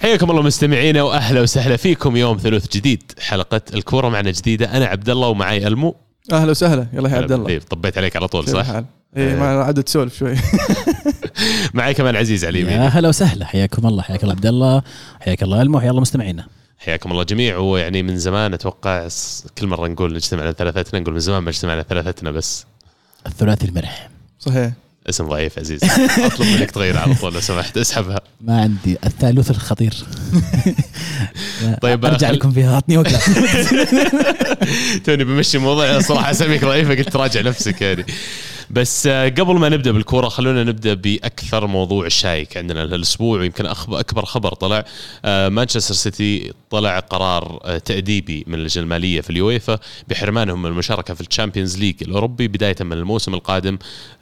حياكم الله مستمعينا واهلا وسهلا فيكم يوم ثلاث جديد. حلقه الكوره معنا جديده. انا عبد الله ومعي المو. اهلا وسهلا. يلا يا عبد الله. طبيت عليك على طول صح؟ اي ما عاد تسولف شوي. معي كمان عزيز علي. يا اهلا وسهلا. حياكم الله. حياك الله عبد الله. حياك الله المو. حيا الله مستمعينا. حياكم الله جميع. ويعني من زمان اتوقع كل مره نقول نجتمع على ثلاثتنا، نقول من زمان ما اجتمعنا ثلاثتنا بس. الثلاثي المرح. صحيح. اسم ضعيف عزيز. اطلب منك تغير على طول لو سمحت. اسحبها. ما عندي الثالوث الخطير. طيب ارجع لكم فيها. عطني وقت. توني بمشي الموضوع صراحه اسميك ضعيفه قلت راجع نفسك يعني. بس قبل ما نبدا بالكوره خلونا نبدا باكثر موضوع شائك عندنا الاسبوع، ويمكن اكبر خبر طلع. مانشستر سيتي طلع قرار تاديبي من اللجنه الماليه في اليويفا بحرمانهم من المشاركه في الشامبيونز ليج الاوروبي بدايه من الموسم القادم.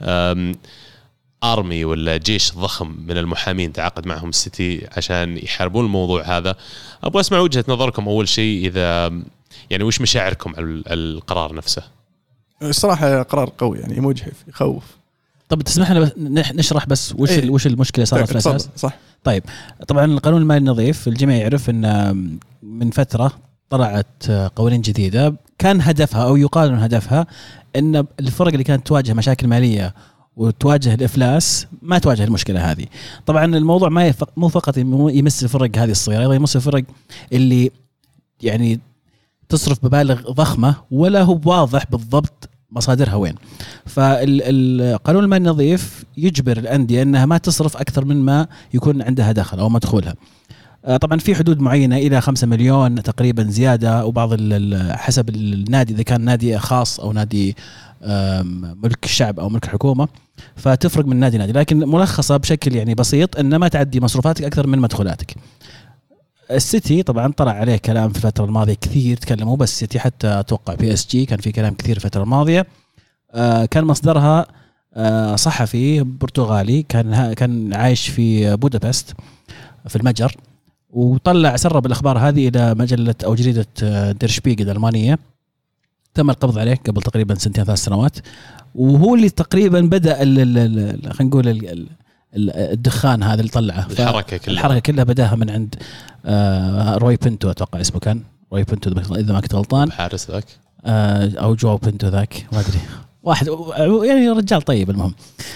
أرمي ولا جيش ضخم من المحامين تعاقد معهم السيتي عشان يحاربون الموضوع هذا. أبغى أسمع وجهة نظركم أول شيء، إذا يعني وش مشاعركم على القرار نفسه؟ الصراحة قرار قوي يعني مجحف يخوف. طب تسمحنا نشرح بس وش المشكلة صارت في الأساس؟ صح. طيب طبعا القانون المالي النظيف الجميع يعرف أن من فترة طلعت قوانين جديدة كان هدفها أو يقال أن هدفها أن الفرق اللي كانت تواجه مشاكل مالية وتواجه الإفلاس ما تواجه المشكلة هذه. طبعا الموضوع مو فقط يمس الفرق هذه الصغيرة، أيضا يمس الفرق اللي يعني تصرف مبالغ ضخمة ولا هو واضح بالضبط مصادرها وين. فالقانون المالي النظيف يجبر الأندية أنها ما تصرف أكثر من ما يكون عندها دخل أو مدخولها. طبعا في حدود معينة إلى 5 مليون تقريبا زيادة، وبعض حسب النادي إذا كان نادي خاص أو نادي ملك الشعب أو ملك الحكومة فتفرق من نادي، لكن ملخصة بشكل يعني بسيط أن ما تعدي مصروفاتك أكثر من مدخولاتك. السيتي طبعا طلع عليه كلام في الفترة الماضية كثير تكلموا، بس السيتي حتى أتوقع PSG كان في كلام كثير في الفترة الماضية. كان مصدرها صحفي برتغالي كان عايش في بودابست في المجر، وطلع سرب الأخبار هذه إلى مجلة أو جريدة دير شبيغل الألمانية. تم القبض عليه قبل تقريبا 2-3 سنوات، وهو اللي تقريبا بدأ خلينا نقول الدخان هذا اللي طلعه. الحركة كلها بداها من عند روي بينتو، أتوقع اسمه كان روي بينتو إذا ما كنت غلطان، حارس ذاك أو جو بينتو ذاك ما أدري، واحد يعني رجال طيب. المهم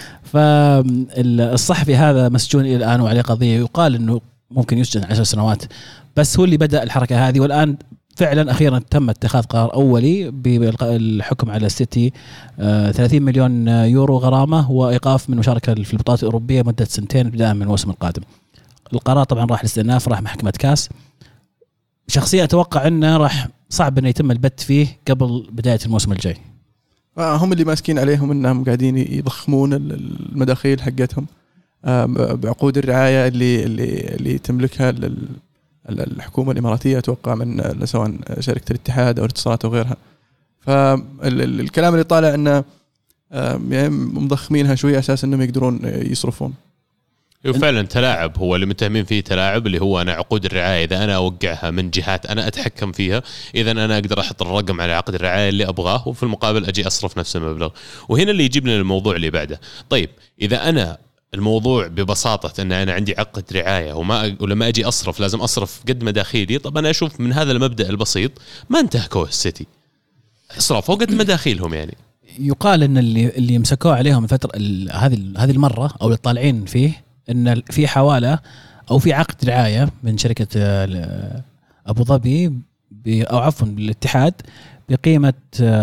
فالصحفي هذا مسجون إلى الآن وعليه قضية، يقال إنه ممكن يسجن 10 سنوات، بس هو اللي بدأ الحركة هذه. والآن فعلا أخيرا تم اتخاذ قرار أولي بالحكم على السيتي 30 مليون يورو غرامة وإيقاف من مشاركة في البطولات الأوروبية مدة 2 ابتداء من الموسم القادم. القرار طبعا راح الاستئناف، راح محكمة كاس. شخصيا أتوقع أنه راح صعب أنه يتم البت فيه قبل بداية الموسم الجاي. هم اللي ماسكين عليهم أنهم قاعدين يضخمون المداخيل حقتهم بعقود الرعاية اللي تملكها الحكومة الإماراتية، أتوقع من سواء شركة الاتحاد أو الاتصالات أو غيرها. فالكلام اللي طالع أنه مضخمينها شوية أساس أنهم يقدرون يصرفون. وفعلا تلاعب هو اللي متهمين فيه، تلاعب اللي هو أنا عقود الرعاية إذا أنا أوقعها من جهات أنا أتحكم فيها، إذا أنا أقدر أحط الرقم على عقد الرعاية اللي أبغاه وفي المقابل أجي أصرف نفس المبلغ. وهنا اللي يجيبنا للموضوع اللي بعده. طيب إذا أنا الموضوع ببساطة أن أنا عندي عقد رعاية ولما أجي أصرف لازم أصرف قد مداخيلي، طب أنا أشوف من هذا المبدأ البسيط ما انتهكوه السيتي، أصرفوا قد مداخيلهم. يعني يقال أن اللي مسكوه عليهم الفترة هذه المرة أو اللي طالعين فيه أن في حوالة أو في عقد رعاية من شركة أبو ظبي أو عفوا بالاتحاد بقيمة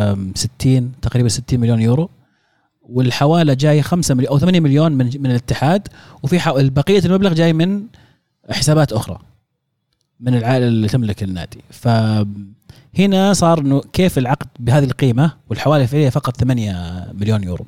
60 مليون يورو، والحوالة جاي 5 مليون أو 8 مليون من الاتحاد، وفي بقية المبلغ جاي من حسابات أخرى من العائلة اللي تملك النادي. فهنا صار إنه كيف العقد بهذه القيمة والحوالة فيها فقط 8 مليون يورو.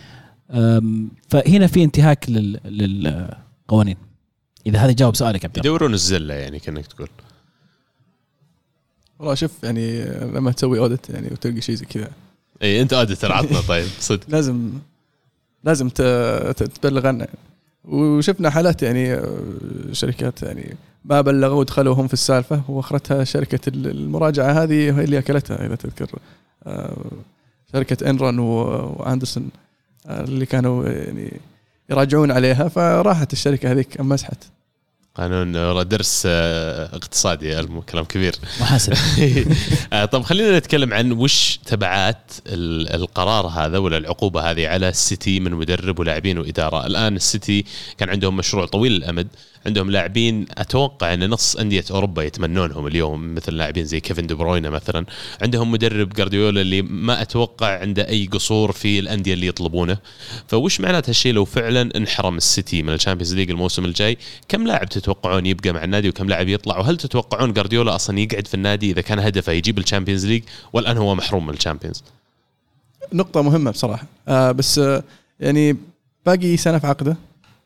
فهنا في انتهاك للقوانين. إذا هذا جاوب سؤالك عبد الله. يدورون الزلة يعني كأنك تقول. والله شوف يعني لما تسوي أودت يعني وتلقي شيء زي كذا. اي انت قادر عطنا. طيب صدق لازم تبلغ عنه. وشفنا حالات يعني شركات يعني ما بلغوا ودخلوهم في السالفة واخرتها شركة المراجعة هذه هي اللي أكلتها. إذا تذكر شركة إنرون وأندرسون اللي كانوا يعني يراجعون عليها، فراحت الشركة هذيك مسحت قانون درس اقتصادي، كلام كبير. محاسب. طب خلينا نتكلم عن وش تبعات القرار هذا ولا العقوبة هذه على السيتي من مدرب ولاعبين وإدارة. الآن السيتي كان عندهم مشروع طويل الأمد، عندهم لاعبين أتوقع أن نص أندية أوروبا يتمنونهم اليوم، مثل لاعبين زي كيفن دي بروين مثلا. عندهم مدرب جارديولا اللي ما أتوقع عنده أي قصور في الأندية اللي يطلبونه. فوش معنات هالشيء لو فعلا انحرم السيتي من الشامبيونز ليج الموسم الجاي؟ كم لاعب تتوقعون يبقى مع النادي وكم لاعب يطلع؟ وهل تتوقعون جارديولا أصلا يقعد في النادي إذا كان هدفه يجيب الشامبيونز ليج، والآن هو محروم من الشامبيونز؟ نقطة مهمة بصراحة. بس يعني باقي سنة في عقده،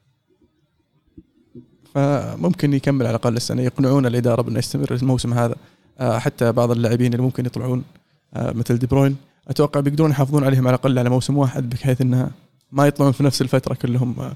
فممكن يكمل على الأقل السنة، يقنعون الإدارة بأنه يستمر الموسم هذا. حتى بعض اللاعبين اللي ممكن يطلعون مثل دي بروين أتوقع بيقدرون يحافظون عليهم على الأقل على موسم واحد، بحيث أنها ما يطلعون في نفس الفترة كلهم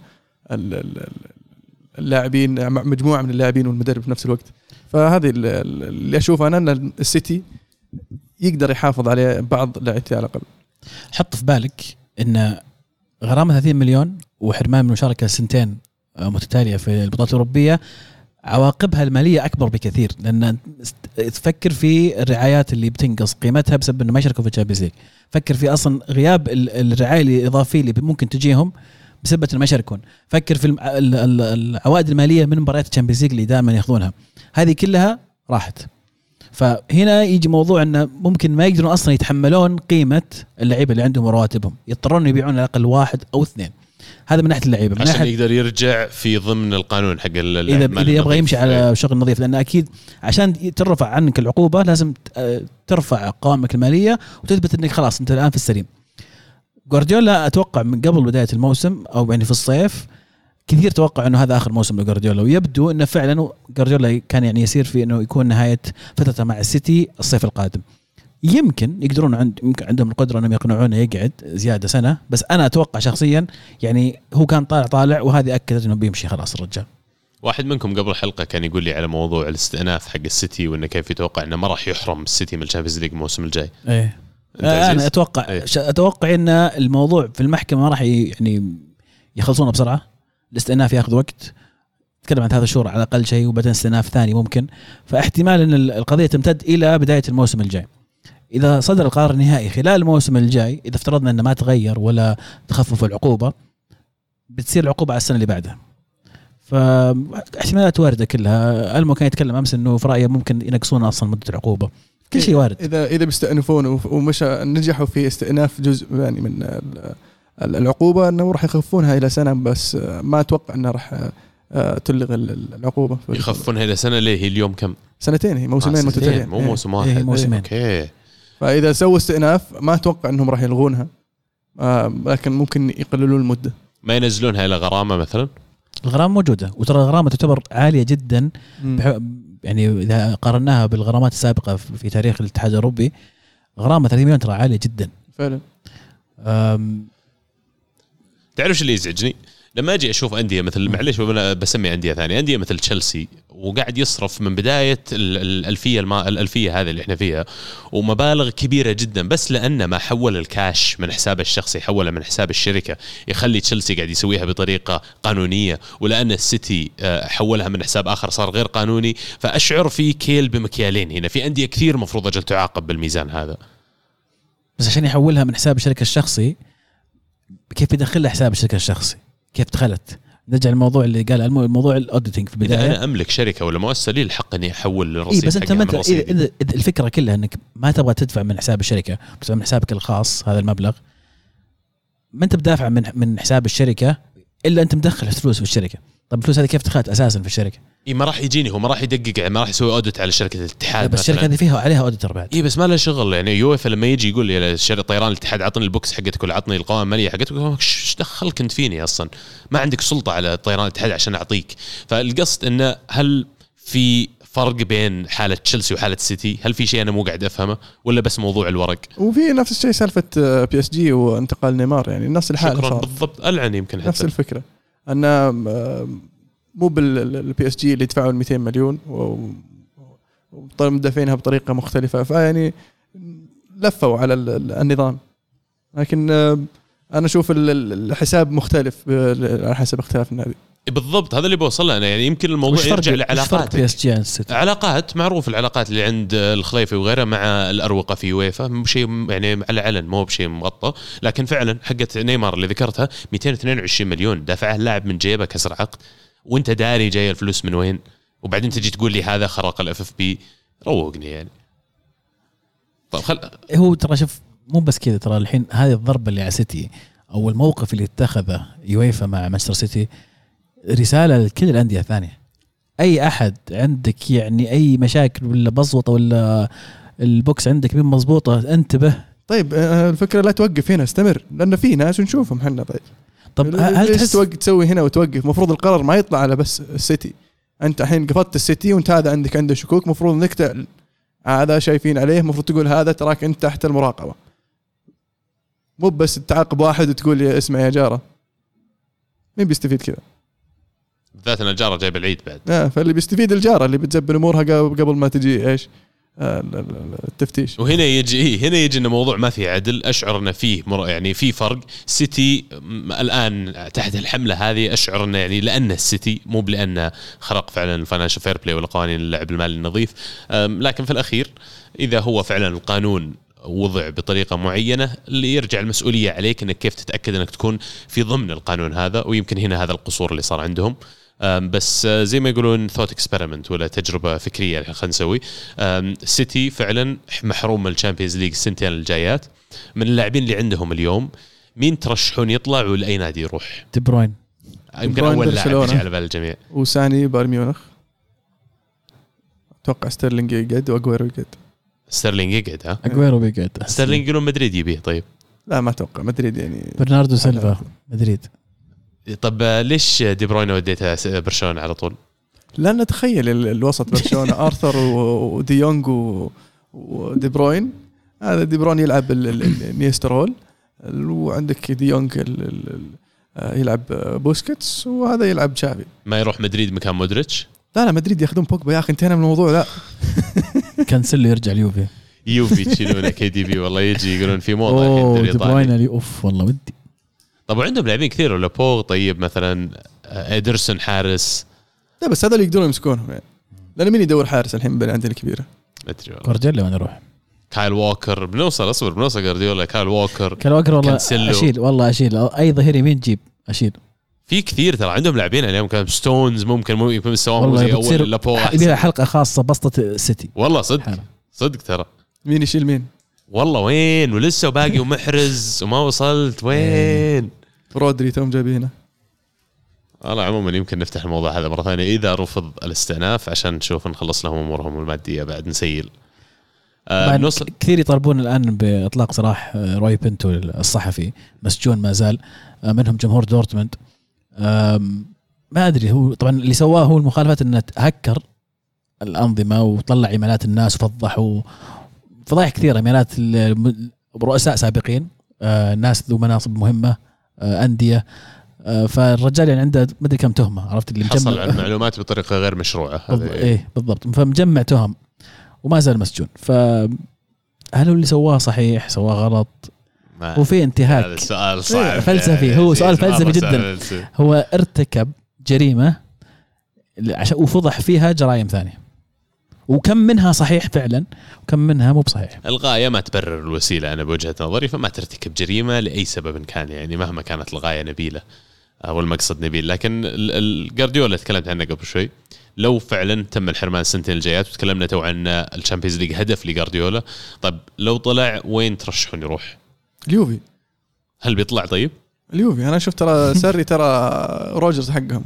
اللاعبين، مجموعة من اللاعبين والمدرب في نفس الوقت. فهذه اللي أشوف أنا أن السيتي يقدر يحافظ على بعض لاعبين على الأقل. حط في بالك أن غرامة 30 مليون وحرمان من المشاركة سنتين متتالية في البطولات الأوروبية عواقبها المالية أكبر بكثير، لأن تفكر في الرعايات اللي بتنقص قيمتها بسبب أنه ما يشاركوا في الشامبيونز ليج. فكر في أصلا غياب الرعاية الإضافية اللي ممكن تجيهم بسبب أنه ما يشاركون. فكر في العوائد المالية من مباريات الشامبيونز ليج اللي دائما ياخذونها، هذه كلها راحت. فهنا يجي موضوع أنه ممكن ما يقدرون أصلا يتحملون قيمة اللعيبة اللي عندهم ورواتبهم، يضطرون يبيعون على الأقل 1 أو 2. هذا من ناحية اللعيبة، من عشان يقدر يرجع في ضمن القانون حق إذا يبغى يمشي على شغل نظيف. لأن أكيد عشان ترفع عنك العقوبة لازم ترفع قوائمك المالية وتثبت أنك خلاص أنت الآن في السليم. جوارديولا أتوقع من قبل بداية الموسم أو يعني في الصيف كثير توقع أنه هذا آخر موسم لجوارديولا، ويبدو أنه فعلا جوارديولا كان يعني يسير في أنه يكون نهاية فترته مع السيتي الصيف القادم. يمكن يقدرون عندهم القدرة أنهم يقنعونه يقعد زيادة سنة، بس أنا أتوقع شخصيا يعني هو كان طالع وهذه أكدت أنه بيمشي خلاص الرجال. واحد منكم قبل حلقة كان يقول لي على موضوع الاستئناف حق السيتي وإنه كيف يتوقع إنه ما راح يحرم السيتي من الشامبيونز ليج الموسم الجاي. إيه أنا أتوقع إن الموضوع في المحكمة ما راح يعني يخلصونه بسرعة. الاستئناف يأخذ وقت، تكلم عن 3 شهور على أقل شيء، وبعدين استئناف ثاني ممكن. فاحتمال أن القضية تمتد إلى بداية الموسم الجاي. إذا صدر القرار النهائي خلال الموسم الجاي، إذا افترضنا أنه ما تغير ولا تخفف العقوبة، بتصير العقوبة على السنة اللي بعدها. فاحتمالات واردة كلها. ألمو كان يتكلم أمس أنه في رأيه ممكن ينقصون أصلا مدة العقوبة. كل شيء وارد. إذا بيستأنفون ومش نجحوا في استئناف جزء يعني من العقوبة، أنه راح يخفونها إلى سنة، بس ما أتوقع أنه راح تلغي العقوبة. يخفونها إلى سنة ليه؟ هي اليوم كم؟ 2 هي موسمين متتاليين، مو موسم واحد. موسمين. أوكي. فإذا سووا استئناف ما أتوقع أنهم راح يلغونها، لكن ممكن يقللون المدة. ما ينزلونها إلى غرامة مثلا؟ الغرامة موجودة، وترى الغرامة تعتبر عالية جدا. يعني إذا قارناها بالغرامات السابقة في تاريخ الاتحاد الأوروبي، غرامة 30 مليون ترى عالية جدا فعلا. تعرف اللي يزعجني لما أجي أشوف أندية مثل، معليش بسمي أندية ثانية، أندية مثل تشيلسي، وقاعد يصرف من بداية الألفية هذه اللي إحنا فيها ومبالغ كبيرة جدا، بس لأن ما حول الكاش من حساب الشخصي حوله من حساب الشركة يخلي تشيلسي قاعد يسويها بطريقة قانونية، ولأن السيتي حولها من حساب آخر صار غير قانوني. فأشعر في كيل بمكيالين هنا. في أندية كثير مفروض أجل تعاقب بالميزان هذا، بس عشان يحولها من حساب الشركة الشخصي كيف يدخلها حساب الشركة الشخصي؟ كيف دخلت؟ نرجع الموضوع اللي قال الموضوع الاوديتنج في البدايه. إذا انا املك شركه ولا مؤسسه لي الحق اني احول الرصيد. بس انت إذا الفكره كلها انك ما تبغى تدفع من حساب الشركه، بتدفع من حسابك الخاص هذا المبلغ، ما انت بدافع من حساب الشركه الا انت مدخل فلوس في الشركه. طب الفلوس هذه كيف دخلت اساسا في الشركه؟ ما راح يجيني، هو ما راح يدقق، ما راح يسوي اوديت على شركه الاتحاد. بس الشركه هذه فيها عليها اوديتر بعد. بس ما له شغل. يعني يوفا لما يجي يقول لي طيران الاتحاد عطني البوكس حقتك ولا عطني القوائم الماليه حقتك، ايش دخلك انت فيني اصلا؟ ما عندك سلطه على طيران الاتحاد عشان اعطيك. فالقصد انه هل في فرق بين حاله تشيلسي وحاله سيتي؟ هل في شيء انا مو قاعد افهمه ولا بس موضوع الورق؟ وفي نفس الشيء سالفه بي اس جي وانتقال نيمار، يعني نفس الحاله صار بالضبط. العن يمكن نفس الفكره، ان مو بالبي اس جي اللي يدفعوا 200 مليون ومدافعينها بطريقه مختلفه، فيعني لفوا على النظام. لكن انا اشوف الحساب مختلف على حسب اختلاف النادي. بالضبط هذا اللي بوصل له انا. يعني يمكن الموضوع يرجع لعلاقات علاقات معروف، العلاقات اللي عند الخليفي وغيره مع الأروقة في يويفا مو شيء يعني على علن، مو بشيء مغطى. لكن فعلا حقت نيمار اللي ذكرتها 222 مليون دفعها اللاعب من جيبه كسر عقد، وانت داري جاي الفلوس من وين، وبعدين تجي تقول لي هذا خرق الاف اف بي. روقني يعني. طب هو ترى شوف مو بس كذا، ترى الحين هذه الضربة اللي على سيتي أو الموقف اللي اتخذه يويفا مع مانشستر سيتي رسالة لكل الأندية الثانية. أي أحد عندك يعني أي مشاكل ولا بزوطة ولا البوكس عندك مين مضبوطة انتبه. طيب الفكرة لا توقف هنا، استمر، لأن في ناس نشوفهم حنا. طيب هل تحس تسوي هنا وتوقف؟ مفروض القرار ما يطلع على بس السيتي. أنت الحين قفطت السيتي وأنت هذا عنده شكوك، مفروض إنك هذا شايفين عليه، مفروض تقول هذا تراك أنت تحت المراقبة، مو بس تعاقب واحد وتقول يا اسمع يا جارة. مين بيستفيد كذا؟ ذات أن الجارة جايب العيد بعد. فاللي بيستفيد الجارة اللي بتزبن أمورها قبل ما تجي إيش التفتيش. وهنا يجي إن موضوع ما في عدل. أشعر إن فيه يعني في فرق. سيتي الآن تحت الحملة هذه أشعر إنه يعني لأن السيتي مو لأنه خرق فعلا الفاينانشال فير بلاي ولا قوانين اللعب المالي النظيف. لكن في الأخير إذا هو فعلا القانون وضع بطريقة معينة اللي يرجع المسؤولية عليك إنك كيف تتأكد إنك تكون في ضمن القانون هذا. ويمكن هنا هذا القصور اللي صار عندهم. بس زي ما يقولون ثوت اكسبيرمنت ولا تجربة فكرية خلينا نسوي. سيتي فعلا محروم من الشامبيونز ليج السنتين الجايات. من اللاعبين اللي عندهم اليوم مين ترشحون يطلع ولأي نادي يروح؟ دي بروين يمكن أول لاعب يجي على بال الجميع. وساني بايرن ميونخ. أتوقع ستيرلينج يقعد وأغويرو يقعد. ستيرلينج يقعد ها؟ أغويرو بيقعد. ستيرلينج يقولون مدريد يبيه. طيب لا ما أتوقع مدريد يعني. برناردو سيلفا مدريد. طب ليش دي بروين وديته برشلونة على طول؟ لأن تخيل الوسط برشلونة أرثر ودي يونغ ودي بروين. هذا دي بروين يلعب النيسترول، وعندك دي يونغ يلعب بوسكيتس، وهذا يلعب تشافي. ما يروح مدريد مكان مودريتش؟ لا مدريد ياخذون بوجبا يا أخي، انتهينا من الموضوع. لا كانسلو يرجع يوفي تشيلونه كي دي بي. والله يجي يقولون في موضة دي بروين اللي أوف والله ودي. طب وعندهم لاعبين كثير ولا بوغ طيب مثلا إدرسون حارس. لا بس هذا اللي يقدرون يمسكونهم يعني. لأن مين يدور حارس الحين بين عندنا الكبيرة؟ كارديولا وين نروح؟ كايل ووكر بنوصل كارديولا. كايل ووكر والله أشيل أي ظهير يمين جيب أشيل. في كثير ترى عندهم لاعبين اليوم. كان ستونز ممكن مستواهم زي أول لابو. يبيها حلقة خاصة بسطة السيتي والله صدق ترى. مين يشيل مين والله وين ولسه باقي ومحرز وما وصلت وين. رودري توم جايبينه. والله عموما يمكن نفتح الموضوع هذا مرة ثانية إذا رفض الاستئناف عشان نشوف نخلص لهم أمورهم المادية بعد نسيل. كثير يطالبون الآن بإطلاق سراح روي بنتو الصحفي مسجون ما زال، منهم جمهور دورتموند. ما أدري هو طبعا اللي سواه هو المخالفات إنه هكر الأنظمة وطلع إيميلات الناس وفضحوا فضائح كثيرة، إيميلات رؤساء سابقين، ناس ذو مناصب مهمة، أندية. فالرجال يعني عنده مدري كم تهمة، عرفت اللي مجمع حصل على المعلومات بطريقة غير مشروعة. إيه بالضبط. فمجمع تهم وما زال مسجون. فهل هو اللي سواه صحيح سواه غلط؟ وفي انتهاك. هذا سؤال صعب فلسفي. هو سؤال فلسفي جدا. هو ارتكب جريمة عشان وفضح فيها جرائم ثانية، وكم منها صحيح فعلا وكم منها مو بصحيح. الغاية ما تبرر الوسيلة أنا بوجهة نظري. فما ترتكب جريمة لأي سبب كان يعني مهما كانت الغاية نبيلة أو المقصد نبيل. لكن الجارديولا تكلمت عنه قبل شوي، لو فعلا تم الحرمان السنتين الجايات وتكلمنا تو عن الشامبيونز ليج هدف لجارديولا. طب لو طلع وين ترشحون يروح؟ اليوفي. هل بيطلع؟ طيب اليوفي أنا شفت ترى سري ترى روجرز حقهم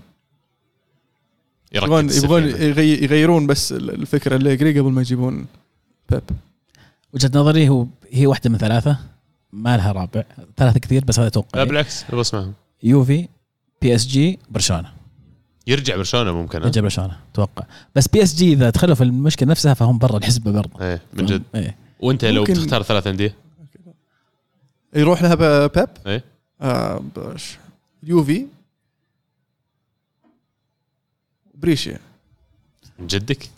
يبغون يغيرون بس الفكرة اللي قري قبل ما يجيبون بيب. وجهة نظري هي واحدة من ثلاثة، ما لها رابع. ثلاثة كثير بس هذا أتوقع. لا بالعكس لو اسمعهم يوفي بي اس جي برشلونة. يرجع برشلونة ممكن. يرجع برشلونة أتوقع. بس بي اس جي إذا دخلوا في المشكلة نفسها فهم برا الحسبة برضه. إيه من جد. إيه. وأنت لو بتختار ثلاثة أندية يروح لها بيب. إيه يوفي بريشيا. من جدك.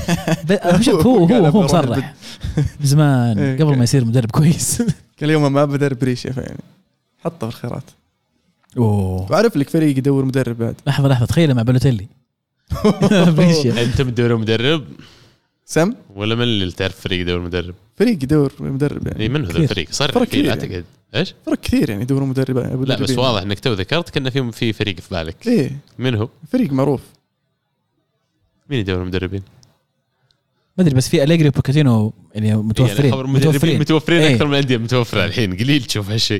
هو مصرح زمان قبل ما يصير مدرب كويس. كل يوم ما بدرب بريشيا فيعني حطه في الخيارات. اوه لك فريق يدور مدرب بعد. لحظه تخيل مع بلوتيلي. انت بتدور مدرب سم ولا من اللي تعرف فريق يدور مدرب؟ فريق يدور مدرب يعني من هذا الفريق صار كثير اعتقد ايش فرق كثير يعني يدوروا مدرب. لا بس واضح انك تو ذكرت كنا في فريق في بالك. ايه من هو فريق معروف؟ مين يدور مدربين؟ ما ادري بس في أليجري وبوكاتينو يعني متوفرين يعني متوفرين ايه. اكثر من الانديه متوفره الحين قليل تشوف هالشيء.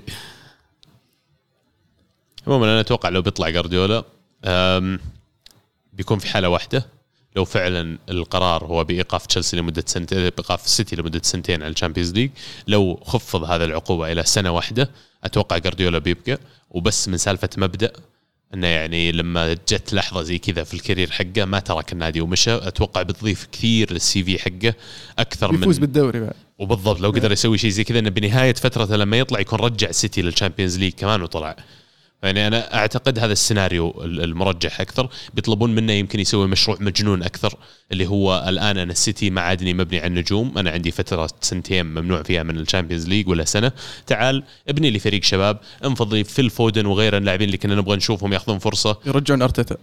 عموما انا اتوقع لو بيطلع جارديولا بيكون في حاله واحده، لو فعلا القرار هو بايقاف تشيلسي لمده سنتين، بايقاف السيتي لمده سنتين على الشامبيونز ليج، لو خفض هذا العقوبه الى سنه واحده اتوقع جارديولا بيبقى. وبس من سالفه مبدا انه يعني لما جت لحظه زي كذا في الكارير حقه ما ترك النادي ومشى، اتوقع بتضيف كثير للسي في حقه اكثر من يفوز بالدوري بعد. وبالضبط لو قدر يسوي شيء زي كذا انه بنهايه فترته لما يطلع يكون رجع السيتي للشامبيونز ليج كمان وطلع. يعني أنا أعتقد هذا السيناريو المرجح أكثر. بيطلبون منه يمكن يسوي مشروع مجنون أكثر، اللي هو الآن أنا السيتي ما عادني مبني على النجوم، أنا عندي فترة سنتين ممنوع فيها من الشامبيونز ليج ولا سنة، تعال ابني لي فريق شباب، انفض لي فيل فودن وغيره اللاعبين اللي كنا نبغى نشوفهم يأخذون فرصة. يرجعون أرتيتا.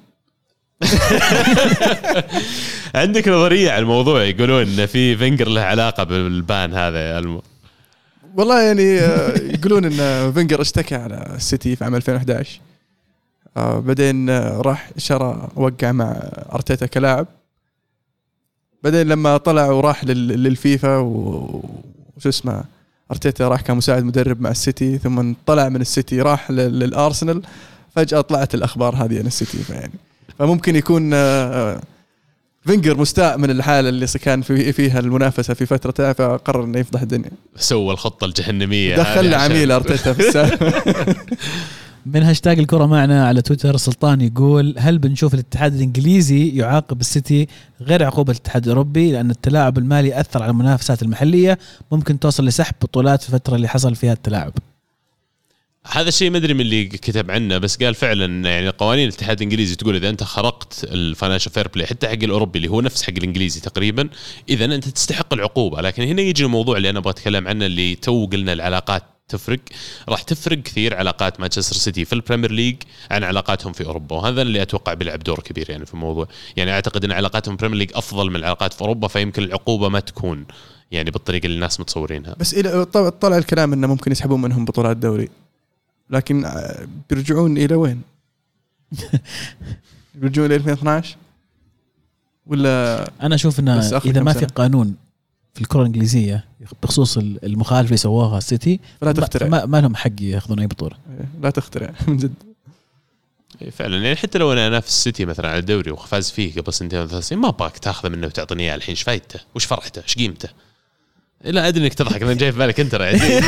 عندك نظرية على الموضوع يقولون إن في فينجر له علاقة بالبان هذا والله يعني يقولون ان فينجر اشتكى على السيتي في عام 2011 بعدين راح شرى وقع مع ارتيتا كلاعب، بعدين لما طلع وراح للفيفا وش اسمه ارتيتا راح كمساعد مدرب مع السيتي، ثم طلع من السيتي راح للارسنال، فجأة طلعت الاخبار هذه عن السيتي. فممكن يكون فينجر مستاء من الحالة اللي كان فيها المنافسة في فترة، فقرر انه يفضح الدنيا، سوى الخطة الجهنمية، دخل عميل ارتيتا في السالفة. من هاشتاج الكرة معنا على تويتر سلطان يقول: هل بنشوف الاتحاد الانجليزي يعاقب السيتي غير عقوبة الاتحاد الاوروبي لان التلاعب المالي اثر على المنافسات المحلية، ممكن توصل لسحب بطولات في الفترة اللي حصل فيها التلاعب؟ هذا الشيء ما ادري من اللي كتب عنه، بس قال فعلا يعني قوانين الاتحاد الانجليزي تقول اذا انت خرقت الفاينانشال فير بلاي حتى حق الاوروبي اللي هو نفس حق الانجليزي تقريبا، اذا انت تستحق العقوبه. لكن هنا يجي الموضوع اللي انا ابغى اتكلم عنه، اللي تو قلنا العلاقات تفرق، راح تفرق كثير علاقات مانشستر سيتي في البريمير ليج عن علاقاتهم في اوروبا، وهذا اللي اتوقع بيلعب دور كبير يعني في الموضوع. يعني اعتقد ان علاقاتهم في البريمير ليج افضل من العلاقات في اوروبا، فيمكن العقوبه ما تكون يعني بالطريقه اللي الناس متصورينها. بس الى طلع الكلام انه ممكن يسحبون منهم بطولات دوري، لكن بيرجعون الى وين؟ بيرجعون الى 2012 ولا؟ انا اشوف انه اذا ما في قانون في الكرة الانجليزيه بخصوص المخالفه اللي سواها السيتي، فلا تخترع، ما لهم حق ياخذون اي بطوله. لا تخترع من جد فعلا. يعني حتى لو انا انافس السيتي مثلا على الدوري وفاز فيه قبل سنتين ولا 3 سنين، ما باك تاخذه منه وتعطيني اياه الحين. ايش فايدته؟ وش فرحته؟ ايش قيمته؟ لا ادري انك تضحك، انا جاي في بالك انت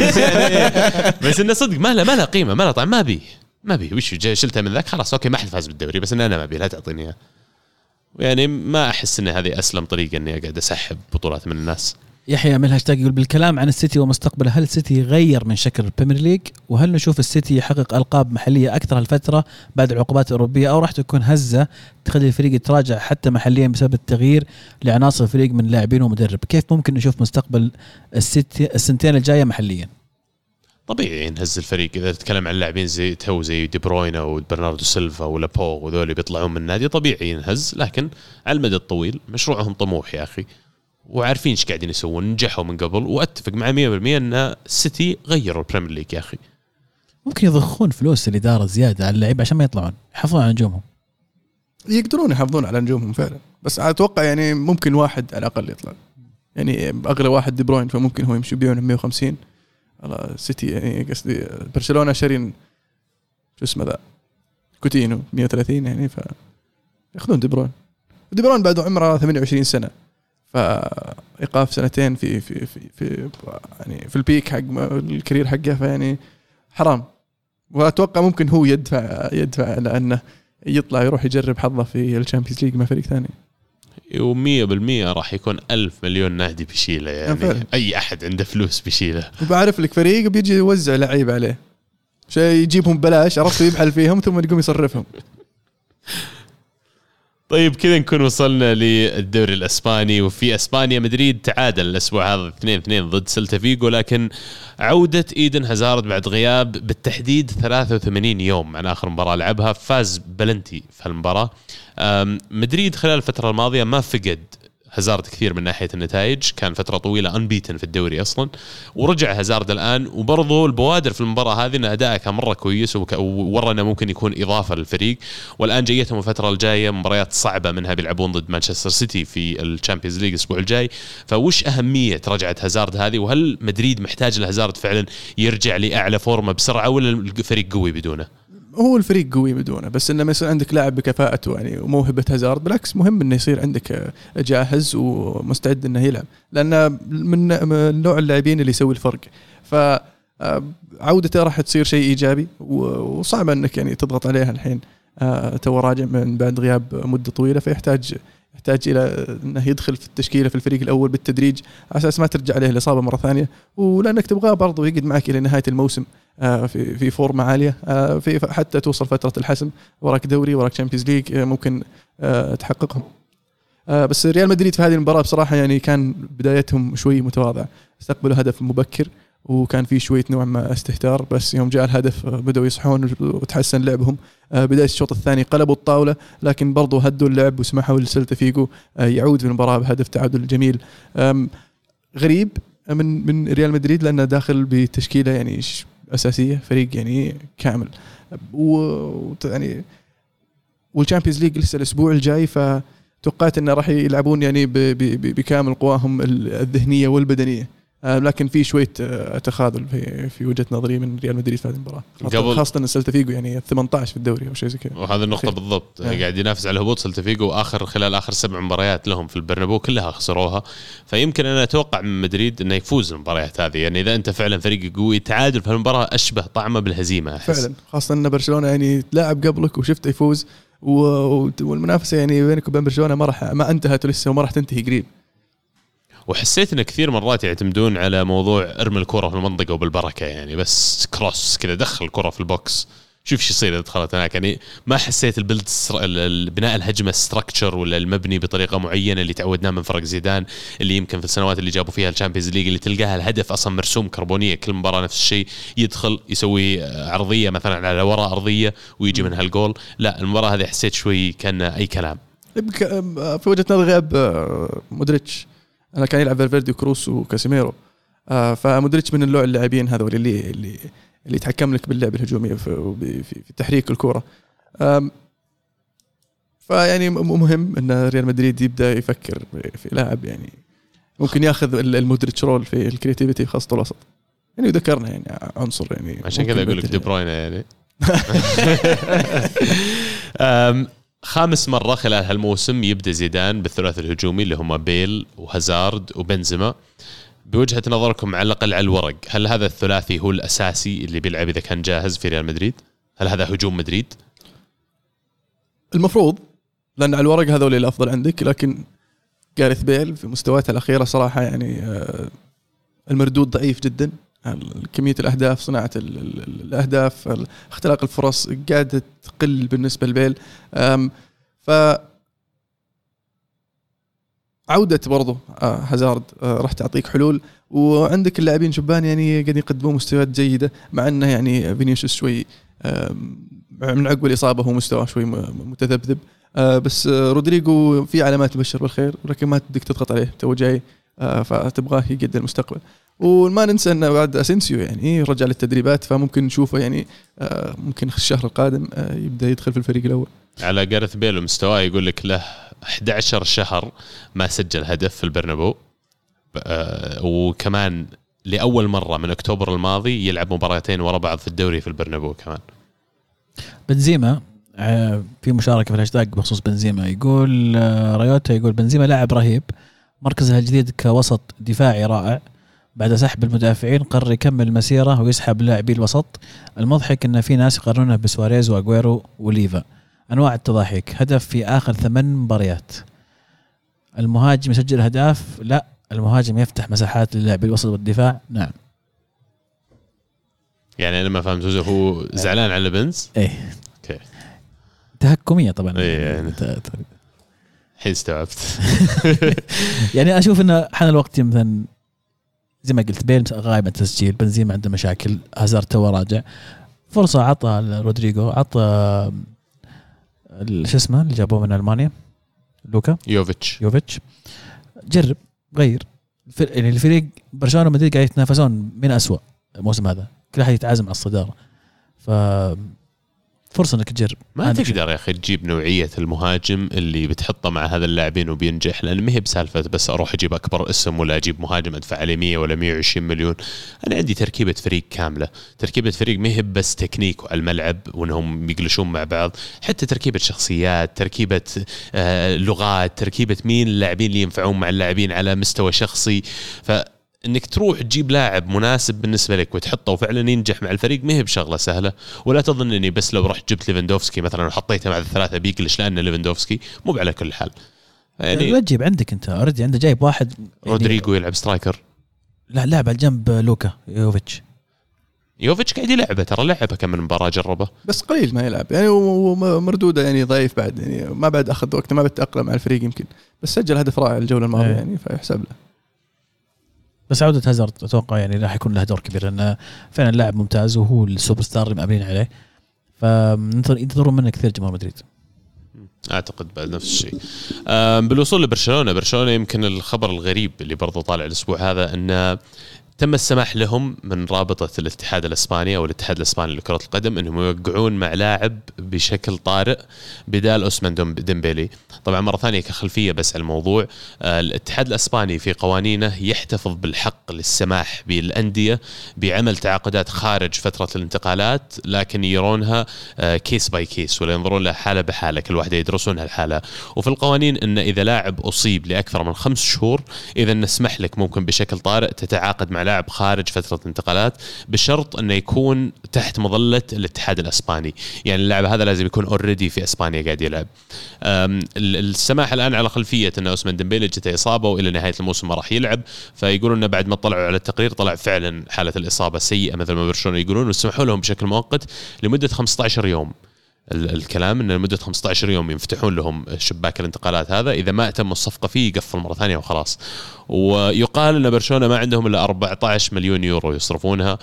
بس انه صدق ما له قيمه، ما له طعم، ما بي وش جاي شلته من ذاك خلاص اوكي ما حد فاز بالدوري، بس انا ما ابي، لا تعطيني اياه. يعني ما احس ان هذه اسلم طريقه اني اقعد اسحب بطولات من الناس. يحيى من هاشتاج يقول: بالكلام عن السيتي ومستقبله، هل السيتي غير من شكل البريمير ليج؟ وهل نشوف السيتي يحقق ألقاب محلية أكثر هالفترة بعد العقوبات الأوروبية، أو راح تكون هزة تخلي الفريق يتراجع حتى محليا بسبب التغيير لعناصر الفريق من لاعبين ومدرب؟ كيف ممكن نشوف مستقبل السيتي السنتين الجاية محليا؟ طبيعي ينهز الفريق إذا تتكلم عن لاعبين زي دي بروينا وبرناردو سيلفا ولا بو وذول بيطلعون من النادي، طبيعي ينهز. لكن على المدى الطويل مشروعهم طموح يا أخي، وعارفين ايش قاعدين يسوون، نجحوا من قبل. واتفق مع 100% ان السيتي غيروا البريمير ليج يا اخي. ممكن يضخون فلوس الاداره زياده على اللعيبه عشان ما يطلعون، يحافظون على نجومهم. يقدرون يحافظون على نجومهم فعلا، بس اتوقع يعني ممكن واحد على الاقل يطلع، يعني اغلى واحد دي بروين، فممكن هو يمشي بيعونه 150 على السيتي. يعني قصدي برشلونه شارين شو اسمه ذا كوتينو 130 يعني، فياخذون دي بروين بعد عمره 28 سنه، فإيقاف سنتين في يعني في البيك حق الكارير حقه، فيعني حرام. وأتوقع ممكن هو يدفع لأنه يطلع يروح يجرب حظه في الشامبيونز ليج مع فريق ثاني. و100% راح يكون 1000 مليون نادي بيشيله يعني أي أحد عنده فلوس بيشيله. وبعرف لك فريق بيجي يوزع لعيب عليه، شيء يجيبهم بلاش، عرفت، يبحل فيهم ثم يقوم يصرفهم. طيب كذا نكون وصلنا للدوري الاسباني. وفي اسبانيا مدريد تعادل الاسبوع هذا 2-2 ضد سيلتا فيغو، لكن عودة ايدن هازارد بعد غياب بالتحديد 83 يوم عن اخر مباراة لعبها، فاز بلنتي في المباراة. مدريد خلال الفترة الماضية ما فقد هازارد كثير من ناحية النتائج، كان فترة طويلة أنبيتن في الدوري أصلا، ورجع هازارد الآن. وبرضه البوادر في المباراة هذه أن أداءه كان مرة كويس وورى أنه ممكن يكون إضافة للفريق. والآن جايتهم الفترة الجاية مباريات صعبة، منها بيلعبون ضد مانشستر سيتي في الشامبيونز ليج الأسبوع الجاي. فوش أهمية رجعة هازارد هذه؟ وهل مدريد محتاج لهازارد فعلا يرجع لأعلى فورمة بسرعة، ولا الفريق قوي بدونه؟ هو الفريق قوي بدونه، بس انه ما يصير عندك لاعب بكفاءته يعني وموهبه هازارد. بالعكس مهم انه يصير عندك جاهز ومستعد انه يلعب، لانه من نوع اللاعبين اللي يسوي الفرق. فعودته راح تصير شيء ايجابي، وصعب انك يعني تضغط عليها الحين. تو راجع من بعد غياب مده طويله، فيحتاج الى انه يدخل في التشكيله في الفريق الاول بالتدريج، على اساس ما ترجع عليه الاصابه مره ثانيه، ولانك تبغاه برضه يقعد معك الى نهايه الموسم في فورمه عاليه، في حتى توصل فتره الحسم، وراك دوري وراك تشامبيونز ليج ممكن تحققهم. بس ريال مدريد في هذه المباراه بصراحه يعني كان بدايتهم شوي متواضعه، استقبلوا هدف مبكر وكان في شويه نوع ما استهتار، بس يوم جاء الهدف بدأوا يصحون وتحسن لعبهم. بداية الشوط الثاني قلبوا الطاولة، لكن برضو هدوا اللعب وسمحوا لسيلتا فيغو يعود في المباراة بهدف تعادل جميل. غريب من ريال مدريد، لأنه داخل بتشكيلة يعني أساسية، فريق يعني كامل، ويعني والشامبيونز ليج لسه الأسبوع الجاي، فتوقعت أنه راح يلعبون يعني بكامل قواهم الذهنية والبدنية. لكن في شويه تخاذل في وجهه نظري من ريال مدريد في هذه المباراه، خاصه ان سيلتا فيغو يعني 18 في الدوري او شيء زي كذا. وهذه النقطه بالضبط قاعد ينافس على الهبوط سيلتا فيغو، خلال اخر 7 مباريات لهم في البرنابيو كلها خسروها. فيمكن انا اتوقع من مدريد انه يفوز المباريات هذه، يعني اذا انت فعلا فريق قوي تعادل في المباراه اشبه طعمه بالهزيمه أحس. فعلا، خاصه ان برشلونه يعني تلاعب قبلك وشفته يفوز، والمنافسه يعني بينك وبين برشلونه ما انتهت لسه وما راح تنتهي قريب. وحسيت ان كثير مرات يعتمدون على موضوع ارمي الكرة في المنطقة وبالبركة، يعني بس كروس كذا دخل الكرة في البوكس شوف شو يصير اذا دخلت هناك. يعني ما حسيت البناء الهجمة ستراكشر ولا المبني بطريقة معينة اللي تعودناه من فرق زيدان، اللي يمكن في السنوات اللي جابوا فيها الشامبيونز ليج اللي تلقاها الهدف اصلا مرسوم كربونية، كل مباراة نفس الشيء، يدخل يسوي عرضية مثلا على وراء أرضية ويجي منها الجول. لا المباراة هذه حسيت شوي كان اي كلام. في وجهة نظر غياب مودريتش، أنا كان يلعب فالفيردي وكروس وكاسيميرو، فمودريتش من النوع اللاعبين هذول اللي يتحكم لك باللعب الهجومي في تحريك الكرة. فيعني مهم أن ريال مدريد يبدأ يفكر في لاعب يعني ممكن ياخذ المودريتش رول في الكرياتيفيتي خاصة الوسط، يعني ذكرنا يعني عنصر يعني عشان كذا أقول لك دي بروين يعني. 5 مرة خلال هالموسم يبدأ زيدان بالثلاثي الهجومي اللي هم بيل وهازارد وبنزيما. بوجهة نظركم على الأقل على الورق، هل هذا الثلاثي هو الأساسي اللي بيلعب إذا كان جاهز في ريال مدريد؟ هل هذا هجوم مدريد؟ المفروض، لأن على الورق هذول الأفضل عندك، لكن جاريث بيل في مستوياته الأخيرة صراحة يعني المردود ضعيف جدا. كمية الأهداف، صناعة الأهداف، اختلاق الفرص قاعدة تقل بالنسبة لبيل. ف عودة برضو هازارد راح تعطيك حلول، وعندك اللاعبين شبان يعني قاعدين يقدمون مستويات جيدة، مع أنه يعني فينيسيوس شوي من عقب الإصابة هو مستوى شوي متذبذب، بس رودريجو في علامات تبشر بالخير، ولكن ما تدك تضغط عليه تو جاي، فتبغاه يقدر المستقبل. وما ننسى أن بعد أسينسيو يعني رجع للتدريبات، فممكن نشوفه يعني ممكن الشهر القادم يبدأ يدخل في الفريق الأول. على جاريث بيل مستواه يقول لك له 11 شهر ما سجل هدف في البرنابيو، وكمان لأول مرة من أكتوبر الماضي يلعب مباراتين ورا بعض في الدوري في البرنابيو كمان. بنزيما في مشاركة في الهاشتاج بخصوص بنزيما، يقول ريوتا يقول بنزيما لاعب رهيب، مركزه الجديد كوسط دفاعي رائع، بعد سحب المدافعين قرر يكمل مسيره ويسحب لاعبي الوسط. المضحك ان في ناس يقارنونه بسواريز واغويرو وليفا. انواع التضاحك، هدف في اخر 8 مباريات. المهاجم يسجل اهداف؟ لا، المهاجم يفتح مساحات للاعبي الوسط والدفاع. نعم. يعني انا ما فهمت، هو زعلان على بنز؟ ايه اوكي، تهكميه طبعا. ايه يعني. الحين استوعبت. يعني اشوف انه حان الوقت مثلا زي ما قلت بيل غايب عن التسجيل، بنزيما عنده مشاكل، هازارد تو راجع، فرصه عطى رودريجو، عطى شو اسمه اللي جابوه من المانيا لوكا يوفيتش، جرب غير يعني الفريق برشلونه ومدريد قاعد يتنافسون من أسوأ الموسم هذا، كل احد يتعازم على الصداره، فرصة انك تجرب. ما تقدر يا اخي تجيب نوعية المهاجم اللي بتحطه مع هذا اللاعبين وبينجح، لان ما هي بسالفة بس اروح اجيب اكبر اسم ولا اجيب مهاجم ادفع عليه 100 ولا 120 مليون. انا عندي تركيبة فريق كاملة، تركيبة فريق ما هي بس تكنيك وعلى الملعب وانهم يجلسون مع بعض، حتى تركيبة شخصيات، تركيبة لغات، تركيبة مين اللاعبين اللي ينفعون مع اللاعبين على مستوى شخصي. انك تروح تجيب لاعب مناسب بالنسبه لك وتحطه وفعلا ينجح مع الفريق ما هي بشغله سهله. ولا تظن اني بس لو رحت جبت ليفاندوفسكي مثلا وحطيته مع الثلاثه بيقلش، لان ليفاندوفسكي مو على كل حال. يعني لا تجيب عندك انت اوريدي عنده جايب واحد يعني رودريجو يلعب سترايكر، لا لعب على الجنب لوكا يوفيتش قاعد يلعبه، ترى لعبه كم من مباراه جربه بس قليل ما يلعب يعني، ومردوده يعني ضعيف بعد، يعني ما بعد اخذ وقت، ما بتأقلم على الفريق يمكن، بس سجل هدف رائع الجوله الماضيه يعني فيحسب له. بس عودة هازارد أتوقع يعني راح يكون له دور كبير، لأنه فعلا لاعب ممتاز وهو السوبر ستار اللي مقابلين عليه، فينتظرون منه كثير جمهور مدريد. أعتقد بعد نفس الشيء. بالوصول لبرشلونة يمكن الخبر الغريب اللي برضو طالع الأسبوع هذا أنه تم السماح لهم من رابطة الاتحاد الإسباني أو الاتحاد الإسباني لكرة القدم أنهم يوقعون مع لاعب بشكل طارئ بدال أوسمان ديمبيلي. طبعا مرة ثانية كخلفية بس على الموضوع، الاتحاد الإسباني في قوانينه يحتفظ بالحق للسماح بالأندية بعمل تعاقدات خارج فترة الانتقالات، لكن يرونها كيس باي كيس، ولا ينظرون لها حالة بحالة، كل واحدة يدرسونها الحالة. وفي القوانين أن إذا لاعب أصيب لأكثر من 5 شهور إذا نسمح لك ممكن بشكل طارئ تتعاقد مع لاعب خارج فترة الانتقالات، بشرط أنه يكون تحت مظلة الاتحاد الإسباني، يعني اللاعب هذا لازم يكون أوريدي في إسبانيا قاعد يلعب. السماح الآن على خلفية أن أوسمان ديمبيلي جته إصابة وإلى نهاية الموسم ما راح يلعب، فيقولون أنه بعد ما طلعوا على التقرير طلع فعلا حالة الإصابة سيئة مثل ما برشلونة يقولون، وسمحوا لهم بشكل مؤقت لمدة 15 يوم. الكلام ان لمده 15 يوم يفتحون لهم شباك الانتقالات هذا، اذا ما تم الصفقه فيه يقفل مره ثانيه وخلاص. ويقال ان برشلونه ما عندهم الا 14 مليون يورو يصرفونها،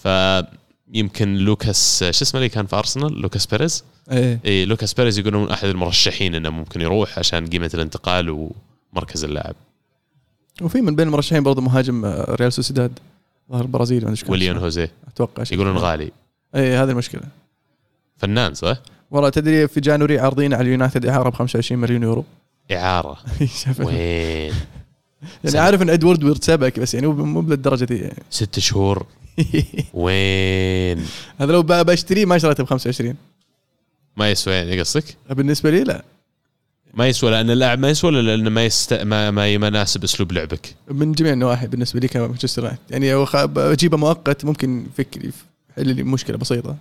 فيمكن لوكاس شو اسمه اللي كان في ارسنال، لوكاس بيريز، اي لوكاس بيريز يقولون احد المرشحين انه ممكن يروح عشان قيمه الانتقال ومركز اللاعب. وفي من بين المرشحين برضه مهاجم ريال سوسيداد ظهر برازيلي، ما ادري ويليان هوزي، اتوقع يقولون غالي. اي هذه المشكله، فنان صح؟ والله تدري في جانوري عارضين على اليونايتد اعاره ب 25 مليون يورو. اعاره وين؟ يعني عارف ان ادوارد ويرتسبك، بس يعني مو بالدرجه دي يعني 6 شهور وين؟ هذا لو بشتريه ما شريته ب 25. ما يسوى يعني قصدك؟ بالنسبه لي لا ما يسوى، لأن اللاعب ما يسوى، لأنه ما يناسب أسلوب لعبك من جميع النواحي. بالنسبة لي كمانشستر يعني أجيبه مؤقت ممكن فكري حل لي مشكلة بسيطة،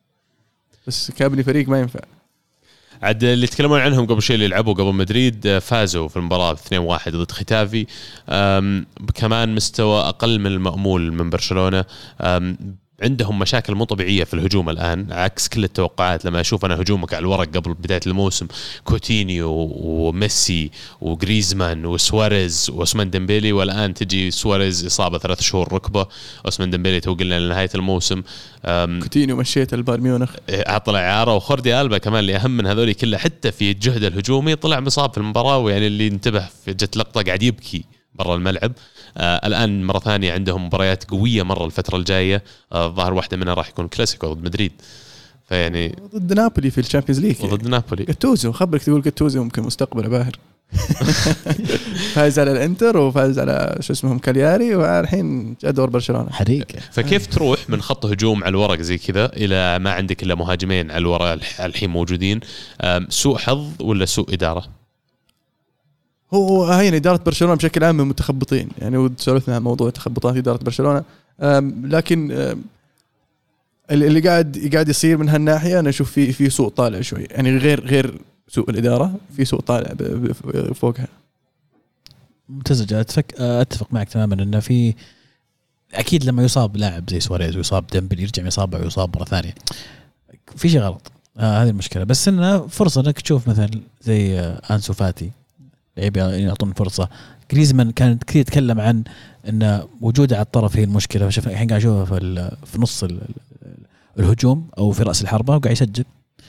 بس كابني فريق ما ينفع. عاد اللي يتكلمون عنهم قبل شيء اللي لعبوا قبل مدريد فازوا في المباراة 2-1 ضد ختافي، كمان مستوى أقل من المأمول من برشلونة. عندهم مشاكل مو طبيعية في الهجوم الآن عكس كل التوقعات. لما أشوف أنا هجومك على الورق قبل بداية الموسم كوتينيو وميسي وغريزمان وسواريز وأوسمان ديمبيلي، والآن تجي سواريز إصابة 3 شهور ركبة، أوسمان ديمبيلي توقلنا لنهاية الموسم، كوتينيو مشيت البايرن ميونخ طلع إعارة، وخوردي ألبا كمان اللي أهم من هذول كله حتى في الجهد الهجومي طلع مصاب في المباراة، ويعني اللي انتبه في جت لقطة قاعد يبكي برا الملعب. الآن مرة ثانية عندهم مباريات قوية مرة الفترة الجاية، ظهر واحدة منها راح يكون كلاسيكو ضد مدريد، فيعني ضد نابولي في الشامبيونز ليج ضد نابولي. جاتوزو خبرك تقول جاتوزو ممكن مستقبل باهر فاز على الانتر وفاز على شو اسمهم كالياري، والحين جاء دور برشلونة حريق. فكيف تروح من خط هجوم على الورق زي كذا إلى ما عندك إلا مهاجمين على الورق الحين موجودين؟ سوء حظ ولا سوء إدارة؟ هو هاي إدارة برشلونة بشكل عام متخبطين يعني، وسولفنا عن موضوع تخبطات إدارة برشلونة، لكن اللي قاعد يصير من هالناحية أنا أشوف في سوء طالع شوي يعني، غير سوء الإدارة، في سوء طالع فوقها. ممتاز، أتفق معك تماما إنه في أكيد لما يصاب لاعب زي سواريز ويصاب ديمبلي يرجع يصاب ويصاب مرة ثانية في شيء غلط. هذه المشكلة. بس إنه فرصة إنك تشوف مثلا زي أنسو فاتي لعيبه يعطون فرصه. جريزمان كان كثير يتكلم عن ان وجوده على الطرف هي المشكله، شوف الحين قاعد اشوفه في نص الهجوم او في راس الحربه وقاعد يسجل،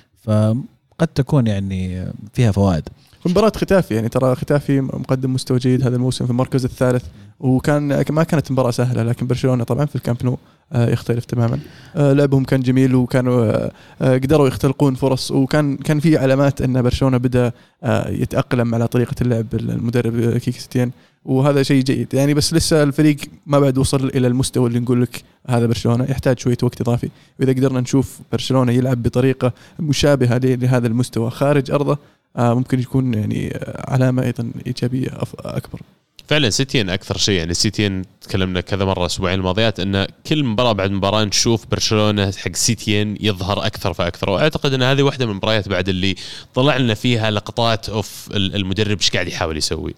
فقد تكون يعني فيها فوائد. مباراة ختافي يعني ترى ختافي مقدم مستوى جيد هذا الموسم في المركز الثالث، وكان ما كانت مباراة سهلة، لكن برشلونة طبعا في الكامب نو يختلف تماما. لعبهم كان جميل وكانوا قدروا يختلقون فرص، وكان في علامات ان برشلونة بدأ يتأقلم على طريقة اللعب المدرب كيكي ستين، وهذا شيء جيد يعني. بس لسه الفريق ما بعد وصل الى المستوى اللي نقول لك هذا برشلونة، يحتاج شوية وقت اضافي. واذا قدرنا نشوف برشلونة يلعب بطريقة مشابهة لهذا المستوى خارج ارضه ممكن يكون يعني علامة أيضا إيجابية أكبر. فعلا سيتين أكثر شيء يعني. سيتين تكلمنا كذا مرة أسبوعين الماضيات أن كل مباراة بعد مباراة نشوف برشلونة حق سيتين يظهر أكثر فأكثر، وأعتقد أن هذه واحدة من المباريات بعد اللي طلعنا فيها لقطات أوف المدرب إيش قاعد يحاول يسوي.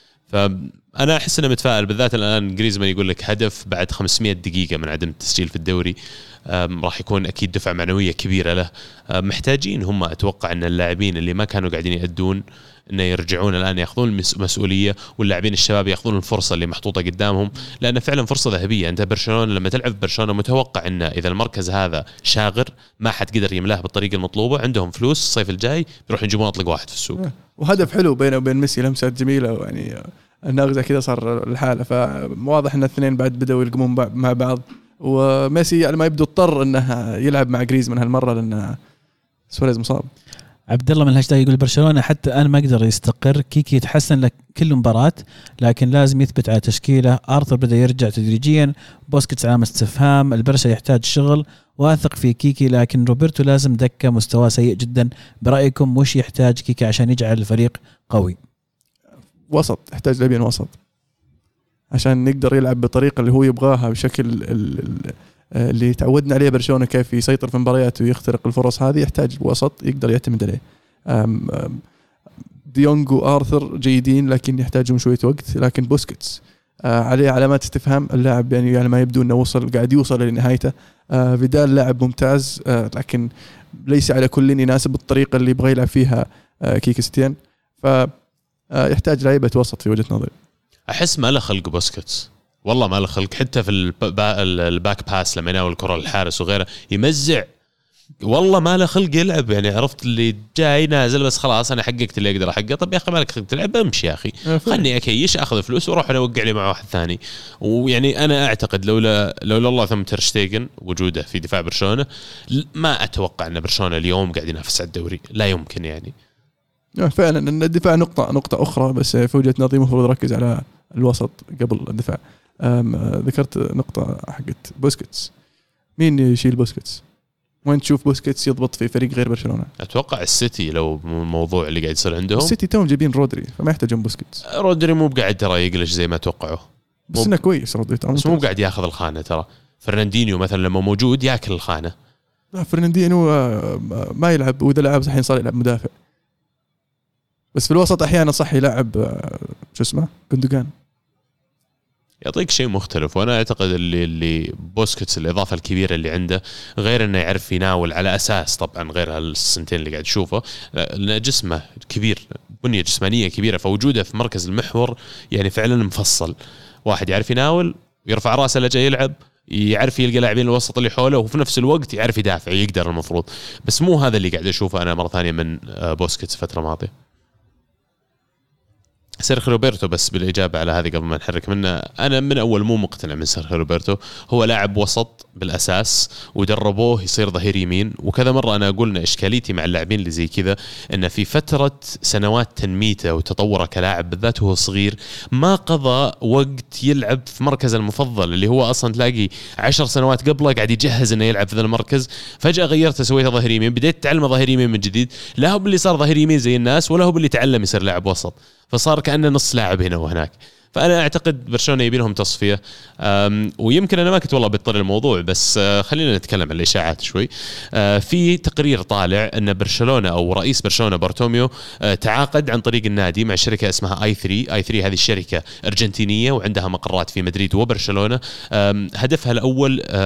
فأنا أحس أنه متفائل، بالذات الآن جريزمان يقول لك هدف بعد 500 دقيقة من عدم التسجيل في الدوري، راح يكون أكيد دفعة معنوية كبيرة له. محتاجين هم أتوقع أن اللاعبين اللي ما كانوا قاعدين يأدون أنه يرجعون الآن يأخذون المسؤولية، واللاعبين الشباب يأخذون الفرصة اللي محطوطة قدامهم، لأن فعلا فرصة ذهبية. أنت برشلونة لما تلعب برشلونة متوقع أن إذا المركز هذا شاغر ما حد قدر يملاه بالطريقة المطلوبة، عندهم فلوس الصيف الجاي بيروح يجيبون أطلق واحد في السوق. وهدف حلو بينه وبين ميسي، لمسات جميلة يعني الناغزة كذا صار الحالة، فواضح أن الاثنين بعد بدأوا يلقمون مع بعض. وميسي على ما يبدو اضطر انه يلعب مع جريزمان هالمره لان سواريز مصاب. عبد الله من الهاشتاج يقول برشلونه حتى الان ما قدر يستقر، كيكي يتحسن لك كل مباراه لكن لازم يثبت على تشكيله. ارثر بدا يرجع تدريجيا، بوسكيتس علامه استفهام، البرشا يحتاج شغل، واثق في كيكي لكن روبرتو لازم دكه، مستواه سيء جدا. برايكم وش يحتاج كيكي عشان يجعل الفريق قوي؟ وسط، يحتاج لاعبين وسط عشان نقدر يلعب بالطريقة اللي هو يبغاها بشكل اللي تعودنا عليه برشلونة، كيف يسيطر في مباريات ويخترق الفرص هذه. يحتاج وسط يقدر يعتمد عليه. ديونغ وآرثر جيدين لكن يحتاجون شوية وقت، لكن بوسكيتس عليه علامات استفهام. اللاعب يعني ما يبدو أنه قاعد يوصل لنهايته. فيدال لاعب ممتاز لكن ليس على كل يناسب الطريقة اللي يبغى يلعب فيها كيكي ستين، فيحتاج لعيبة وسط في وجهة نظري. أحس ما له خلق بوسكيتس، والله ما له خلق. حتى في الباك باس لما يناول الكرة للحارس وغيره يمزع، والله ما له خلق يلعب. يعني عرفت اللي جاي نازل بس خلاص أنا حققت اللي أقدر أحققه. طب يا أخي مالك خلق تلعب، امشي يا أخي خلني أكيش أخذ فلوس وأروح أنا أوقع لي مع واحد ثاني. ويعني أنا أعتقد لولا الله ثم تير شتيجن وجوده في دفاع برشلونة ما أتوقع أن برشلونة اليوم قاعد ينافس على الدوري، لا يمكن يعني. فعلا ان الدفاع نقطة أخرى، بس في وجهة نظري المفروض نركز على الوسط قبل الدفاع. ذكرت نقطة حقت بوسكيتس، مين يشيل بوسكيتس؟ وين تشوف بوسكيتس يضبط في فريق غير برشلونة؟ أتوقع السيتي، لو الموضوع اللي قاعد يصير عندهم السيتي توم جايبين رودري فما يحتاجون بوسكيتس. رودري مو بقاعد ترى يقلش زي ما توقعوا، بس إنه كويس رودري، بس مو قاعد ياخذ الخانة. ترى فرناندينيو مثلا لما موجود ياكل الخانة. لا فرناندينيو ما يلعب، وإذا لعب الحين صار يلعب مدافع. بس في الوسط أحيانا صح يلعب شو اسمه جندوجان، يعطيك شيء مختلف. وانا اعتقد اللي بوسكيتس الاضافه الكبيره اللي عنده، غير انه يعرف يناول على اساس طبعا غير هالسنتين اللي قاعد تشوفه، لأن جسمه كبير، بنيه جسمانيه كبيره، فوجوده في مركز المحور يعني فعلا مفصل. واحد يعرف يناول، يرفع راسه لجا يلعب، يعرف يلقى لاعبين الوسط اللي حوله، وفي نفس الوقت يعرف يدافع يقدر المفروض. بس مو هذا اللي قاعد اشوفه انا مره ثانيه من بوسكيتس فتره ماضيه. سيرخيو روبرتو بس بالإجابة على هذه قبل ما نحرك منه، أنا من أول مو مقتنع من سيرخيو روبرتو. هو لاعب وسط بالأساس ودربوه يصير ظهير يمين، وكذا مرة أنا قلنا إشكاليتي مع اللاعبين اللي زي كذا إنه في فترة سنوات تنميته وتطوره كلاعب بالذات وهو صغير ما قضى وقت يلعب في مركز المفضل اللي هو أصلا تلاقي 10 سنوات قبله قاعد يجهز إنه يلعب في ذا المركز. فجأة غيرته سويته ظهير يمين، بديت تعلم ظهير يمين من جديد، لا هو باللي صار ظهير يمين زي الناس ولا هو باللي تعلم يصير لاعب وسط، فصار كأنه نص لاعب هنا وهناك. فأنا أعتقد برشلونة يبي لهم تصفية. ويمكن أنا ما كنت والله بيضطر الموضوع، بس خلينا نتكلم عن الإشاعات شوي. في تقرير طالع أن برشلونة أو رئيس برشلونة بارتوميو تعاقد عن طريق النادي مع شركة اسمها اي 3. هذه الشركة أرجنتينية وعندها مقرات في مدريد وبرشلونة. هدفها الأول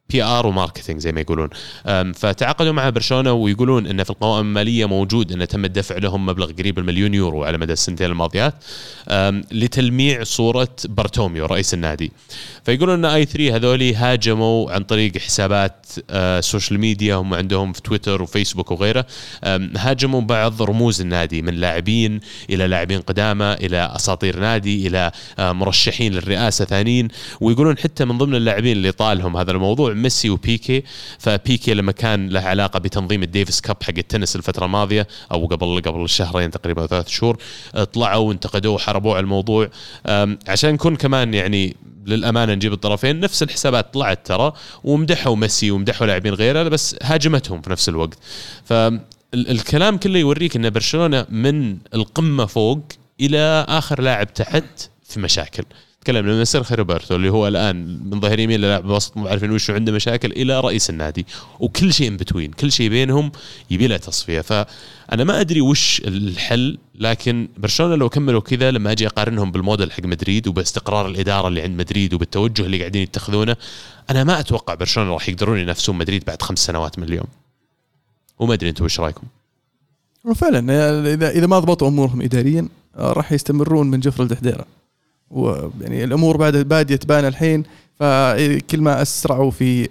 بي ار وماركتينج زي ما يقولون. فتعاقدوا مع برشلونة ويقولون ان في القوائم الماليه موجود ان تم الدفع لهم مبلغ قريب المليون يورو على مدى السنتين الماضيات لتلميع صوره بارتوميو رئيس النادي. فيقولون ان اي 3 هذولي هاجموا عن طريق حسابات سوشيال ميديا هم عندهم في تويتر وفيسبوك وغيره، هاجموا بعض رموز النادي من لاعبين الى لاعبين قدامى الى اساطير نادي الى مرشحين للرئاسه ثانيين. ويقولون حتى من ضمن اللاعبين اللي طالهم هذا الموضوع ميسي وبيكي. فبيكي لما كان له علاقه بتنظيم الديفيس كاب حق التنس الفتره الماضيه او قبل شهرين تقريبا 3 شهور، طلعوا وانتقدوه وحاربوه على الموضوع. عشان نكون كمان يعني للامانه نجيب الطرفين، نفس الحسابات طلعت ترى ومدحوا ميسي ومدحوا لاعبين غيره بس هاجمتهم في نفس الوقت. فالكلام كله يوريك ان برشلونه من القمه فوق الى اخر لاعب تحت في مشاكل. تكلمنا من سيرخيو روبرتو اللي هو الان من ظهير يمين للاعب وسط مو عارفين وش عنده مشاكل الى رئيس النادي، وكل شيء بتوين، كل شيء بينهم يبي له تصفيه. فانا ما ادري وش الحل، لكن برشلونه لو كملوا كذا لما اجي اقارنهم بالموديل حق مدريد وباستقرار الاداره اللي عند مدريد وبالتوجه اللي قاعدين يتخذونه، انا ما اتوقع برشلونه راح يقدرون ينافسون مدريد بعد 5 سنوات من اليوم. وما ادري انتم وش رايكم؟ وفعلا اذا ما ضبطوا امورهم اداريا راح يستمرون من جفر الدحديره، ويعني الامور باديه تبان الحين. فكل ما اسرعوا في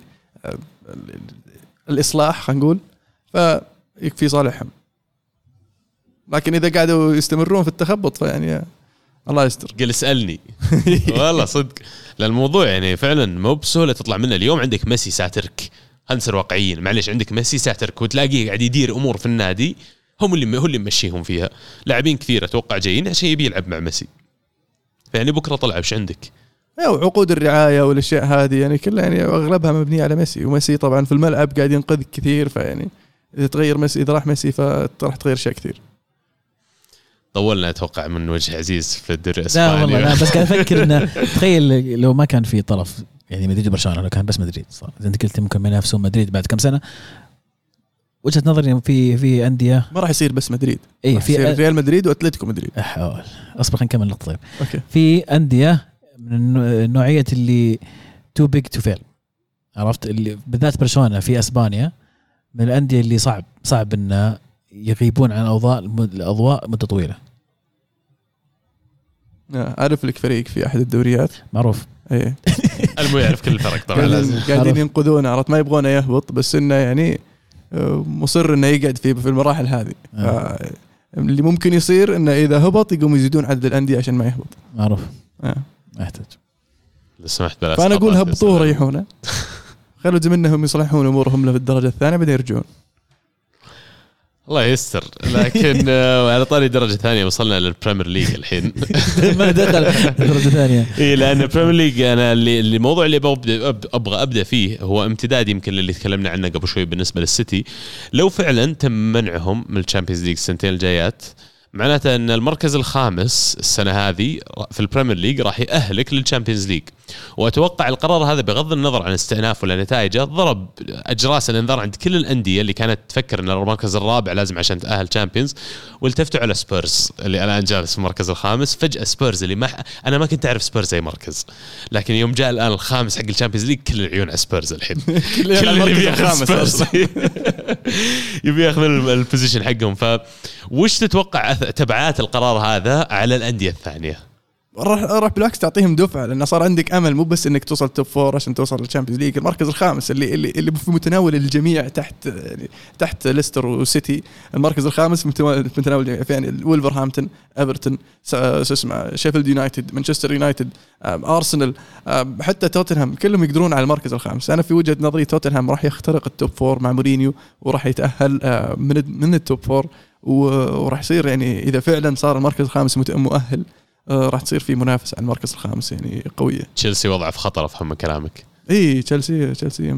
الاصلاح خلينا نقول فيكفي صالحهم، لكن اذا قاعدوا يستمرون في التخبط فيعني الله يستر. قل اسالني والله صدق، لان الموضوع يعني فعلا مو بسهوله تطلع منه. اليوم عندك ميسي ساترك، هنصير واقعيين معليش، عندك ميسي ساترك وتلاقيه قاعد يدير امور في النادي هو اللي ممشيهم فيها. لاعبين كثير اتوقع جايين عشان يبي يلعب مع ميسي، يعني بكره طلع وش عندك؟ وعقود الرعايه والاشياء هذه يعني كلها يعني اغلبها مبنيه على ميسي، وميسي طبعا في الملعب قاعد ينقذ كثير. فيعني اذا تغير ميسي، اذا راح ميسي فراح تغير اشياء كثير. طولنا اتوقع من وجه عزيز في الدوري الاسباني. لا والله أنا بس قاعد افكر انه تخيل لو ما كان في طرف يعني مدريد وبرشلونه، لو كان بس مدريد صار زي انت قلت ممكن ينافسون مدريد بعد كم سنه. وجهه نظري في انديه ما راح يصير بس مدريد، اي في ريال مدريد واتلتيكو مدريد. احاول اصبر خلينا نكمل النقطه. طيب أوكي. في انديه من النوعيه اللي تو بيج تو فيل، عرفت؟ اللي بالذات برشلونه في اسبانيا من الانديه اللي صعب ان يغيبون عن الاضواء مده طويله. عارف لك فريق في احد الدوريات معروف ايه المو يعرف كل الفرق طبعا لازم قاعدين ينقذونه، عرفت؟ ما يبغونه يهبط بس انه يعني مصر انه يقعد في المراحل هذه. اللي ممكن يصير انه اذا هبط يقوم يزيدون عدد الانديه عشان ما يهبط. معروف ما يحتاج. لو سمحت بلا فانا اقول هبطوه ريحونا، خلوا زمنهم يصلحون امورهم له في الدرجه الثانيه بعدين يرجعون. الله يستر. لكن على طاري الدرجة الثانية وصلنا للبريمير ليج الحين. ما دخل الدرجة الثانية. إيه لأن البريمير ليج أنا الموضوع اللي أبغى أبدأ فيه هو امتداد يمكن اللي تكلمنا عنه قبل شوي بالنسبة للسيتي. لو فعلا تم منعهم من الشامبيونز ليج السنتين الجايات معناته أن المركز الخامس السنة هذه في البريمير ليج راح يأهلك للشامبيونز ليج. وأتوقع القرار هذا بغض النظر عن استئنافه ولا نتائجه ضرب أجراس الانذار عند كل الأندية اللي كانت تفكر أن المركز الرابع لازم عشان تأهل شامبيونز، والتفتوا على سبيرز اللي الآن جالس في المركز الخامس. فجأة سبيرز اللي أنا ما كنت أعرف سبيرز أي مركز، لكن يوم جاء الآن الخامس حق الشامبيونز ليج كل العيون على سبيرز الحين. كل اللي بياخذ يبي ياخذ البوزيشن حقهم. فوش تتوقع تبعات القرار هذا على الأندية الثانية؟ راح بالعكس تعطيهم دفعه، لأن صار عندك امل مو بس انك توصل توب 4 عشان توصل للشامبيونز ليج. المركز الخامس اللي في متناول الجميع تحت ليستر وسيتي، المركز الخامس في متناول الجميع، يعني وولفرهامبتون، ايفرتون، اسمه شيفيلد يونايتد، مانشستر يونايتد، ارسنال، حتى توتنهام، كلهم يقدرون على المركز الخامس. انا في وجهة نظري توتنهام راح يخترق التوب 4 مع مورينيو وراح يتأهل من التوب 4، وراح يصير يعني اذا فعلا صار المركز الخامس مؤهل راح تصير في منافسة على المركز الخامس يعني قوية. تشيلسي وضعه في خطر أفهم كلامك. إيه تشيلسي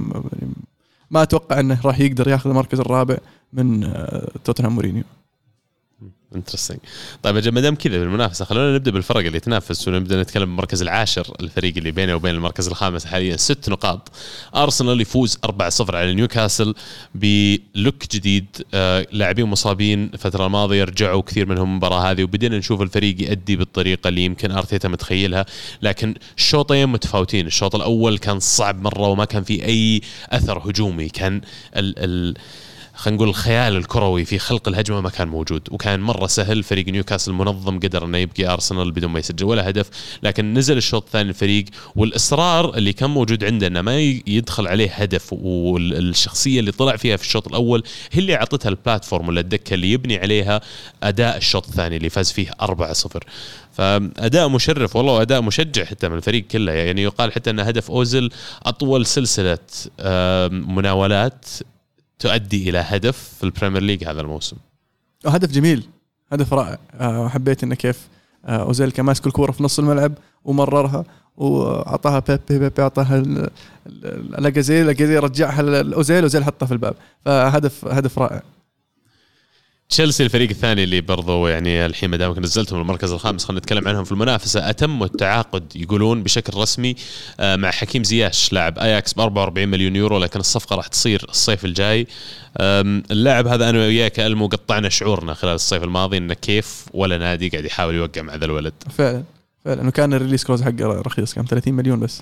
ما أتوقع أنه راح يقدر يأخذ المركز الرابع من توتنهام مورينيو. انترستنج. طيب يا جماعه ما دام كذا بالمنافسه خلونا نبدا بالفرق اللي تنافس ونبدا نتكلم بالمركز العاشر. الفريق اللي بينه وبين المركز الخامس حاليا 6 نقاط. ارسنال يفوز 4-0 على نيوكاسل بلوك جديد. لاعبين مصابين الفتره الماضيه رجعوا كثير منهم المباراه هذه وبدينا نشوف الفريق يؤدي بالطريقه اللي يمكن ارتيتا متخيلها. لكن شوطين متفاوتين. الشوط الاول كان صعب مره وما كان في اي اثر هجومي. كان خلينا نقول الخيال الكروي في خلق الهجمة ما كان موجود وكان مرة سهل. فريق نيوكاسل منظم قدر أنه يبقي أرسنال بدون ما يسجل ولا هدف. لكن نزل الشوط الثاني الفريق والإصرار اللي كان موجود عندنا ما يدخل عليه هدف والشخصية اللي طلع فيها في الشوط الأول هي اللي عطتها البلاتفورم ولا الدكة اللي يبني عليها أداء الشوط الثاني اللي فاز فيه 4-0. فأداء مشرف والله وأداء مشجع حتى من الفريق كله. يعني يقال حتى أن هدف أوزيل أطول سلسلة مناولات تؤدي إلى هدف في البريمير ليج هذا الموسم. هدف جميل، هدف رائع. حبيت إنه كيف أوزيل كان ماسك الكورة في نص الملعب ومررها وعطاها بيبي عطاها لاجازي رجعها لأوزيل حطها في الباب. فهدف رائع. تشيلسي الفريق الثاني اللي برضو يعني الحين ما دامك نزلتهم المركز الخامس خلينا نتكلم عنهم في المنافسة. أتموا التعاقد يقولون بشكل رسمي مع حكيم زياش لاعب أياكس ب44 مليون يورو. لكن الصفقة راح تصير الصيف الجاي. اللاعب هذا أنا وياك ألمو قطعنا شعورنا خلال الصيف الماضي إنه كيف ولا نادي قاعد يحاول يوقع مع ذا الولد. فعلا وكان الريليس كلوز حقه رخيص كان 30 مليون بس.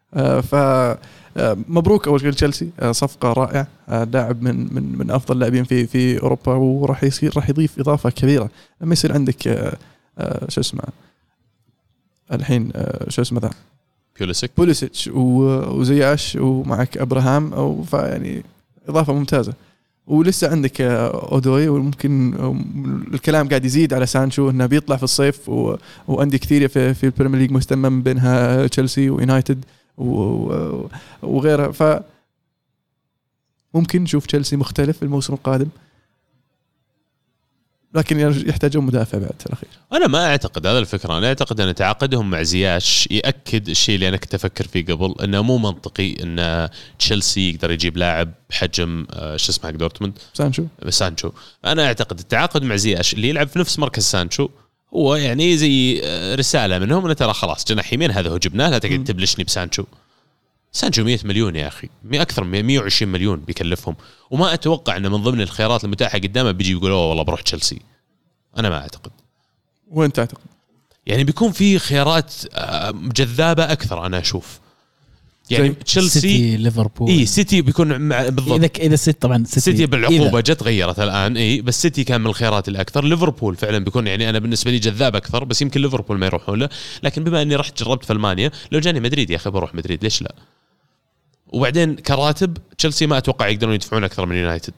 مبروك أول شيء تشيلسي. صفقة رائعة. لاعب من أفضل اللاعبين في أوروبا وراح يضيف إضافة كبيرة لما يصير عندك شو اسمه الحين شو اسمه ذا بوليسيتش وزياش ومعك أبراهام أو فيعني إضافة ممتازة. ولسه عندك أودوي وممكن الكلام قاعد يزيد على سانشو إنه بيطلع في الصيف وعندي كثير في البريمير ليج مهتمة بينها تشيلسي ويونايتد وغيرها. فممكن نشوف تشيلسي مختلف الموسم القادم لكن يحتاجون مدافع بعد في الأخير. أنا ما أعتقد هذا الفكرة. أنا أعتقد أن تعاقدهم مع زياش يأكد الشيء اللي أنا كنت أفكر فيه قبل أنه مو منطقي أن تشيلسي يقدر يجيب لاعب بحجم شو اسمه حق دورتموند سانشو. أنا أعتقد التعاقد مع زياش اللي يلعب في نفس مركز سانشو هو يعني زي رسالة منهم أن ترى خلاص جناح يمين هذا هو جبناه لا تقعد تبلشني بسانشو. 100 مليون يا أخي أكثر من 120 مليون بيكلفهم. وما أتوقع أن من ضمن الخيارات المتاحة قدامه بيجي يقولوا والله بروح تشيلسي. أنا ما أعتقد. وين تعتقد؟ يعني بيكون في خيارات جذابة أكثر. أنا أشوف يعني تشيلسي سيتي ليفربول سيتي بيكون بالضبط. إذا سيتي طبعا سيتي بالعقوبة جت غيرت الآن بس سيتي كان من الخيارات الأكثر. ليفربول فعلا بيكون يعني أنا بالنسبة لي جذاب أكثر بس يمكن ليفربول ما يروحون له. لكن بما أني رحت جربت في ألمانيا لو جاني مدريد يا أخي بروح مدريد ليش لا. وبعدين كراتب تشيلسي ما أتوقع يقدرون يدفعون أكثر من يونايتد.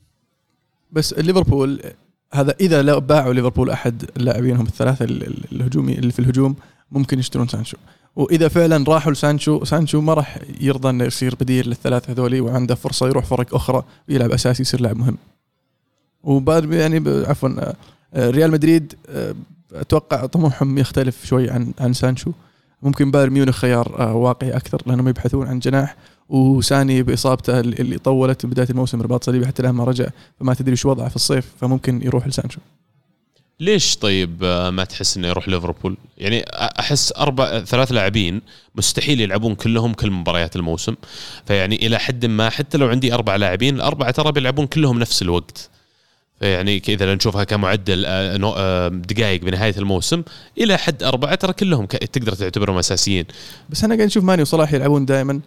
بس ليفربول هذا إذا لو باعوا ليفربول أحد اللاعبينهم الثلاثة الهجومي اللي في الهجوم ممكن يشترون سانشو. وإذا فعلا راحوا لسانشو ما راح يرضى إنه يصير بديل للثلاثة هذولي وعنده فرصة يروح فرق أخرى ويلعب أساسي يصير لاعب مهم. وبعد يعني عفوا ريال مدريد أتوقع طموحهم يختلف شوي عن سانشو. ممكن بايرن ميونخ خيار واقعي أكثر لأنهم يبحثون عن جناح وساني بإصابته اللي طولت بداية الموسم رباط صليبي حتى الآن ما رجع فما تدري شو وضعه في الصيف فممكن يروح لسانشو. ليش طيب ما تحس انه يروح ليفربول؟ يعني احس 3 لاعبين مستحيل يلعبون كلهم كل مباريات الموسم. فيعني الى حد ما حتى لو عندي 4 لاعبين ال4 ترى بيلعبون كلهم نفس الوقت. فيعني اذا نشوفها كمعدل دقائق بنهايه الموسم الى حد 4 ترى كلهم تقدر تعتبرهم اساسيين. بس انا قاعد نشوف ماني وصلاح يلعبون دائما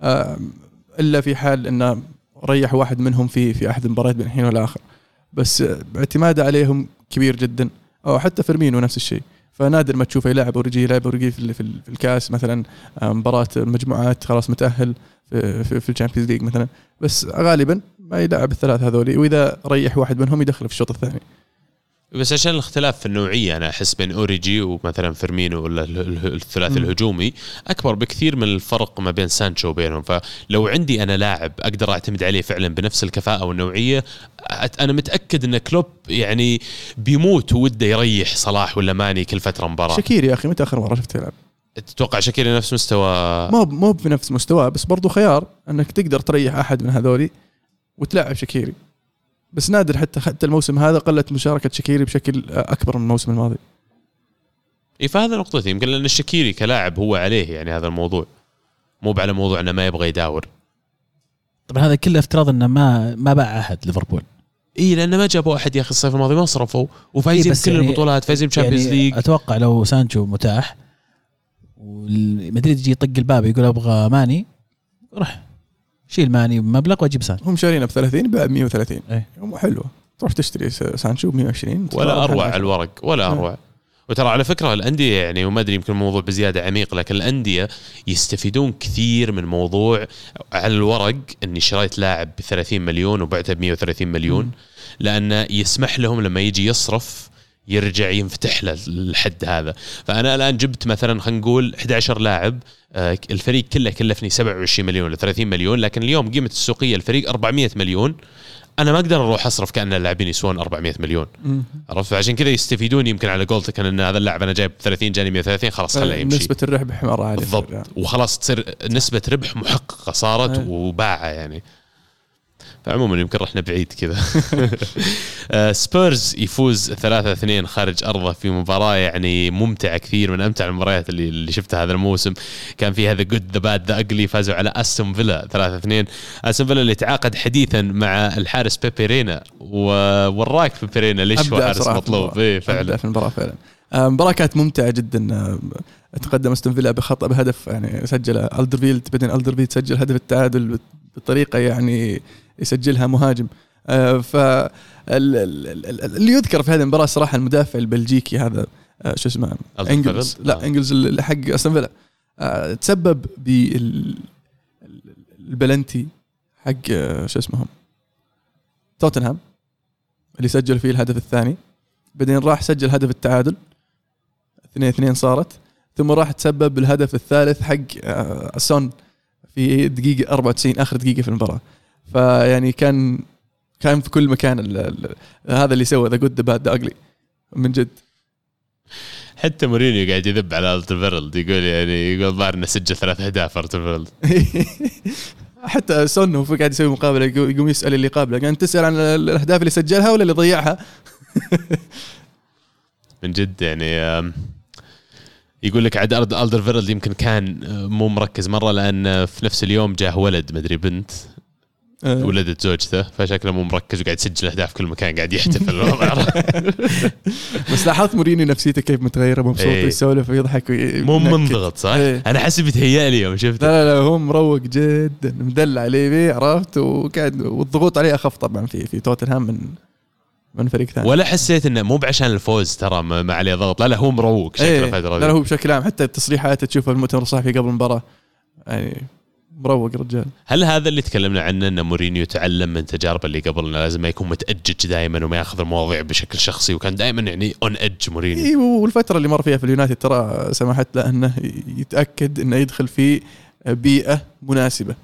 الا في حال انه ريح واحد منهم في احد المباريات بين الحين والاخر. بس اعتماد عليهم كبير جدا. او حتى فيرمينو نفس الشيء. فنادر ما تشوفه يلعب ورجي في الكاس مثلا مباراة المجموعات خلاص متأهل في الشامبيونز ليج مثلا. بس غالبا ما يلعب الثلاث هذولي واذا ريح واحد منهم يدخل في الشوط الثاني. بس عشان الاختلاف في النوعية أنا أحس بين أوريجي ومثلا فيرمينو ولا الثلاثي الهجومي أكبر بكثير من الفرق ما بين سانشو وبينهم. فلو عندي أنا لاعب أقدر أعتمد عليه فعلا بنفس الكفاءة والنوعية أنا متأكد أن كلوب يعني بيموت وده يريح صلاح ولا ماني كل فترة مباراة. شاكيري يا أخي متى آخر مرة شفت يلعب؟ تتوقع شاكيري نفس مستوى؟ مو بنفس مستوى بس برضو خيار أنك تقدر تريح أحد من هذولي وتلعب شاكيري. بس نادر حتى الموسم هذا قلت مشاركة شاكيري بشكل أكبر من الموسم الماضي. فهذا نقطتي، يمكن لأن الشاكيري كلاعب هو عليه يعني هذا الموضوع، مو على موضوع أنه ما يبغى يداور. طبعا هذا كله افتراض أنه ما باع أحد ليفربول. لأنه ما جابوا أحد يا أخي الصيف الماضي، ما صرفوا وفايزين كل يعني البطولات، فايزين بشامبيونز ليج. أتوقع لو سانشو متاح ومدريد يجي يطق الباب يقول أبغى ماني، روح شيل ماني بمبلغ واجيب سانشو. هم شارينه ب30 بعد 130 ايه حلوه، تروح تشتري سانشو ب120 ولا أروع على الورق ولا أروع. وترى على فكرة الأندية يعني وما أدري يمكن الموضوع بزيادة عميق، لكن الأندية يستفيدون كثير من موضوع على الورق أني شريت لاعب ب30 مليون وبعته ب130 مليون، لأنه يسمح لهم لما يجي يصرف يرجع ينفتح له الحد هذا. فأنا الآن جبت مثلا خلينا نقول 11 لاعب، الفريق كله كلفني 27 مليون ل 30 مليون، لكن اليوم قيمة السوقية الفريق 400 مليون، أنا ما أقدر أروح أصرف كأن اللاعبين يسوون 400 مليون. عرفت؟ عشان كذا يستفيدون يمكن على قولتك أن هذا اللاعب أنا جايب 30 جاني 130 خلاص خليه يمشي. نسبة الربح مرة عالية بالضبط، وخلاص تصير نسبة ربح محققة صارت وباعة يعني. فعموما يمكن رحنا بعيد كذا. سبيرز يفوز 3-2 خارج أرضه في مباراة يعني ممتعة كثير، من أمتع المباريات اللي شفتها هذا الموسم. كان في هذا جود ذا باد ذا أجلي، فازوا على أستون فيلا 3-2. أستون فيلا اللي تعاقد حديثا مع الحارس بيبيرينا، ووراك بيبيرينا ليش هو حارس مطلوب. إيه فعلا في المباراة فعلا مباراة كانت ممتعة جدا. تقدم أستون فيلا بخطأ بهدف يعني سجل ألدرفيلد، بعدين ألدرفيلد سجل هدف التعادل بطريقة يعني يسجلها مهاجم. اللي يذكر في هذه المباراة صراحة المدافع البلجيكي هذا شو اسمه إنجلز، لا إنجلز اللي حق أستون فيلا، تسبب بالبلنتي حق شو اسمهم توتنهام اللي سجل فيه الهدف الثاني، بعدين راح سجل هدف التعادل 2-2 صارت، ثم راح تسبب بالهدف الثالث حق سون في دقيقة 94 آخر دقيقة في المباراة. فيعني كان في كل مكان هذا اللي سوى ذا جود ذا باد ذا أجلي من جد. حتى مورينيو قاعد يذب على ألترفيرلد، يقول ظاهر انه سجل 3 أهداف ألترفيرلد. حتى سون هو قاعد يسوي مقابلة يقوم يسأل اللي قابله، قاعد تسأل عن الأهداف اللي سجلها ولا اللي ضيعها. من جد يعني يقول لك عاد ألترفيرلد يمكن كان مو مركز مرة، لأن في نفس اليوم جاه ولد مدري بنت ولدت زوجته، فشكله مو مركز وقاعد يسجل أهداف كل مكان قاعد يحتفل. بس لاحظت مورينيو نفسيته كيف متغيرة، مبسوط يسولف ويضحك مو منضغط صح؟ انا حسب يتهيألي يوم شفته. لا هو مروق جدا مدلع عليه عرفت، وقاعد والضغوط عليه أخف طبعا في توتنهام من فريق ثاني. ولا حسيت انه مو بعشان الفوز ترى ما عليه ضغط، لا هو مروق شكله فترة. لا هو بشكل عام حتى التصريحات تشوفها المؤتمر الصحفي قبل المباراة يعني مروق رجال. هل هذا اللي تكلمنا عنه ان مورينيو تعلم من تجاربه اللي قبلنا، لازم ما يكون متأجج دائما وما ياخذ المواضيع بشكل شخصي، وكان دائما يعني اون ايدج مورينيو. والفترة اللي مر فيها في اليونايتد ترى سمحت له انه يتأكد انه يدخل في بيئة مناسبة،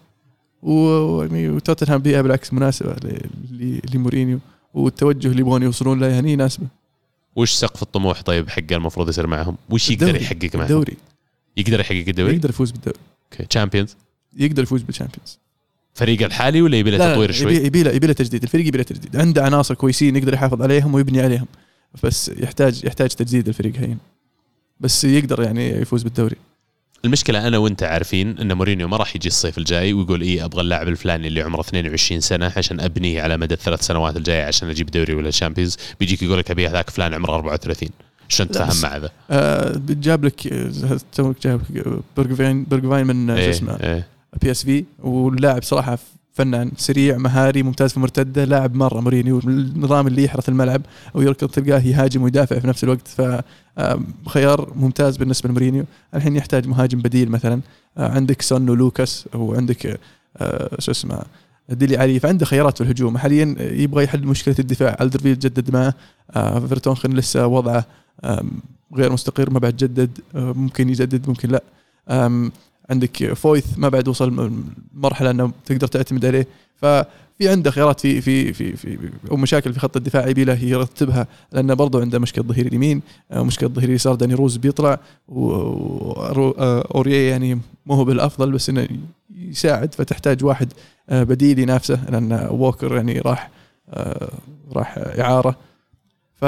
وتوتنهام بيئة بالعكس مناسبة لمورينيو، والتوجه اللي يبغون يوصلون له يعني يناسبه. وش سقف الطموح طيب حقه المفروض يصير معهم؟ وش يقدر يحقق معهم؟ الدوري. يقدر يحقق الدوري؟ يقدر يفوز بالدوري. اوكي تشامبيونز يقدر يفوز بالشامبيونز. فريق الحالي ولا يبي له تطوير شوي؟ يبي له تجديد. الفريق يبي له تجديد، عنده عناصر كويسين يقدر يحافظ عليهم ويبني عليهم، بس يحتاج تجديد الفريق هين، بس يقدر يعني يفوز بالدوري. المشكلة أنا وأنت عارفين أن مورينيو ما راح يجي الصيف الجاي ويقول أبغى اللاعب الفلاني اللي عمره 22 سنة عشان أبنيه على مدى 3 سنوات الجاية عشان أجيب دوري ولا شامبيونز. بيجيك يقول لك أبي هذاك فلان عمره 34. شلون تفهم مع ذا؟ بتجاب لك جاب برغفاين من اسمه PSV، واللاعب صراحة فنان سريع مهاري ممتاز في المرتدة، لاعب مرة مورينيو النظام اللي يحرث الملعب ويركض تلقاه يهاجم ويدافع في نفس الوقت، فخيار ممتاز بالنسبة لمورينيو. الحين يحتاج مهاجم بديل مثلا، عندك سون ولوكاس وعندك شو اسمه ديلي علي، فعنده خيارات في الهجوم. حاليا يبغى يحل مشكلة الدفاع، ألدرفيلد جدد معه، فيرتونخن لسه وضعه غير مستقر، ما بعد جدد، ممكن يجدد ممكن لا. عندك فويث ما بعد وصل مرحلة أنه تقدر تعتمد عليه، ففي عنده خيارات في أو مشاكل في خط الدفاع يبي له يرتبها، لأنه برضو عنده مشكلة ظهير اليمين، مشكلة ظهير اليسار داني روز بيطلع، وأوريه يعني ما هو بالأفضل بس إنه يساعد، فتحتاج واحد بديل ينافسه، لأن ووكر يعني راح راح إعارة. ف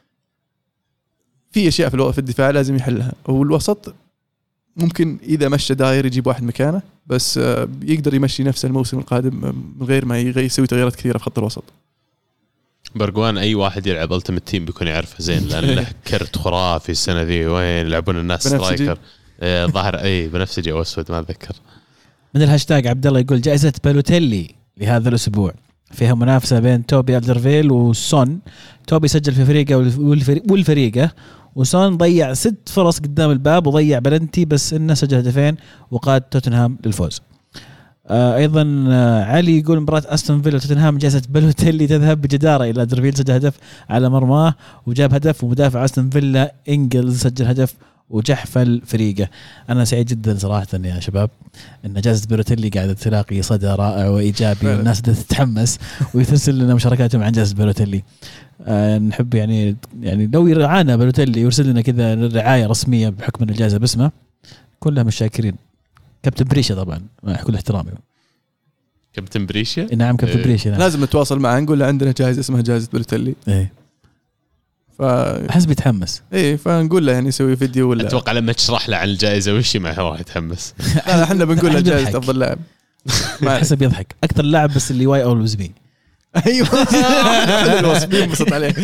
في أشياء في الدفاع لازم يحلها. والوسط ممكن إذا مشى داير يجيب واحد مكانه، بس يقدر يمشي نفسه الموسم القادم من غير ما يسوي تغييرات كثيرة في خط الوسط. برغوان أي واحد يلعب ألتيمت تيم بيكون يعرفه زين، لأن له كرت خرافي السنة ذي. وين يلعبون الناس سترايكر ظهر بنفسجي أو أسود ما أتذكر. من الهاشتاج عبد الله يقول جائزة بالوتيلي لهذا الأسبوع فيها منافسة بين توبي ألدرفيل وسون. توبي سجل في فريقه والفريقه، وسون ضيع 6 فرص قدام الباب وضيع بلنتي، بس إنه سجل هدفين وقاد توتنهام للفوز. أيضا علي يقول مباراة أستون فيلا وتوتنهام جائزة بالوتيلي تذهب بجدارة إلى ألدرفيل، سجل هدف على مرماه وجاب هدف، ومدافع أستون فيلا إنجلز سجل هدف وجحفل فريقه. أنا سعيد جدا صراحة يا شباب إن جائزة بالوتيلي قاعدة تلاقي صدى رائع وإيجابي، والناس تتحمس ويرسل لنا مشاركاتهم عن جائزة بالوتيلي. نحب يعني لو يرعانا بالوتيلي يرسل لنا كذا رعاية رسمية بحكم الجائزة باسمه، كلها مش شاكرين. كابتن بريشة طبعا مع كل احترامي. كابتن بريشة؟ نعم كابتن بريشة. نعم. لازم نتواصل معه نقول له عندنا جائزة اسمها جائزة بالوتيلي. أحس بيتحمس. فنقول له يعني يسوي فيديو ولا أتوقع لما تشرح له عن الجائزة وش ما هو يتحمس. لا احنا بنقول له جائزة أفضل لاعب. ما حسب يضحك أكثر لاعب بس اللي واي أولويز بي. أيوة الوصفين بسط عليه.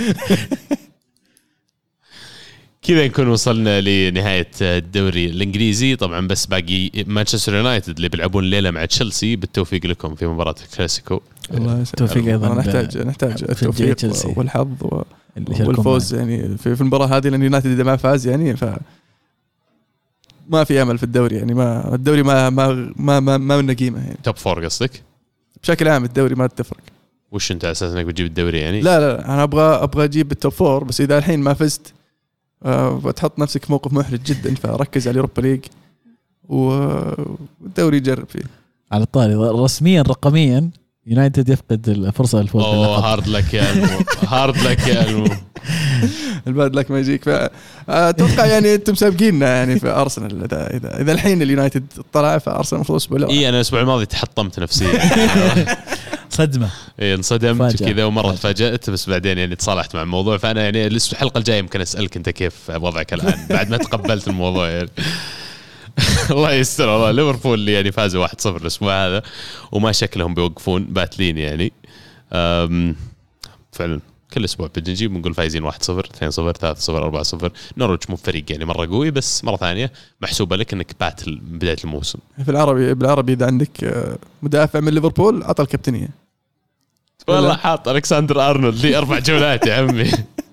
كذا نكون وصلنا لنهاية الدوري الإنجليزي. طبعا بس باقي مانشستر يونايتد اللي بيلعبون الليلة مع تشيلسي. بالتوفيق لكم في مباراة الكلاسيكو. الله التوفيق أيضا. نحتاج التوفيق والحظ والفوز يعني في المباراة هذه، لأن يونايتد إذا ما فاز يعني ما في أمل في الدوري يعني. ما الدوري ما من قيمة يعني. توب 4 قصدك؟ بشكل عام الدوري ما تفرق. وش أنت أساسا إنك بتجيب الدوري يعني؟ لا أنا أبغى أجيب التوب 4، بس إذا الحين ما فزت بتحط نفسك في موقف محرج جدا. فركز على اليوروبا ليج والدوري يجرب فيه. على الطاري رسميا رقميا يونايتد يفقد الفرصة للفوز. هارد لك يا ألمو. هارد لك يا ألمو. الباد لك ما يجيك. فأتوقع يعني أنتم سابقيننا يعني في أرسنال. إذا الحين اليونايتد طلع فأرسنال المفروض أسبوع. أنا الأسبوع الماضي تحطمت نفسيا. صدمة. انصدمت كذا ومرة تفاجأت، بس بعدين يعني تصالحت مع الموضوع. فأنا يعني الحلقة الجاية يمكن أسألك أنت كيف وضعك الآن بعد ما تقبلت الموضوع يعني. الله يستر. والله ليفربول اللي يعني فازوا 1-0 الأسبوع هذا وما شكلهم بيوقفون باتلين يعني. فعلا كل أسبوع بنجيب ونقول فايزين 1-0 2-0 3-0 4-0. نورويتش مو فريق يعني مرة قوي، بس مرة ثانية محسوبة لك إنك باتل بداية الموسم. بالعربي إذا عندك مدافع من ليفربول عطى الكابتنية. والله حاط ألكسندر أرنولد لي 4 جولات يا عمي.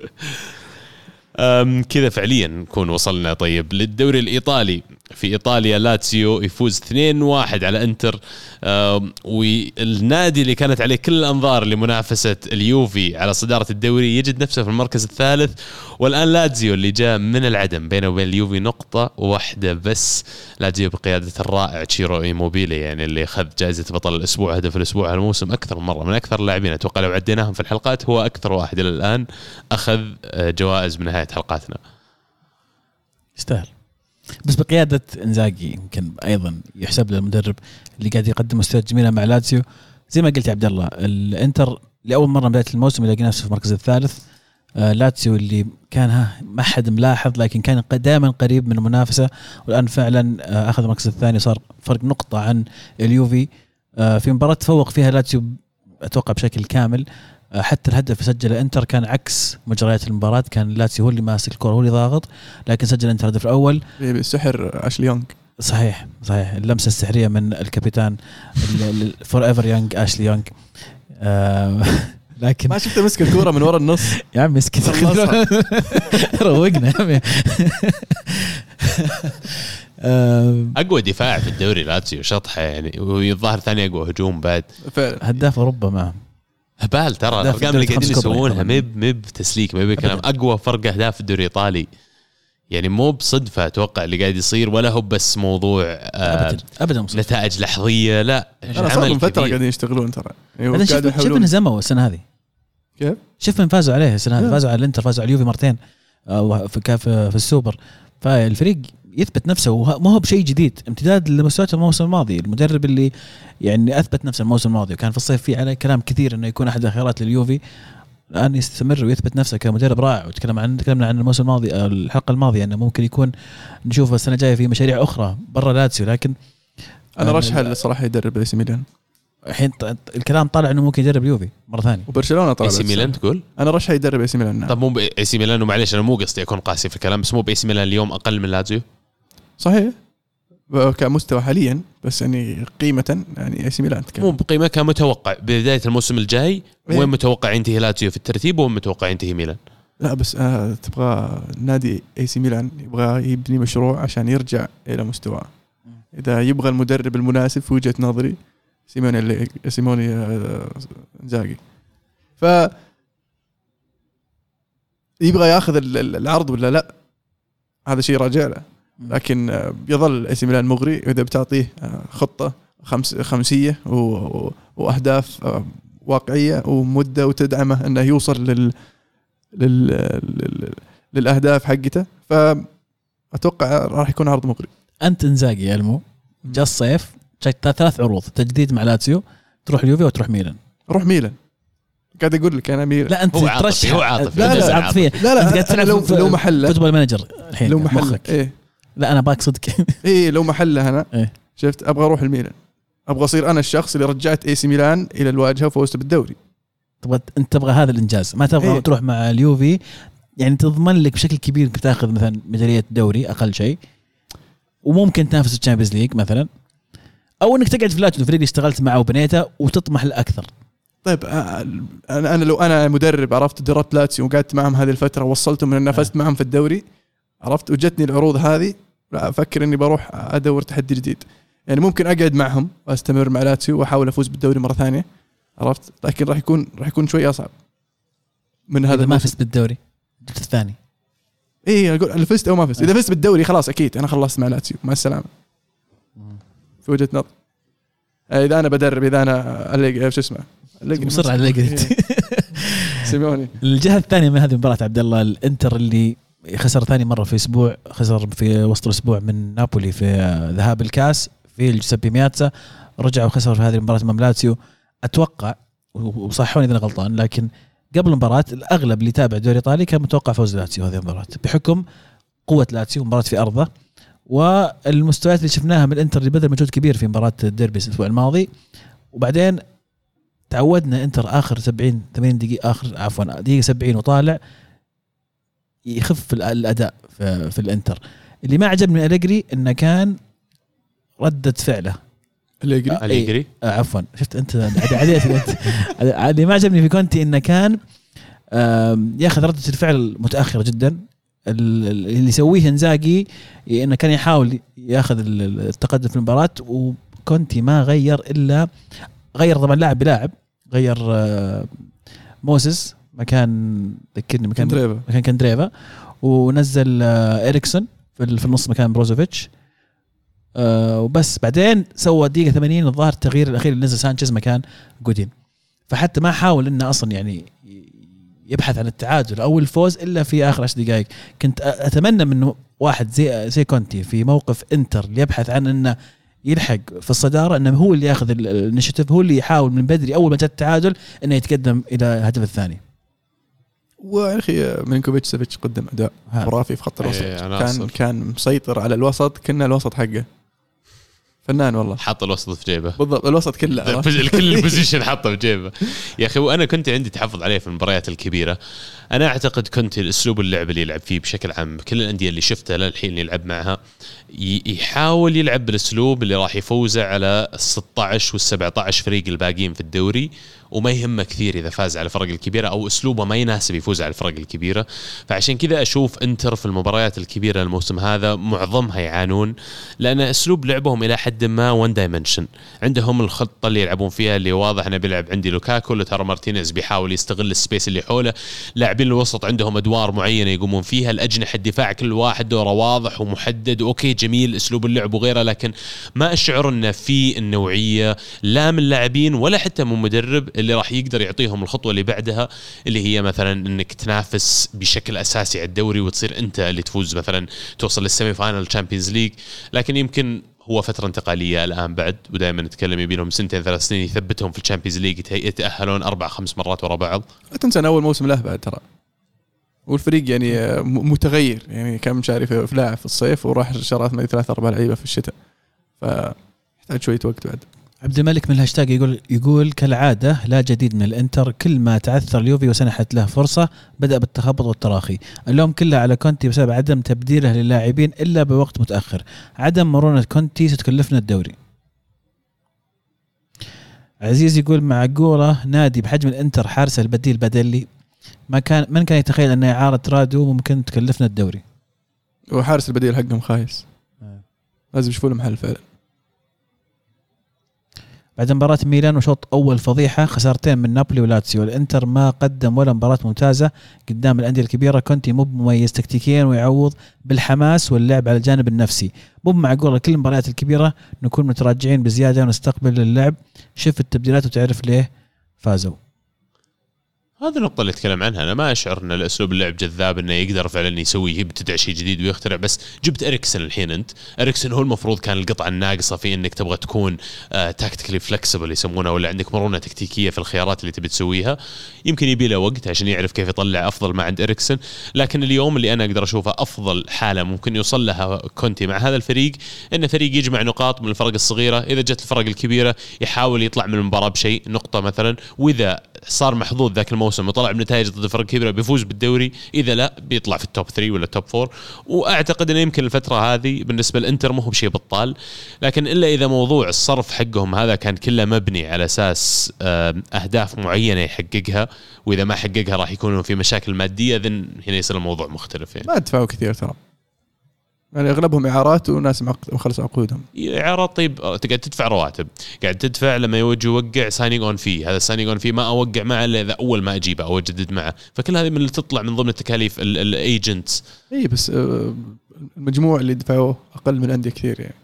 كذا فعليا نكون وصلنا طيب للدوري الإيطالي. في إيطاليا لاتسيو يفوز 2-1 على إنتر، والنادي اللي كانت عليه كل الأنظار لمنافسة اليوفي على صدارة الدوري يجد نفسه في المركز الثالث. والآن لاتسيو اللي جاء من العدم بينه وبين اليوفي نقطة واحدة بس. لاتسيو بقيادة الرائع تشيرو إيموبيلي يعني اللي أخذ جائزة بطل الأسبوع هدف الأسبوع هالموسم أكثر مرة، من أكثر اللاعبين أتوقع لو عديناهم في الحلقات هو أكثر واحد إلى الآن أخذ جوائز من نهاية حلقاتنا. يستاهل. بس بقيادة إنزاغي يمكن أيضا يحسب للمدرب اللي قاعد يقدم مستوى جميلة مع لاتسيو. زي ما قلت يا عبد الله الإنتر لأول مرة بداية الموسم يلاقي نفسه في المركز الثالث. لاتسيو اللي كان ما حد ملاحظ لكن كان دائما قريب من المنافسة، والآن فعلا أخذ المركز الثاني، صار فرق نقطة عن اليوفي. في مباراة تفوق فيها لاتسيو أتوقع بشكل كامل. حتى الهدف سجل انتر كان عكس مجريات المباراة، كان لاتسيو هو اللي ماسك الكرة هو اللي ضاغط، لكن سجل انتر الهدف الأول بسحر أشلي يونغ. صحيح اللمسة السحرية من الكابتن فور ايفر يونغ أشلي يونغ. لكن ما شفت مسك الكرة من وراء النص يا عم مسك روقنا يا عمي. أقوى دفاع في الدوري لاتسيو شطحة يعني، والظاهر ثاني أقوى هجوم بعد. هداف أوروبا معه هبال ترى الأرقام اللي قاعدين يسوونها مب تسليك مب كلام. أقوى فرق أهداف في الدوري الإيطالي يعني مو بصدفة أتوقع اللي قاعد يصير، ولا هو بس موضوع أبدا نتائج لحظية. لا أنا صار من فترة قاعدين يشتغلون ترى. شوف من زموا السنة هذه كيف شوف من فازوا عليه السنة هذه، فازوا على الإنتر، فازوا على اليوفي مرتين في السوبر. فالفريق يثبت نفسه، ما هو بشيء جديد، امتداد لمستوى الموسم الماضي. المدرب اللي يعني اثبت نفسه الموسم الماضي وكان في الصيف فيه عليه كلام كثير انه يكون احد الخيارات لليوفي، الان يستمر ويثبت نفسه كمدرب رائع. تكلمنا عن الموسم الماضي، الحلقه الماضيه، انه ممكن يكون نشوفه السنه الجايه في مشاريع اخرى برا لاتسيو، لكن انا رشحه الصراحه يدرب اي سي ميلان. الحين الكلام طالع انه ممكن يدرب اليوفي مره ثانيه. وبرشلونه طالع اي سي ميلان تقول انا رشحه يدرب اي سي ميلان. نعم. طب مو باي سي ميلان، ومعليش انا مو قصدي اكون قاسي في الكلام، بس مو باي سي ميلان اليوم اقل من لاتسيو صحيح كمستوى حاليا، بس يعني قيمه يعني اي سي ميلان مو بقيمه كمتوقع بدايه الموسم الجاي. وين متوقع ينتهي لاتسيو في الترتيب وين متوقع ينتهي ميلان؟ لا بس تبغى نادي اي سي ميلان يبغى يبني مشروع عشان يرجع الى مستواه. اذا يبغى المدرب المناسب في وجهة نظري سيموني إنزاغي، ف يبغى ياخذ العرض ولا لا، هذا شيء راجع له. لكن يظل اي سي ميلان مغري اذا بتعطيه خطه خمسيه واهداف واقعيه ومده وتدعمه انه يوصل للاهداف حقته، فاتوقع راح يكون عرض مغري. انت انزاغي يا المو جاء الصيف 3 عروض تجديد مع لاتسيو، تروح اليوفي وتروح ميلان. روح ميلان، قاعد اقول لك انا ميلان. لا انت ترشح، هو عاطفي. لا عاطفيه. لا انت قاعد لو محله فوتبول مانجر الحين لو محله ايه. لا انا باك صدق ايه لو محله انا إيه؟ شفت ابغى اروح الميلان، ابغى اصير انا الشخص اللي رجعت اي سي ميلان الى الواجهه وفوزت بالدوري. انت تبغى هذا الانجاز، ما تبغى إيه؟ تروح مع اليوفي يعني تضمن لك بشكل كبير انك تاخذ مثلا ميداليه دوري اقل شيء، وممكن تنافس الشامبيونز ليج مثلا، او انك تقعد في لاتسيو الفريق اللي اشتغلت معه وبنيته وتطمح لاكثر. طيب انا لو انا مدرب عرفت دربت لاتسيو وقعدت معهم هذه الفتره ووصلتهم من نفست معهم في الدوري عرفت وجتني العروض هذه، لا افكر اني بروح ادور تحدي جديد. يعني ممكن اقعد معهم واستمر مع لاتسيو واحاول افوز بالدوري مره ثانيه عرفت، لكن راح يكون شوي اصعب من هذا. اذا ما فزت بالدوري جبت الثاني. ايه اقول انا فزت او ما فزت، اذا فزت بالدوري خلاص اكيد انا خلصت مع لاتسيو مع السلامه في وجهه نظر. اذا انا بدرب، اذا انا ألقى شو اسمه مصر على اللي سيموني. الجهه الثانيه من هذه المباراه عبد الله، الانتر اللي خسر ثاني مره في اسبوع، خسر في وسط الاسبوع من نابولي في ذهاب الكاس في الجوزيبي مياتزا، رجع وخسر في هذه المباراه امام لاتسيو. اتوقع وصحوني اذا انا غلطان، لكن قبل المباراه الاغلب اللي تابع الدوري الايطالي كان متوقع فوز لاتسيو هذه المباراه بحكم قوه لاتسيو، مباراه في ارضه، والمستويات اللي شفناها من الانتر اللي بذل مجهود كبير في مباراه الديربي الاسبوع الماضي. وبعدين تعودنا انتر اخر 70 80 دقيقه، اخر عفوا دقيقه 70 وطالع يخف الاداء في الانتر. اللي ما عجبني من أليجري انه كان ردة فعله أليجري عفوا شفت انت عديت انت اللي ما عجبني في كونتي انه كان ياخذ ردة الفعل متاخره جدا. اللي يسويه إنزاغي انه كان يحاول ياخذ التقدم في المباراه، وكونتي ما غير الا غير طبعا لاعب بلاعب، غير موسيس مكان ذكرني مكان كاندريفا، ونزل إريكسون في النص مكان بروزوفيتش، وبس. بعدين سوى دقيقة 80 الظاهر التغيير الأخير اللي نزل سانشيز مكان جودين، فحتى ما حاول إنه أصلا يعني يبحث عن التعادل أو الفوز إلا في آخر 10 دقائق. كنت أتمنى من واحد زي كونتي في موقف إنتر اللي يبحث عن إنه يلحق في الصدارة، إنه هو اللي يأخذ الانيشيتيف، هو اللي يحاول من بدري أول ما جاء التعادل إنه يتقدم إلى الهدف الثاني. ويا اخي ميلينكوفيتش سافيتش قدم اداء خرافي في خط الوسط، كان مسيطر على الوسط، كنا الوسط حقه فنان والله، حط الوسط في جيبه بالضبط، الوسط كله كل البوزيشن حطه في جيبه يا اخي. وانا كنت عندي تحفظ عليه في المباريات الكبيره. انا اعتقد كنت الاسلوب اللعب اللي يلعب فيه بشكل عام كل الانديه اللي شفتها للحين اللي يلعب معها يحاول يلعب بالاسلوب اللي راح يفوز على ال16 وال17 فريق الباقيين في الدوري، وما يهمه كثير اذا فاز على الفرق الكبيره او اسلوبه ما يناسب يفوز على الفرق الكبيره. فعشان كذا اشوف انتر في المباريات الكبيره الموسم هذا معظمها يعانون، لان اسلوب لعبهم الى حد ما وان دايمنشن. عندهم الخطه اللي يلعبون فيها اللي واضح انه بيلعب عندي لوكاكو، لتارو مارتينيز بيحاول يستغل السبيس اللي حوله، لاعبين الوسط عندهم ادوار معينه يقومون فيها، الاجنحه الدفاع كل واحد دوره واضح ومحدد. اوكي جميل اسلوب اللعب وغيره، لكن ما اشعر ان في النوعيه لا من لاعبين ولا حتى من مدرب اللي راح يقدر يعطيهم الخطوة اللي بعدها، اللي هي مثلا انك تنافس بشكل اساسي على الدوري وتصير انت اللي تفوز، مثلا توصل للسيمي فاينل تشامبيونز ليج. لكن يمكن هو فترة انتقالية الآن بعد، ودائما نتكلم يبينهم 2-3 سنين يثبتهم في الشامبيونز ليج، يتأهلون 4-5 مرات ورا بعض. لا تنسى أول موسم له بعد ترى، والفريق يعني متغير، يعني كان مشاري في لاعب في الصيف وراح شرى 3-4 لعيبة في الشتاء، فيحتاج شوية وقت بعد. عبد الملك من الهاشتاج يقول كالعادة لا جديد من الانتر، كل ما تعثر اليوفي وسنحت له فرصة بدأ بالتخبط والتراخي. اللوم كله على كونتي بسبب عدم تبديله للاعبين إلا بوقت متأخر. عدم مرونة كونتي ستكلفنا الدوري. عزيز يقول معقولة نادي بحجم الانتر حارس البديل بدلي؟ من كان يتخيل أن إعارة رادو ممكن تكلفنا الدوري. وحارس البديل حقهم خايس، لازم يشوفوا له محل فعلا. بعد مباراة ميلان وشوط أول فضيحة، خسارتين من نابولي ولاتسيو، الانتر ما قدم ولا مباراة ممتازة قدام الأندية الكبيرة. كونتي مو مميز تكتيكيا ويعوض بالحماس واللعب على الجانب النفسي. مو معقولة كل المباريات الكبيرة نكون متراجعين بزيادة ونستقبل اللعب. شوف التبديلات وتعرف ليه فازوا. هذه النقطة اللي أتكلم عنها. أنا ما أشعر أن الأسلوب اللعب جذاب، أنه يقدر فعلا يسوي يبتدع شيء جديد ويخترع. بس جبت إريكسن الحين، أنت إريكسن هو المفروض كان القطعة الناقصة في أنك تبغى تكون تاكتيكلي فلكسبل يسمونه، ولا عندك مرونة تكتيكية في الخيارات اللي تبي تسويها. يمكن يبي له وقت عشان يعرف كيف يطلع أفضل ما عند إريكسن. لكن اليوم اللي أنا أقدر أشوفه أفضل حالة ممكن يوصل لها كونتي مع هذا الفريق، إنه فريق يجمع نقاط من الفرق الصغيرة. إذا جت الفرق الكبيرة يحاول يطلع من المباراة بشيء نقطة مثلا، وإذا صار محظوظ ذاك الموسم وطلع بنتائج ضد فرق كبيرة بيفوز بالدوري، إذا لا بيطلع في التوب 3 ولا التوب 4. وأعتقد أن يمكن الفترة هذه بالنسبة للإنتر مو بشيء بطال، لكن إلا إذا موضوع الصرف حقهم هذا كان كله مبني على أساس أهداف معينة يحققها، وإذا ما حققها راح يكونوا في مشاكل مادية، ذن هنا يصير الموضوع مختلف. يعني ما دفعوا كثير ترى، يعني أغلبهم إعارات وناس مخلص عقودهم. إعارات. طيب تقعد تدفع رواتب، قاعد تدفع لما يوقع ساينينج اون في، هذا ساينينج اون في ما اوقع معه الا اذا اول ما اجيبه او اجدد معه، فكل هذه من اللي تطلع من ضمن التكاليف الايجنتس. اي بس المجموع اللي دفعوه اقل من أندية كثير. يعني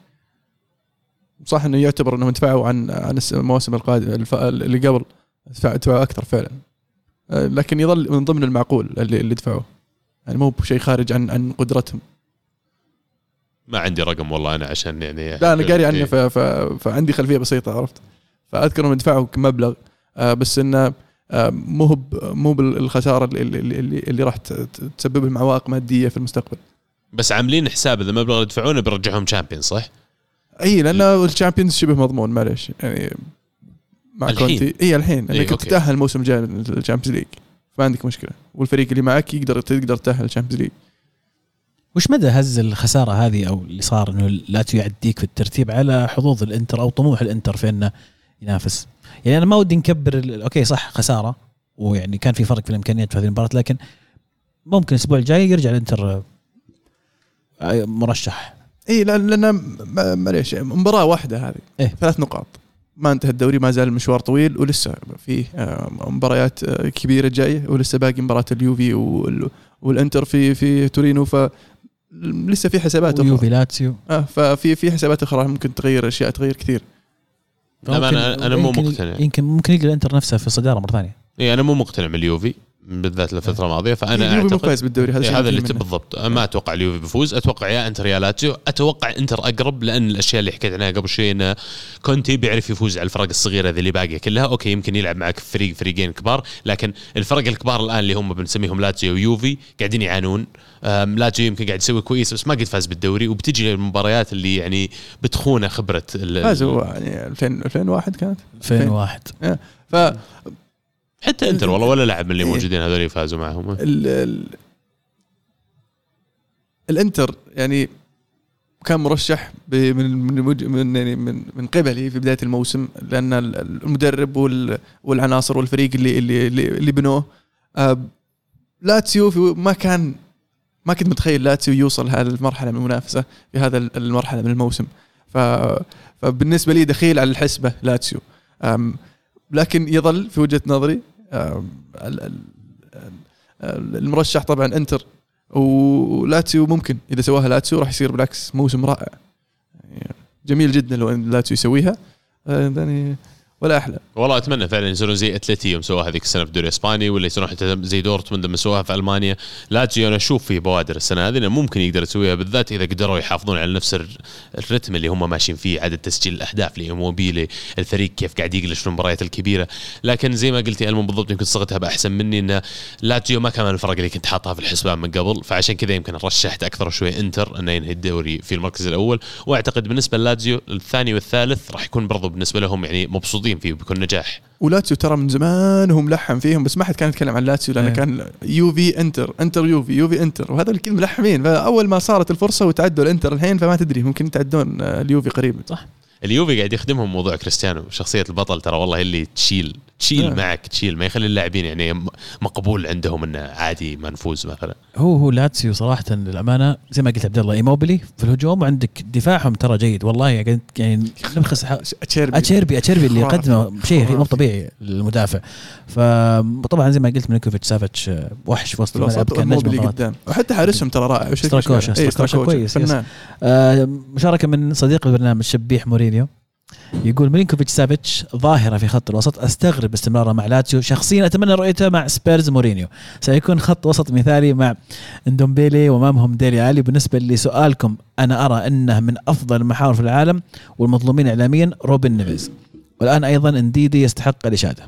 صح انه يعتبر انهم دفعوا عن المواسم القادمه اللي قبل دفعوا اكثر فعلا، لكن يظل من ضمن المعقول اللي دفعوه، يعني مو بشيء خارج عن قدرتهم. ما عندي رقم والله أنا عشان يعني لا أنا قاري عنه فعندي خلفية بسيطة، عرفت. فأذكر إنهم دفعوا مبلغ، بس إنه مو بالخسارة اللي راح تسبب لهم عوائق مادية في المستقبل. بس عاملين حساب إذا المبلغ اللي دفعونه بيرجعهم تشامبيونز، صح؟ أي لأنه الشامبيونز شبه مضمون، معلش يعني مع كونتي. إيه الحين إنك تتأهل الموسم الجاي للشامبيونز ليج فما عندك مشكلة، والفريق اللي معك تقدر تتأهل الشامبيونز ليج. وش مدى هز الخسارة هذه أو اللي صار إنه لا يعديك في الترتيب على حظوظ الإنتر أو طموح الإنتر في إنه ينافس؟ يعني أنا ما ودي نكبر، أوكي صح خسارة ويعني كان في فرق في الإمكانيات في هذه المباراة، لكن ممكن الأسبوع الجاي يرجع الإنتر مرشح. إيه لأن معليش مباراة واحدة هذه إيه؟ 3 نقاط، ما انتهى الدوري، ما زال المشوار طويل كولسه فيه مباريات كبيرة جاية، ولسه باقي مباراة اليوفي والإنتر في تورينو، لسه في حسابات أخرى. ويوفي لاتسيو ففي حسابات أخرى ممكن تغير أشياء، تغير كثير. أنا مو مقتنع. ممكن يلقى الإنتر نفسه في الصدارة مرة ثانية. إيه أنا مو مقتنع من اليوفي بالذات الفترة الماضية، فأنا أعتقد فاز بالدوري هذا اللي بالضبط. ما أتوقع اليوفي بيفوز، أتوقع يا إنتر يا لاتسيو. أتوقع إنتر أقرب، لأن الأشياء اللي حكيت عنها قبل شوي إن كونتي بيعرف يفوز على الفرق الصغيرة ذي اللي باقية كلها. أوكي يمكن يلعب معك فريقين كبار، لكن الفرق الكبار الآن اللي هم بنسميهم لاتسيو ويوفي قاعدين يعانون. لاتسيو يمكن قاعد يسوي كويس بس ما قد فاز بالدوري، وبتجي المباريات اللي يعني بتخونه خبرة. فازوا يعني 2001 كانت 2001 ف حتى انتر والله ولا لاعب من اللي موجودين هذول يفازوا معهم. الانتر يعني كان مرشح من قبلي في بداية الموسم، لأن المدرب والعناصر والفريق اللي بنوه. لاتسيو ما كنت متخيل لاتسيو يوصل هذه المرحلة من المنافسة في هذا المرحلة من الموسم، فبالنسبة لي دخيل على الحسبة لاتسيو. لكن يظل في وجهة نظري المرشح طبعا انتر، ولاتسيو ممكن اذا سواها لاتسيو راح يصير بالعكس موسم رائع، يعني جميل جدا لو ان لاتسيو يسويها يعني. ولا احلى. والله اتمنى فعلا يصيرون زي اتلتي يوم سووها هذيك السنه في الدوري الاسباني، ولا يصيرون حتى زي دورتموند لما سووها في المانيا. لاتسيو انا اشوف في بوادر السنه هذه ممكن يقدر يسويها، بالذات اذا قدروا يحافظون على نفس الرتم اللي هم ماشيين فيه، عدد تسجيل الاهداف لإيموبيلي، الفريق كيف قاعد يجلس في المباريات الكبيره. لكن زي ما قلتي المهم بالضبط، يمكن صغتها باحسن مني، ان لاتسيو ما كان من الفرق اللي كنت حاطها في الحسبان من قبل، فعشان كذا يمكن رشحت اكثر شوي انتر انه ينهي الدوري في المركز الاول. واعتقد بالنسبه للاتسيو الثاني والثالث راح يكون برضو بالنسبه لهم يعني مبسوطين فيه، بيكون نجاح. ولاتسيو ترى من زمان هم ملحم فيهم، بس ما حد كان يتكلم عن لاتسيو لانه كان يوفي انتر يوفي انتر، وهذا الكل ملحمين. فاول ما صارت الفرصه وتعدوا الانتر الحين، فما تدري ممكن يتعدون اليوفي قريبا. صح، اليوفي قاعد يخدمهم موضوع كريستيانو، شخصيه البطل ترى والله اللي تشيل معك، تشيل ما يخلي اللاعبين يعني مقبول عندهم انه عادي ما نفوز مثلا. هو لاتسيو صراحه للامانه زي ما قلت عبد الله، ايموبيلي في الهجوم، وعندك دفاعهم ترى جيد والله. يعني نبخس اتشيربي اللي يقدمه شيء مو طبيعي للمدافع. فطبعا زي ما قلت ميلينكوفيتش سافيتش وحش في وسط الملعب، كان نجم قدام، وحتى حارسهم ترى رائع. ستراكوشا كويس. مشاركه من صديق البرنامج شبيح مورينيو، يقول ميلينكوفيتش سافيتش ظاهرة في خط الوسط، أستغرب استمراره مع لاتسيو، شخصيا أتمنى رؤيته مع سبيرز مورينيو، سيكون خط وسط مثالي مع اندومبيلي وأمامهم ديلي آلي. بالنسبة لسؤالكم، أنا أرى أنه من أفضل المحاور في العالم والمظلومين إعلاميا روبن نيفيز، والآن أيضا انديدي يستحق الإشادة.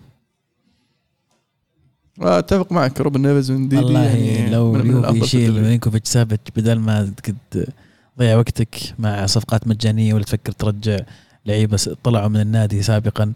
أتفق معك، روبن نيفيز وانديدي والله يعني لو يشيل ميلينكوفيتش سافيتش بدل ما تضيع وقتك مع صفقات مجانية ولا تفكر ترجع لعيبة طلعوا من النادي سابقا.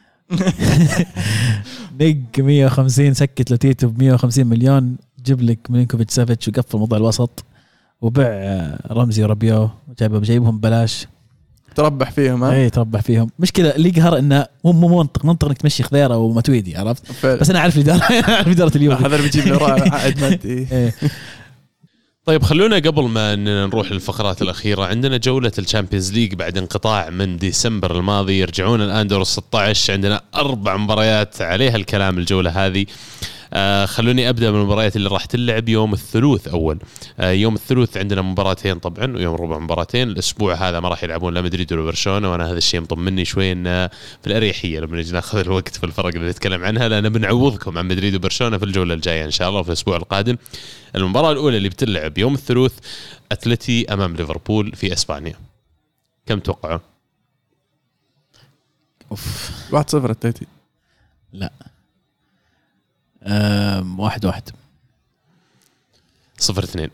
نق 150 سكت لتيتو ب 150 مليون، جيب لك ميلينكوفيتش سافيتش وقفل موضوع الوسط، وبيع رمزي وربيو جايبهم ببلاش، تربح فيهم. اي تربح فيهم. مشكله اللي قهر انه مو منطق انك تمشي خضيره ومتويدي، عرفت؟ بس انا اعرف الاداره اليوم هذا بيجيب له عائد مادي. طيب خلونا قبل ما نروح للفقرات الأخيرة، عندنا جولة الشامبيونز ليج بعد انقطاع من ديسمبر الماضي، يرجعون الآن دور 16، عندنا 4 مباريات عليها الكلام الجولة هذه. خلوني أبدأ من المباريات اللي راح تلعب يوم الثلاث. أول يوم الثلاث عندنا مباراتين طبعا، ويوم الربع مباراتين. الأسبوع هذا ما راح يلعبون لا مدريد ولا برشلونة، وأنا هذا الشيء مطمني شوي إن في الأريحية لما نجي ناخذ الوقت في الفرق اللي نتكلم عنها، لأن بنعوضكم عن مدريد وبرشلونة في الجولة الجاية إن شاء الله في الأسبوع القادم. المباراة الأولى اللي بتلعب يوم الثلاث أتلتي أمام ليفربول في إسبانيا، كم توقعوا؟ 1-0 أتلتي. لا 1-1. 0-2.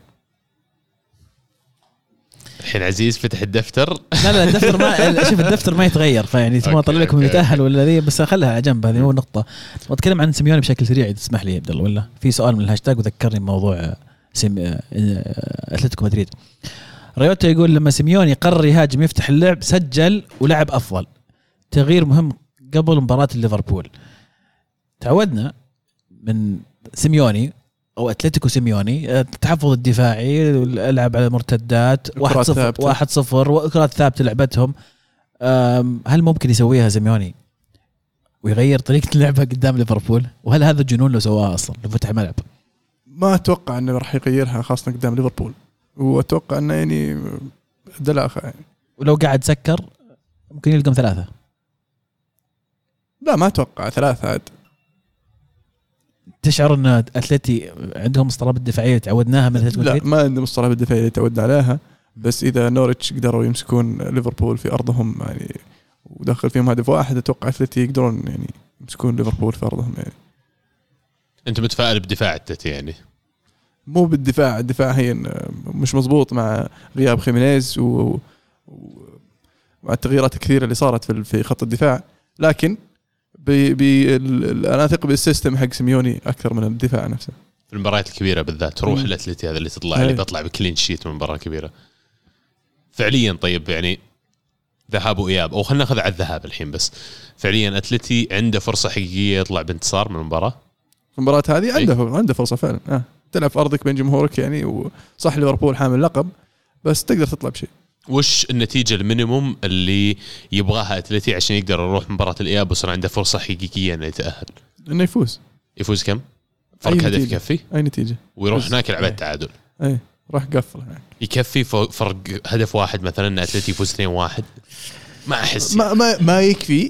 الحين عزيز فتح الدفتر. لا الدفتر ما شوف الدفتر ما يتغير، فيعني تبغى اطلع لكم اللي يتاهل ولا ذي، بس اخليها على جنب، هذه مو نقطه. واتكلم عن سيميوني بشكل سريع اذا تسمح لي يا عبد الله، ولا في سؤال من الهاشتاج وذكرني بموضوع اتلتيكو مدريد. ريوتا يقول لما سيميوني قرر يهاجم يفتح اللعب سجل ولعب افضل، تغيير مهم قبل مباراه ليفربول. تعودنا من سيميوني او اتلتيكو سيميوني التحفظ الدفاعي، العب على مرتدات 1-0 وكرات ثابته لعبتهم. هل ممكن يسويها سيميوني ويغير طريقه اللعبه قدام ليفربول؟ وهل هذا جنون لو سواها اصلا لو فتح الملعب؟ ما اتوقع انه راح يغيرها خاصه قدام ليفربول، واتوقع انه يعني دلاخه يعني. ولو قاعد سكر ممكن يلقم 3. لا ما اتوقع 3 عاد. تشعر ان اتلتي عندهم اضطراب الدفاعيه تعودناها من اتلتيكو؟ لا ما عندهم اضطراب الدفاعيه تعودنا عليها، بس اذا نوريتش قدروا يمسكون ليفربول في ارضهم يعني ودخل فيهم هدف واحد، اتوقع اتلتي يقدرون يعني يمسكون ليفربول في ارضهم يعني. انت متفائل بدفاع اتلتي يعني؟ مو بالدفاع، الدفاع هي مش مزبوط مع غياب خيمينيز ومع التغييرات الكثيره اللي صارت في خط الدفاع، لكن انا اثق بالسيستم حق سيميوني اكثر من الدفاع نفسه. في المباريات الكبيره بالذات روح الاتلتي هذا اللي تطلع اللي بيطلع بكلين شيت من مباراه كبيره فعليا. طيب يعني ذهاب واياب، او خلينا ناخذ على الذهاب الحين بس. فعليا اتلتي عنده فرصه حقيقيه يطلع بانتصار من المباراه. في المباراه هذه عنده فرصه فعلا. تلعب في ارضك بين جمهورك يعني، وصح ليفربول حامل لقب بس تقدر تطلع بشيء. وش النتيجة المينيموم اللي يبغاها أتلتي عشان يقدر يروح مباراة الإياب وصار عنده فرصة حقيقية إنه يتأهل؟ إنه يفوز كم؟ فرق هدف يكفي؟ أي نتيجة؟ ويروح هناك يلعب التعادل. راح قفل هناك. يكفي فرق هدف واحد مثلا إن أتلتي يفوز 2-1. ما احس ما يكفي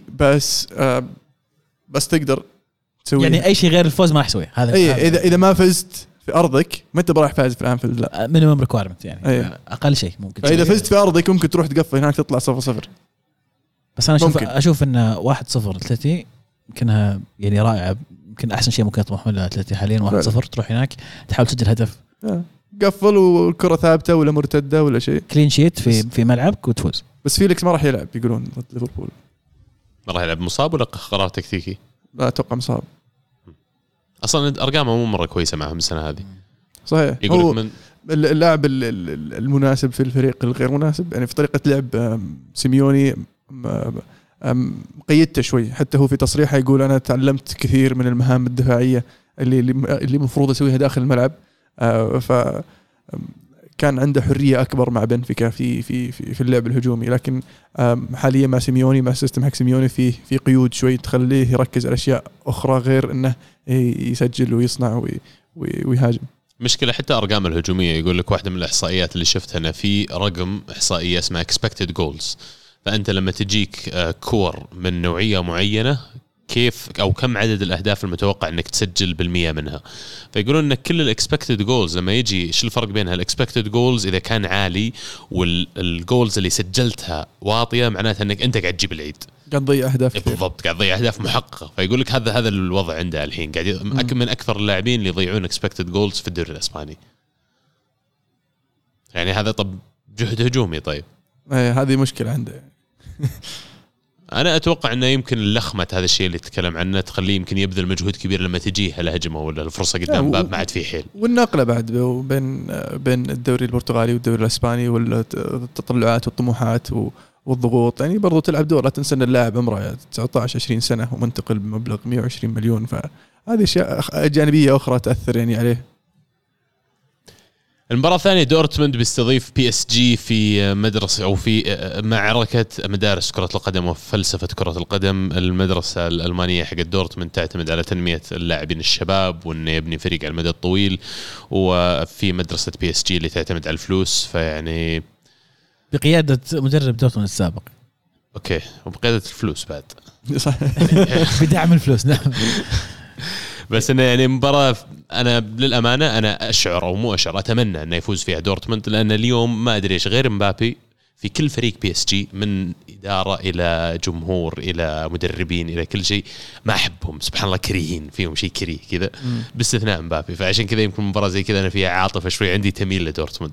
بس تقدر تسوي يعني اي شيء غير الفوز ما راح يسويه هذا. اذا ما فزت في ارضك ما انت رايح فاز في الانفيلد، لا مينيمم ريكويرمنت يعني أيه. اقل شيء ممكن. اذا فزت في ارضك ممكن تروح تقفل هناك تطلع 0-0. بس انا اشوف ان 1-0 الاتلتي يمكنها يعني رائعه، يمكن احسن شيء ممكن يطمح له الاتلتي حاليا 1-0 تروح هناك تحاول تسجل هدف قفل والكره ثابته ولا مرتده ولا شيء، كلين شيت في ملعبك وتفوز. بس فيليكس ما راح يلعب يقولون ضد ليفربول. ما راح يلعب، مصاب ولا قرار تكتيكي؟ لا اتوقع مصاب. اصلا ارقامه مو مره كويسه معهم السنه هذه. صحيح، هو من اللاعب المناسب في الفريق الغير مناسب، يعني في طريقه لعب سيميوني قيدته شوي. حتى هو في تصريحه يقول انا تعلمت كثير من المهام الدفاعيه اللي مفروض اسويها داخل الملعب، ف كان عنده حريه اكبر مع بنفيكا في اللعب الهجومي. لكن حاليا مع سيميوني، مع السيستم حق سيميوني في قيود شوي تخليه يركز على اشياء اخرى غير انه يسجل ويصنع ويهاجم. مشكله حتى ارقام الهجوميه، يقول لك واحده من الاحصائيات اللي شفتها انا في رقم احصائيه اسمها expected goals، فانت لما تجيك كور من نوعيه معينه كيف او كم عدد الاهداف المتوقع انك تسجل بالمية منها. فيقولون انك كل الاكسبكتد جولز لما يجي شو الفرق بينها؟ الاكسبكتد جولز اذا كان عالي والجولز اللي سجلتها واطيه معناتها انك انت قاعد تجيب العيد، قاعد تضيع اهداف كثير. بالضبط، قاعد تضيع اهداف محققه. فيقول لك هذا الوضع عنده الحين، قاعد من اكثر اللاعبين اللي يضيعون اكسبكتد جولز في الدوري الاسباني. يعني هذا طب جهد هجومي. طيب هذه مشكله عنده. أنا أتوقع أنه يمكن اللخمة هذا الشيء اللي تتكلم عنه تخليه يمكن يبذل مجهود كبير لما تجيه الهجمة ولا الفرصة قدام باب ما عاد فيه حيل. والنقلة بعد بين الدوري البرتغالي والدوري الإسباني والتطلعات والطموحات والضغوط، يعني برضو تلعب دور. لا تنسى أن اللاعب عمره 19-20 سنة ومنتقل بمبلغ 120 مليون، فهذه أشياء جانبية أخرى تأثر يعني عليه. المباراة الثانية دورتموند بيستضيف بي اس جي في مدرسة أو في معركة مدارس كرة القدم وفلسفة كرة القدم. المدرسة الألمانية حق دورتموند تعتمد على تنمية اللاعبين الشباب وإنه يبني فريق على المدى الطويل، وفي مدرسة بي اس جي اللي تعتمد على الفلوس. فيعني بقيادة مدرب دورتموند السابق. أوكي، وبقيادة الفلوس بعد. بدعم الفلوس. نعم. بس أنا يعني مباراة أنا للأمانة أنا أشعر أو مو أشعر، أتمنى أنه يفوز فيها دورتموند، لأن اليوم ما أدري إيش غير مبابي في كل فريق بي اس جي من إدارة إلى جمهور إلى مدربين إلى كل شيء ما أحبهم، سبحان الله كريهين فيهم شيء كريه كذا باستثناء مبابي. فعشان كذا يمكن مباراة زي كذا أنا فيها عاطفة شوي عندي، تميل لدورتموند.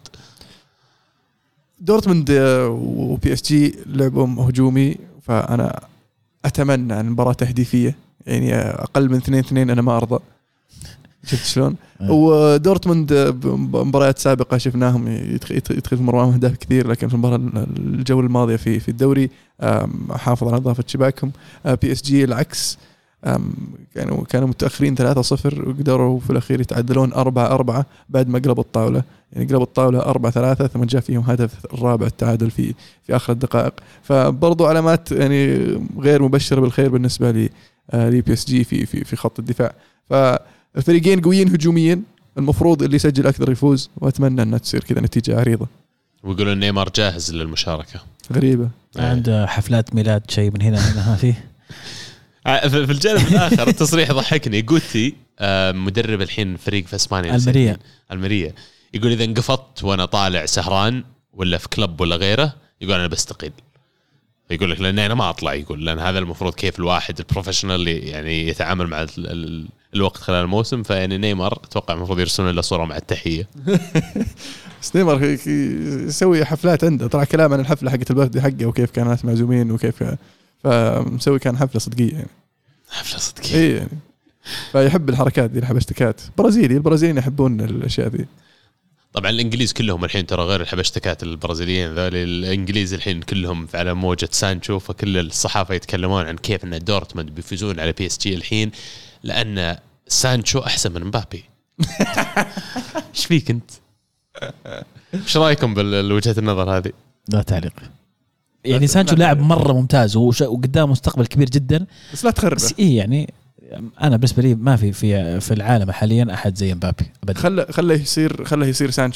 وبي اس جي لعبهم هجومي، فأنا أتمنى أن المباراة تهديفية، يعني أقل من 2-2 أنا ما أرضى. شفت شلون؟ ودورتموند بمباريات سابقة شفناهم يدخل في مرماهم أهداف كثير، لكن في المباراة الجولة الماضية في الدوري حافظ على نظافة شباكهم. بي اس جي العكس، كانوا متأخرين 3-0 وقدروا في الأخير يتعادلون 4-4 بعد ما قلبوا الطاولة، يعني قلبوا الطاولة 4-3 ثم جاء فيهم هدف الرابع التعادل في آخر الدقائق. فبرضو علامات يعني غير مبشرة بالخير بالنسبة لي بي اس جي في خط الدفاع. فالفريقين قويين هجوميا، المفروض اللي يسجل أكثر يفوز، وأتمنى أنها تصير كذا نتيجة عريضة. ويقولون نيمار جاهز للمشاركة. غريبة، عنده حفلات ميلاد شيء من هنا ما فيه. في الجانب الآخر التصريح ضحكني. جوتي مدرب الحين فريق في إسبانيا الميريا، يقول إذا انقفضت وأنا طالع سهران ولا في كلب ولا غيره يقول أنا بستقيل. يقول لك لأن أنا ما أطلع، يقول لأن هذا المفروض كيف الواحد البروفيشنال اللي يعني يتعامل مع الوقت خلال الموسم. فيعني نيمار أتوقع المفروض يرسلون له صورة مع التحية. بس نيمار يسوي حفلات عنده، طلع كلام عن الحفلة حقت البردي حقه وكيف كانوا ناس معزومين وكيف، فمسوي كان حفلة صدقية يعني. حفلة صدقية. إيه يعني. فيحب الحركات دي، الحبشتكات. البرازيليين يحبون الأشياء دي. طبعا الانجليز كلهم الحين ترى غير الحبشتكات البرازيليين ذول، الانجليز الحين كلهم على موجة سانشو. فكل الصحافة يتكلمون عن كيف ان دورتموند بيفوزون على بي اس جي الحين لان سانشو احسن من مبابي. ايش فيك انت؟ ايش رايكم بالوجهة النظر هذه؟ لا تعليق. يعني سانشو لاعب مرة ممتاز وقدام مستقبل كبير جدا، بس لا تخرب. بس إيه يعني أنا بالنسبة لي ما في العالم حاليا أحد زي مبابي أبدا. خله يصير سانشو.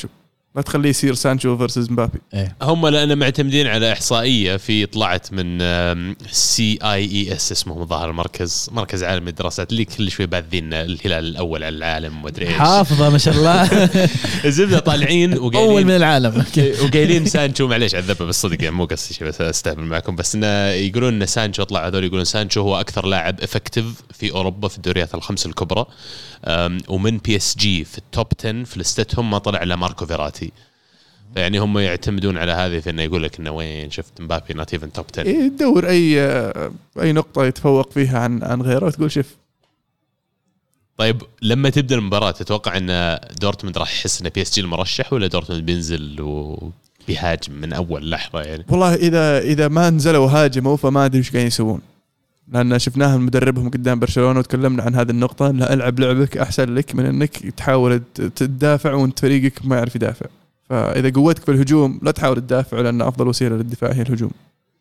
لا تخليه يصير سانشو فيرسز مبابي. هم لأن معتمدين على إحصائية في طلعت من CIES اسمه ظاهر مركز عالمي للدراسات اللي كل شوي باذين الهلال الأول على العالم ومدري إيش حافظة ما شاء الله. الزبدة طالعين أول من العالم وقايلين سانشو معليش عذبه بالصدق يعني مو قصدي شيء بس استهبل معكم بس إنه يقولون إن سانشو طلع هذول يقولون سانشو هو أكثر لاعب إفكتيف في أوروبا في الدوريات الخمس الكبرى ومن PSG في التوب 10 في لستهم ما طلع إلا ماركو فيراتي. يعني هم يعتمدون على هذه في انه يقول لك انه وين شفت مبابي نوت ايفن توب 10. تدور اي نقطه يتفوق فيها عن غيره وتقول شوف. طيب لما تبدا المباراه تتوقع ان دورتموند راح يحس ان PSG المرشح ولا دورتموند بينزل وبيهاجم من اول لحظه يعني؟ والله اذا ما نزلوا هاجموا فما ادري ايش قاعدين يسوون، لان شفناها مدربهم قدام برشلونه وتكلمنا عن هذه النقطه. لا العب لعبك احسن لك من انك تحاول تدافع وانت فريقك ما يعرف يدافع. فإذا قوتك في الهجوم لا تحاول تدافع لأن أفضل وسيلة للدفاع هي الهجوم.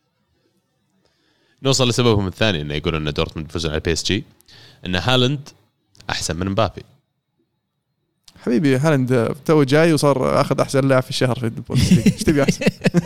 نوصل لسببهم الثاني إنه يقولون إن دورتموند يفوز على PSG إن هالاند أحسن من مبابي. حبيبي هالاند تو جاي وصار أخذ أحسن لاعب في الشهر في البوندسليغا. إيش تبي أحسن؟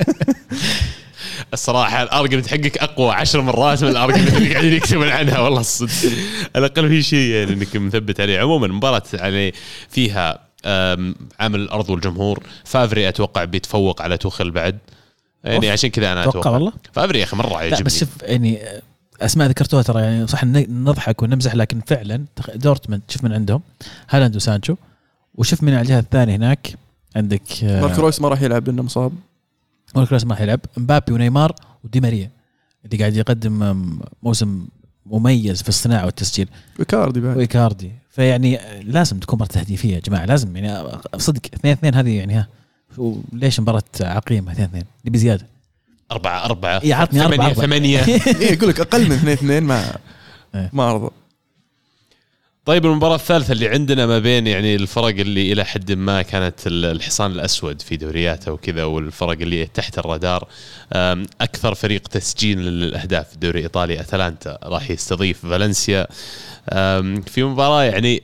الصراحة الأرقام تحقق أقوى 10 مرات من الأرقام اللي قاعدين يكتبون عنها والله الصدق. على الأقل في شيء يعني إنك مثبت عليه. عموما مباراة عليه فيها عامل الأرض والجمهور. فافري أتوقع بيتفوق على توخل بعد يعني عشان كذا أنا أتوقع والله فافري يا أخي مرة عجبني. بس شوف يعني أسماء ذكرتوها ترى يعني صح نضحك ونمزح لكن فعلا دورتموند شوف من عندهم هالاند وسانشو وشوف من على الجهة الثانية هناك عندك ماركو رويس ما راح يلعب لأنه مصاب. ماركو رويس ما راح يلعب. مبابي ونيمار ودي ماريا اللي قاعد يقدم موسم مميز في الصناعة والتسجيل. وإيكاردي فيعني لازم تكون مباراة تهديفية يا جماعة لازم يعني صدق 2-2 هذه يعني ها وليش مباراة عقيمة 2-2 اللي بزيادة 4-4 يعطني 8 يقول لك أقل من 2-2 ما أرضى. طيب المباراة الثالثة اللي عندنا ما بين يعني الفرق اللي إلى حد ما كانت الحصان الأسود في دورياته وكذا والفرق اللي تحت الرادار. أكثر فريق تسجيل للأهداف في الدوري الإيطالي أتلانتا راح يستضيف فالنسيا في مباراة يعني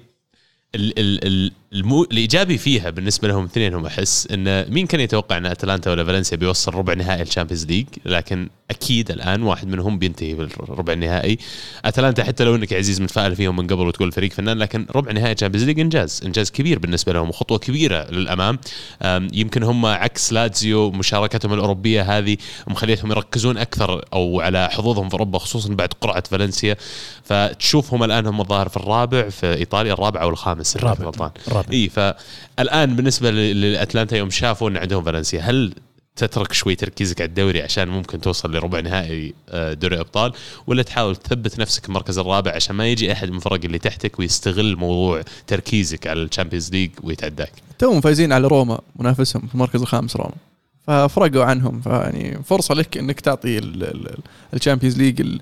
الإيجابي فيها بالنسبة لهم اثنين هم أحس إن مين كان يتوقع أن أتلانتا ولا فالنسيا بيوصل ربع نهائي الشامبيونز ليج لكن أكيد الآن واحد منهم بينتهي بالربع النهائي. أتلانتا حتى لو إنك عزيز متفائل فيهم من قبل وتقول فريق فنان لكن ربع نهائي الشامبيونز ليج إنجاز كبير بالنسبة لهم وخطوة كبيرة للأمام. يمكن هم عكس لاتزيو مشاركتهم الأوروبية هذه مخليتهم يركزون أكثر أو على حظوظهم في أوروبا خصوصا بعد قرعة فالنسيا. فتشوفهم الآن هم الظاهر في الرابع في إيطاليا الرابع أو الخامس الرابع. فالآن بالنسبة للأتلانتا يوم شافوا أن عندهم فالنسيا هل تترك شوي تركيزك على الدوري عشان ممكن توصل لربع نهائي دوري الأبطال ولا تحاول تثبت نفسك في المركز الرابع عشان ما يجي أحد من الفرق اللي تحتك ويستغل موضوع تركيزك على الشامبيونز ليج ويتعداك؟ توهم فايزين على روما منافسهم في المركز الخامس روما ففرقوا عنهم فيعني فرصة لك إنك تعطي الشامبيونز ليج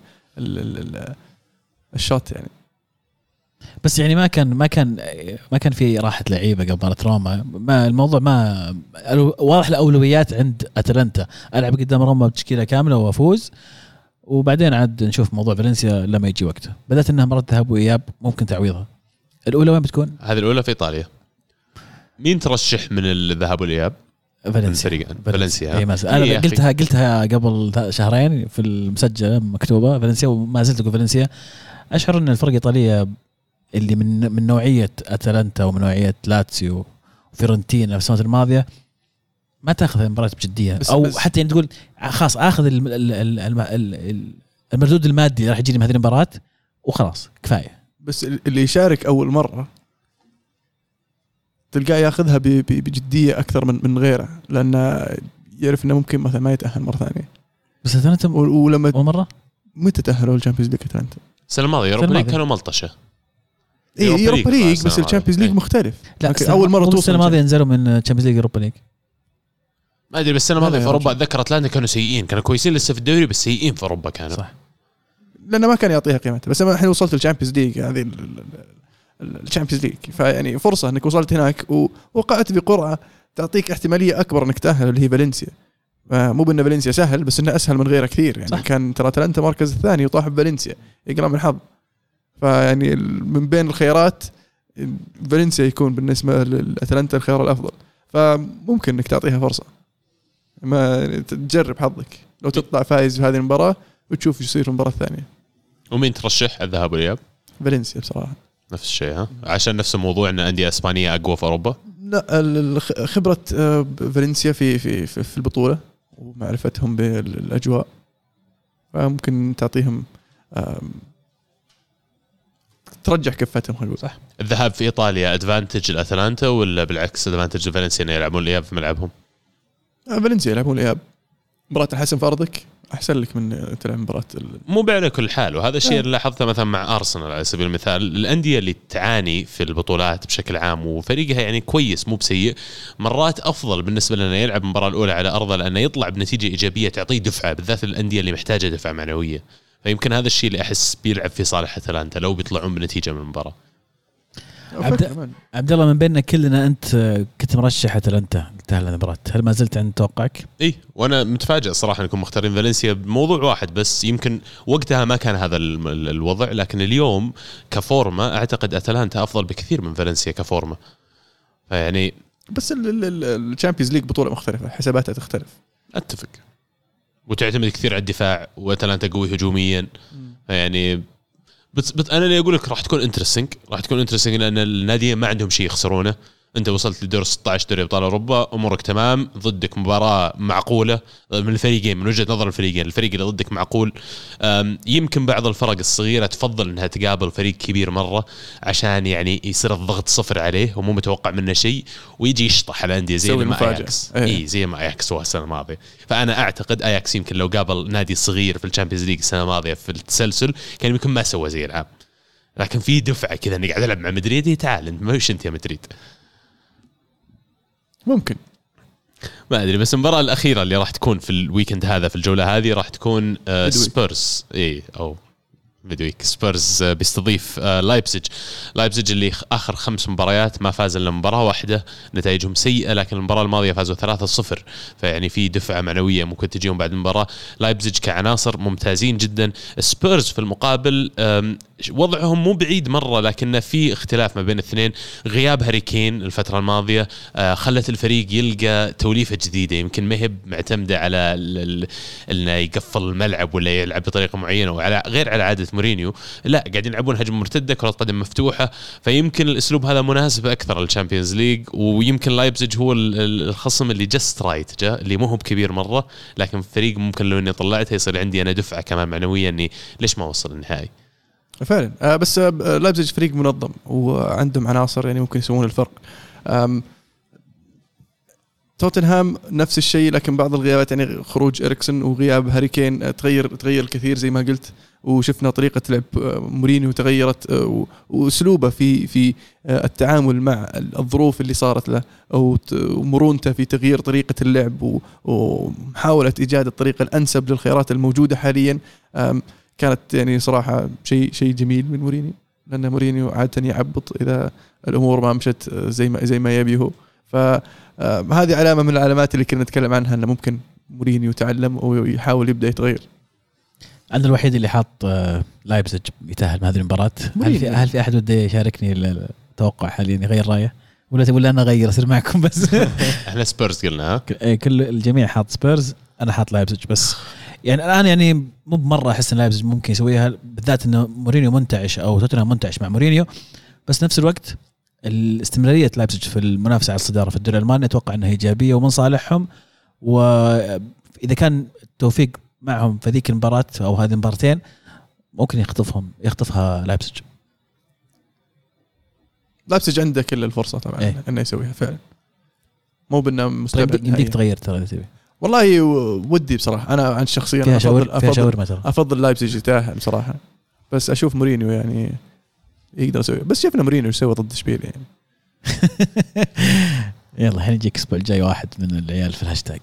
الشوت يعني. بس يعني ما كان في راحة لعيبة قبل مباراة روما. ما الموضوع ما واضح الأولويات عند أتلانتا ألعب قدام روما بتشكيلة كاملة وأفوز وبعدين عاد نشوف موضوع فالنسيا لما يجي وقته. بدأت إنها مرة ذهاب وإياب ممكن تعويضها. الأولى وين بتكون؟ هذه الأولى في إيطاليا. مين ترشح من الذهاب والإياب؟ فالنسيا. أنا قلتها قبل شهرين في المسجلة مكتوبة فالنسيا وما زلت أقول فالنسيا. أشعر أن الفرق الإيطالية اللي من نوعية أتلانتا ومن نوعية لاتسيو وفيرنتينا في السنوات الماضية ما تأخذ المباراة بجدية أو حتى يعني تقول خلاص أخذ المردود المادي اللي راح يجيني من هذه المباراة وخلاص كفاية. بس اللي يشارك أول مرة تلقاه يأخذها بجدية أكثر من غيره لأنه يعرف إنه ممكن مثلا ما يتأهل مرة ثانية. بس أتلانتا ولما أول مرة متى تأهلوا الشامبيونز ليج أتلانتا؟ السنة الماضية يوروبا ليج كانوا ملطشة. يوروبا ليج بس الشامبيونز ليج مختلف. لا أول مرة توصل السنة الماضية نزلوا من الشامبيونز ليج يوروبا ليج ما أدري بس السنة الماضية في أوروبا أتذكر أتلانتا كانوا سيئين كانوا كويسين لسه في الدوري بس سيئين في أوروبا كانوا صح لأنه ما كان يعطيها قيمتها. بس أنا الحين وصلت للشامبيونز ليج هذه الشامبيونز ليج فيعني فرصة إنك وصلت هناك ووقعت بقرعة تعطيك احتمالية أكبر إنك تأهل اللي هي فالنسيا. مو بأن فالنسيا سهل بس إنه أسهل من غيره كثير يعني صح. كان ترى أتلانتا مركز الثاني وطاح بفالنسيا يقرأ من الحظ. فيعني من بين الخيارات فالنسيا يكون بالنسبة للأتلانتا الخيار الأفضل. فممكن انك تعطيها فرصه، ما تجرب حظك لو تطلع فايز في هذه المباراه وتشوف ايش يصير في المباراه الثانيه. ومين ترشح الذهاب والإياب؟ فالنسيا بصراحه نفس الشيء ها، عشان نفس الموضوع ان انديه اسبانيه اقوى في اوروبا. لا خبره فالنسيا في البطوله ومعرفتهم بالاجواء، فممكن تعطيهم ترجح كفتهم خلينا نقول. صح. الذهاب في ايطاليا ادفانتج الاتلانتا ولا بالعكس ادفانتج فالنسيا يلعبون الاياب في ملعبهم؟ فالنسيا يلعبون الاياب، مباراه الحسم في ارضك احسن لك من تلعب مباراه مو على كل حال، وهذا الشيء اللي لاحظته مثلا مع ارسنال على سبيل المثال. الانديه اللي تعاني في البطولات بشكل عام وفريقها يعني كويس مو بسيء، مرات افضل بالنسبه لنا يلعب المباراه الاولى على ارضه لانه يطلع بنتيجه ايجابيه تعطيه دفعه، بالذات الانديه اللي محتاجه دفعه معنويه. فيمكن هذا الشيء اللي احس بيلعب في صالح اتلانتا لو بيطلعون بنتيجه من المباراه. عبد الله، من بيننا كلنا انت كنت مرشح اتلانتا انتهى المباراه، هل ما زلت عند توقعك؟ اي وانا متفاجئ صراحه انكم مختارين فالنسيا بموضوع واحد بس، يمكن وقتها ما كان هذا الوضع، لكن اليوم كفورما اعتقد اتلانتا افضل بكثير من فالنسيا كفورما. يعني بس الشامبيونز ليج بطوله مختلفه، حساباتها تختلف. اتفق، وتعتمد كثير على الدفاع، واتلانتا قوي هجوميا. يعني بس انا اللي اقول لك راح تكون انترستينج لان الناديين ما عندهم شيء يخسرونه. انت وصلت لدور 16 دوري ابطال اوروبا، امورك تمام، ضدك مباراه معقوله من الفريقين، من وجهه نظر الفريقين، الفريق اللي ضدك معقول. يمكن بعض الفرق الصغيره تفضل انها تقابل فريق كبير مره عشان يعني يصير الضغط صفر عليه ومو متوقع منه شيء، ويجي يشطح على الانديه زي ما اياكس. زي ما اياكس هو السنه الماضيه. فانا اعتقد اياكس يمكن لو قابل نادي صغير في الشامبيونز ليج السنه الماضيه في التسلسل كان يمكن ما سوى زي العام، لكن في دفعه كذا اني قاعد العب مع مدريد. تعال انت ما انت يا مدريد، ممكن ما ادري. بس المباراه الاخيره اللي راح تكون في الويكند هذا في الجوله هذه راح تكون سبيرز او ميدويك. سبيرز بيستضيف لايبزيج اللي اخر 5 مباريات ما فاز الا مباراه واحده، نتائجهم سيئه، لكن المباراه الماضيه فازوا 3-0، فيعني في دفعه معنويه ممكن تجيهم بعد المباراه. لايبزيج كعناصر ممتازين جدا. سبيرز في المقابل وضعهم مو بعيد مره، لكن في اختلاف ما بين الاثنين. غياب هاري كين الفتره الماضيه خلت الفريق يلقى توليفه جديده، يمكن ما هي معتمده على انه يقفل الملعب ولا يلعب بطريقه معينه وعلى غير على عاده مورينيو، لا قاعدين يلعبون هجمه مرتده، كره قدم مفتوحه. فيمكن الاسلوب هذا مناسب اكثر للشامبيونز ليج، ويمكن لايبزيج هو الخصم اللي جست رايت جاء، اللي مو هو بكبير مره، لكن فريق ممكن لو اني طلعته يصير عندي انا دفعه كمان معنويه اني ليش ما وصل النهائي. فعلا. بس لايبزيج فريق منظم وعندهم عناصر يعني ممكن يسوون الفرق. توتنهام نفس الشيء، لكن بعض الغيابات يعني خروج إريكسون وغياب هاري كين تغير الكثير زي ما قلت، وشفنا طريقة لعب مورينيو تغيرت، وأسلوبه في التعامل مع الظروف اللي صارت له، ومرونته في تغيير طريقة اللعب ومحاولة إيجاد الطريقة الأنسب للخيارات الموجودة حاليا. كانت يعني صراحة شيء جميل من مورينيو، لأن مورينيو عادة يعبط إذا الأمور ما مشت زي ما يبيه. فهذه علامة من العلامات اللي كنا نتكلم عنها، أنه ممكن مورينيو يتعلم ويحاول يبدأ يتغير. أنا الوحيد اللي حاط لايبزيج يتأهل من هذه المباراة. هل في أحد بده يشاركني التوقع حاليا يغير رأيه ولا أنا أغير أصير معكم؟ بس إحنا سبيرز قلنا كل الجميع حاط سبيرز، أنا حاط لايبزيج. بس يعني الآن يعني مو بمرة أحس إن لايبزيج ممكن يسويها، بالذات إنه مورينيو منتعش أو توتنهام منتعش مع مورينيو. بس نفس الوقت الاستمرارية لايبزيج في المنافسة على الصدارة في الدوري الألماني أتوقع أنها إيجابية ومن صالحهم، وإذا كان التوفيق معهم في ذيك المباراة أو هذه المباراتين ممكن يخطفها لايبزيج عنده كل الفرصة طبعا إنه يسويها فعلا، مو بأنه مستبعد. طيب يمديك تغير ترى تبي. والله ودي بصراحة أنا عن شخصيا أفضل لايبزيج يتأهل بصراحة، بس أشوف مورينيو يعني يقدر يسوي. بس شفنا مورينيو يسوي ضد إشبيلية يعني. يلا حنجيك الأسبوع الجاي واحد من العيال في الهاشتاج.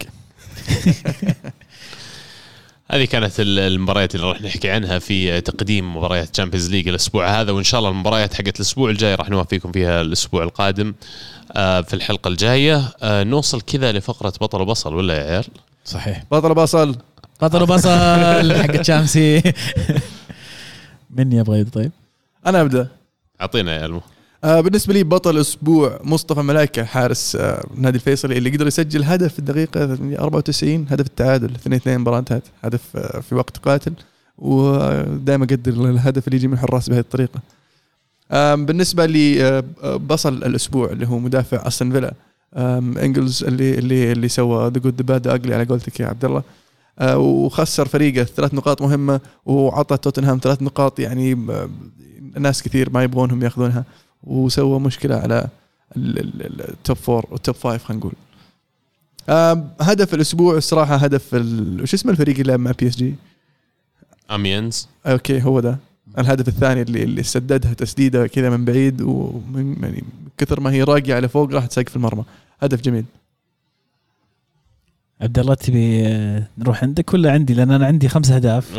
هذه كانت المباريات اللي راح نحكي عنها في تقديم مباريات تشامبيونز ليج الأسبوع هذا، وإن شاء الله المباريات حقت الأسبوع الجاي راح نوافيكم فيها الأسبوع القادم في الحلقة الجاية. نوصل كذا لفقرة بطل وبصل ولا يا عيال؟ صحيح، بطل وبصل حق تشامسي. من يبغى؟ طيب أنا أبدأ. أعطينا يا ألمو. بالنسبه لي بطل اسبوع مصطفى ملايكه حارس نادي الفيصلي اللي قدر يسجل هدف في الدقيقه 94 هدف التعادل 2-2 مباراه انتهت هدف في وقت قاتل ودائما قدر الهدف اللي يجي من الحراس بهذه الطريقه. بالنسبه لي بصل الاسبوع اللي هو مدافع أستون فيلا انجلز اللي سوى ذا جود ذا باد اقلي على قولتك يا عبد الله وخسر فريقه 3 نقاط مهمه وعطى توتنهام 3 نقاط يعني ناس كثير ما يبغونهم ياخذونها وسوى مشكله على التوب 4 والتوب 5 خلينا نقول. هدف الاسبوع الصراحه هدف وش اسمه الفريق اللي لعب مع بي اس جي امينز اوكي هو ده الهدف الثاني اللي سددها تسديده كذا من بعيد ومن يعني كثر ما هي راقيه على فوق راح تسقف المرمى هدف جميل. عبد الله تبي نروح عندك ولا عندي لان انا عندي 5 أهداف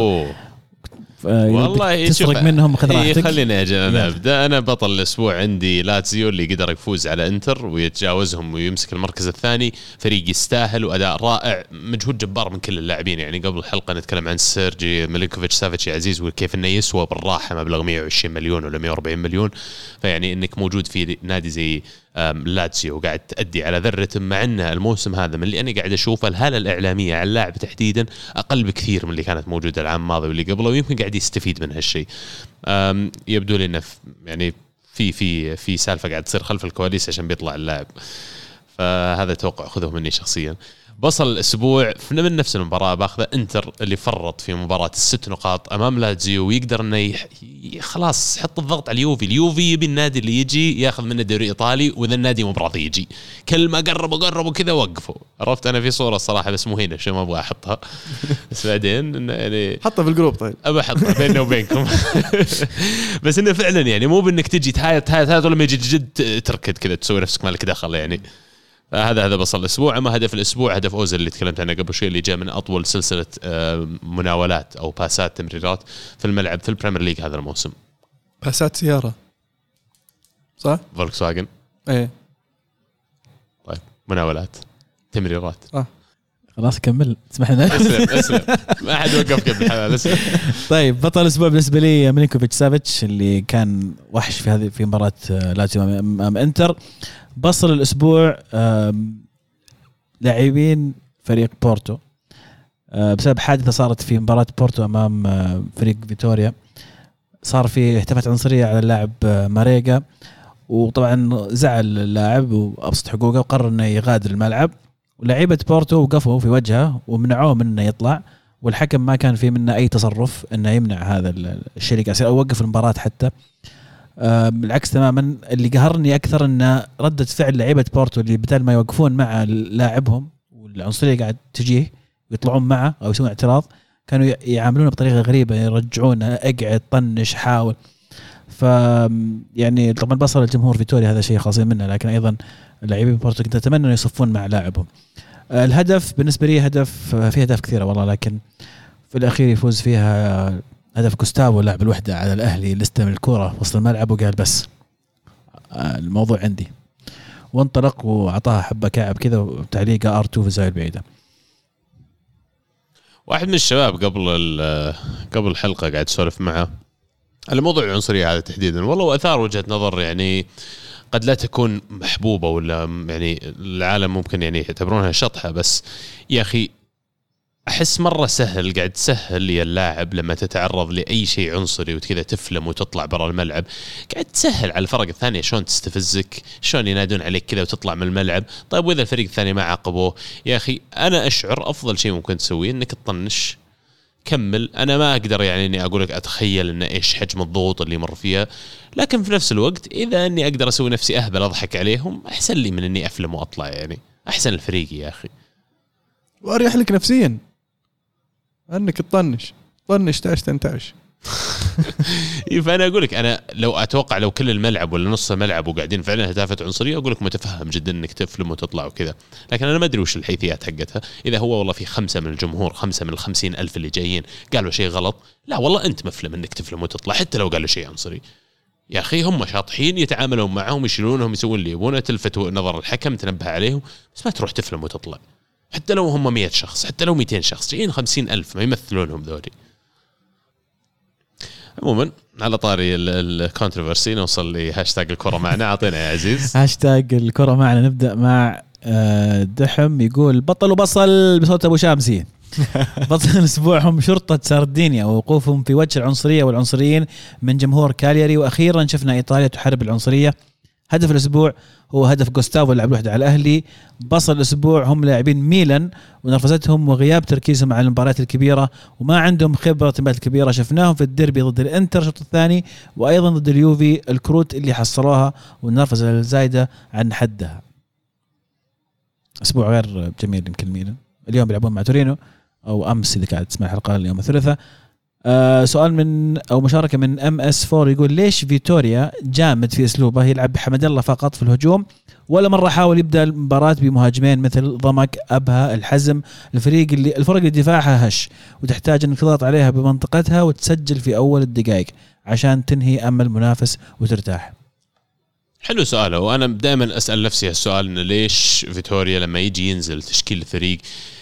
والله تسرق منهم خذ راحتك. خليني انا ابدا. انا بطل الاسبوع عندي لاتزيو اللي قدر يفوز على انتر ويتجاوزهم ويمسك المركز الثاني. فريق يستاهل واداء رائع مجهود جبار من كل اللاعبين. يعني قبل الحلقه نتكلم عن سيرجي ميلينكوفيتش سافيتش يا عزيز وكيف انه يسوى بالراحه مبلغ 120 مليون ولا 140 مليون. فيعني انك موجود في نادي زي لاتسيو وقاعد تأدي على ذرة مع أن الموسم هذا من اللي أنا قاعد أشوفه الهالة الإعلامية على اللاعب تحديدا أقل بكثير من اللي كانت موجودة العام الماضي واللي قبله ويمكن قاعد يستفيد من هالشيء. يبدو لي أنه يعني في سالفة قاعد تصير خلف الكواليس عشان بيطلع اللاعب. فهذا توقع خذه مني شخصيا. بصل الأسبوع من نفس المباراة باخذه انتر اللي فرط في مباراة 6 نقاط أمام لاتزيو ويقدر إنه خلاص حط الضغط على اليوفي يبي النادي اللي يجي ياخذ منه الدوري الإيطالي وإذا النادي مو براضي يجي كل ما قربوا كذا وقفوا. عرفت أنا في صورة الصراحة بس مو هنا شيء ما أبغى أحطها بس بعدين يعني حطها في الجروب. طيب أبى أحطها بيننا وبينكم بس إنه فعلا يعني مو بإنك تجي تهايت ولا ما يجي جد تركض كذا تسوي نفسك مالك دخل يعني. هذا بصل الأسبوع. أما هدف الأسبوع هدف أوزيل اللي تكلمت عنه قبل شوي اللي جاء من أطول سلسلة مناولات أو باسات تمريرات في الملعب في البريمير ليج هذا الموسم. باسات سيارة صح؟ فولكسواجن إيه. طيب مناولات تمريرات خلاص كمل اسمح لنا. اسلم ما أحد وقف قبل الحلقة اسلم. طيب بطل الأسبوع بالنسبة لي ميلينكوفيتش سافيتش اللي كان وحش في مباراة لاتسيو أمام إنتر. بصل الأسبوع لاعبين فريق بورتو بسبب حادثة صارت في مباراة بورتو أمام فريق فيتوريا. صار في احتفالات عنصرية على اللاعب ماريجا وطبعا زعل اللاعب وأبسط حقوقه وقرر أنه يغادر الملعب ولاعيبة بورتو وقفوا في وجهه ومنعوه من أنه يطلع والحكم ما كان في منه أي تصرف أنه يمنع هذا الشيء أو وقف المباراة حتى. بالعكس تماما. اللي قهرني أكثر أن ردة فعل لعيبة بورتو اللي بدل ما يوقفون مع لاعبهم والعنصرية قاعد تجيه ويطلعون معه أو يسوون اعتراض كانوا يعاملونه بطريقة غريبة يرجعونه اقعد طنش حاول. يعني طبعا بصل الجمهور فيتوريا هذا شيء خاصين منه لكن أيضا لاعبي بورتو كنت أتمنى أن يصفون مع لاعبهم. الهدف بالنسبة لي فيه أهداف كثيرة والله لكن في الأخير يفوز فيها هدف جوستافو لاعب الوحدة على الأهلي اللي استلم الكرة وسط الملعب وقال بس الموضوع عندي وانطلق وعطاها حبة كعب كذا وتعليقة R2 في الزاوية البعيدة. واحد من الشباب قبل الحلقة قاعد سولف معه على موضوع العنصرية هذا تحديدا والله وأثار وجهة نظر يعني قد لا تكون محبوبة ولا يعني العالم ممكن يعني يعتبرونها شطحة بس يا أخي أحس مرة سهل قاعد تسهل لي اللاعب لما تتعرض لأي شيء عنصري وكذا تفلم وتطلع برا الملعب قاعد تسهل على الفرق الثانية شلون تستفزك شلون ينادون عليك كذا وتطلع من الملعب. طيب وإذا الفريق الثاني ما عاقبوه يا أخي أنا أشعر أفضل شيء ممكن تسويه إنك تطنش كمل. أنا ما أقدر يعني إني أقولك أتخيل إن إيش حجم الضغوط اللي مر فيها لكن في نفس الوقت إذا إني أقدر أسوي نفسي أهبل أضحك عليهم أحسن لي من إني أفلم وأطلع يعني أحسن الفريق يا أخي وأريح لك نفسيا أنك تطنش تعش تنتعش. فأنا أقولك أنا لو أتوقع لو كل الملعب ولا نص الملعب وقاعدين فعلا هتافة عنصرية أقولك متفهم جدا إنك تفلم وتطلع وكذا لكن أنا ما أدري وش الحيثيات حقتها. إذا هو والله في 5 من الجمهور 5 من 50,000 اللي جايين قالوا شيء غلط لا والله أنت مفلم إنك تفلم وتطلع حتى لو قالوا شيء عنصري يا أخي هم شاطحين يتعاملون معهم يشيلونهم يسوون اللي يبونه تلفتوا نظر الحكم تنبه عليهم بس ما تروح تفلم وتطلع حتى لو هم 100 شخص حتى لو 200 شخص جايين 50,000 ما يمثلونهم ذولي. عموما على طاري الكونتروفرسي نوصل لهاشتاج الكرة معنا. أعطينا يا عزيز هاشتاج الكرة معنا. نبدأ مع دحم يقول بطل وبصل بصوت أبو شامسي. بطل أسبوعهم شرطة ساردينيا ووقوفهم في وجه العنصرية والعنصريين من جمهور كالياري. وأخيرا شفنا إيطاليا تحارب العنصرية. هدف الأسبوع هو هدف جوستافو اللي لعب الوحدة على الأهلي. بصل الأسبوع هم لاعبين ميلان ونرفزتهم وغياب تركيزهم على المباريات الكبيرة وما عندهم خبرة المباريات الكبيرة. شفناهم في الديربي ضد الانتر الشوط الثاني وأيضا ضد اليوفي الكروت اللي حصلوها والنرفزة الزايدة عن حدها. أسبوع غير جميل يمكن ميلان. اليوم بيلعبون مع تورينو أو أمس إذا قاعد تسمع الحلقة اليوم الثلاثاء. سؤال من أو مشاركة من MS4 يقول ليش فيتوريا جامد في أسلوبه يلعب بحمد الله فقط في الهجوم ولا مرة حاول يبدأ المباراة بمهاجمين مثل ضمك أبها الحزم. الفرق اللي دفاعها هش وتحتاج أنك تضغط عليها بمنطقتها وتسجل في أول الدقائق عشان تنهي أمل المنافس وترتاح. حلو سؤاله. وأنا دائما أسأل نفسي هالسؤال إنه ليش فيتوريا لما يجي ينزل تشكيل الفريق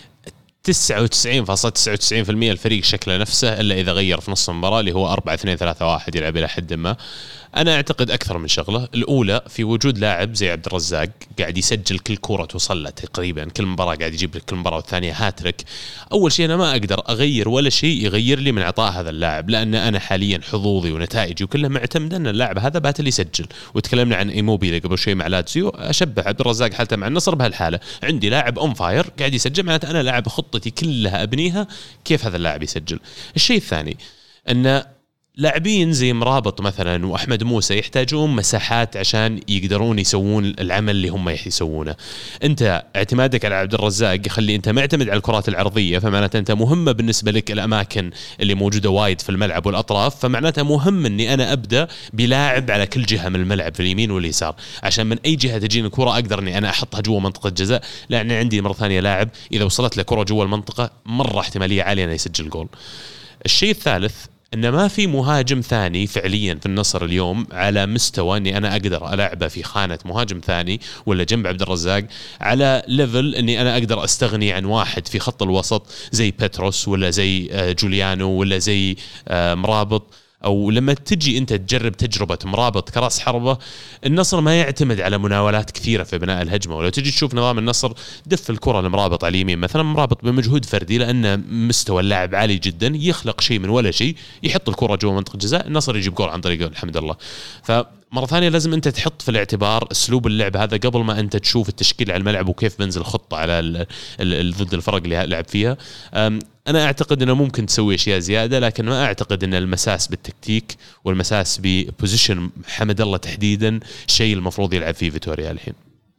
99.99% الفريق شكله نفسه إلا إذا غير في نص المباراة اللي هو 4-2-3-1 يلعب إلى حد ما. أنا أعتقد أكثر من شغلة. الأولى في وجود لاعب زي عبد الرزاق قاعد يسجل كل كرة توصل له تقريبا كل مباراة قاعد يجيب لك كل مباراة والثانية هاتريك. أول شيء أنا ما أقدر أغير ولا شيء يغير لي من عطاء هذا اللاعب لأن أنا حاليا حظوظي ونتائجي وكلها معتمدة أن اللاعب هذا بات اللي يسجل. وتكلمنا عن إيموبيلي قبل شوي مع لاتسيو. أشبه عبد الرزاق حالته مع النصر بهالحالة. عندي لاعب أون فاير قاعد يسجل معناته أنا لاعب خطتي كلها أبنيها كيف هذا اللاعب يسجل. الشيء الثاني أن لاعبين زي مرابط مثلا وأحمد موسى يحتاجون مساحات عشان يقدرون يسوون العمل اللي هم يسوونه. أنت اعتمادك على عبد الرزاق يخلي أنت معتمد على الكرات العرضية فمعناته أنت مهمة بالنسبة لك الأماكن اللي موجودة وايد في الملعب والأطراف. فمعناته مهم أني أنا أبدأ بلاعب على كل جهة من الملعب في اليمين واليسار عشان من أي جهة تجيني الكرة أقدر أني أنا أحطها جوا منطقة جزاء. لأن عندي مرة ثانية لاعب إذا وصلت له كرة جوا المنطقة مرة احتمالية عالية أنه يسجل جول. الشيء الثالث إن ما في مهاجم ثاني فعليا في النصر اليوم على مستوى إني أنا أقدر ألعبه في خانة مهاجم ثاني ولا جنب عبد الرزاق على ليفل إني أنا أقدر أستغني عن واحد في خط الوسط زي بيتروس ولا زي جوليانو ولا زي مرابط. أو لما تجي أنت تجرب تجربة مرابط كرأس حربة النصر ما يعتمد على مناولات كثيرة في بناء الهجمة. ولو تجي تشوف نظام النصر دف الكرة لمرابط على اليمين مثلا مرابط بمجهود فردي لأن مستوى اللاعب عالي جدا يخلق شيء من ولا شيء يحط الكرة جوا منطقة جزاء النصر يجيب جول عن طريق الحمد لله. فمرة ثانية لازم أنت تحط في الاعتبار أسلوب اللعب هذا قبل ما أنت تشوف التشكيل على الملعب وكيف بنزل خطة على ضد الفرق اللي لعب فيها. أنا أعتقد أنه ممكن تسوي أشياء زيادة لكن ما أعتقد أن المساس بالتكتيك والمساس ببوزيشن حمد الله تحديدا شيء المفروض يلعب فيه فيتوريا الحين.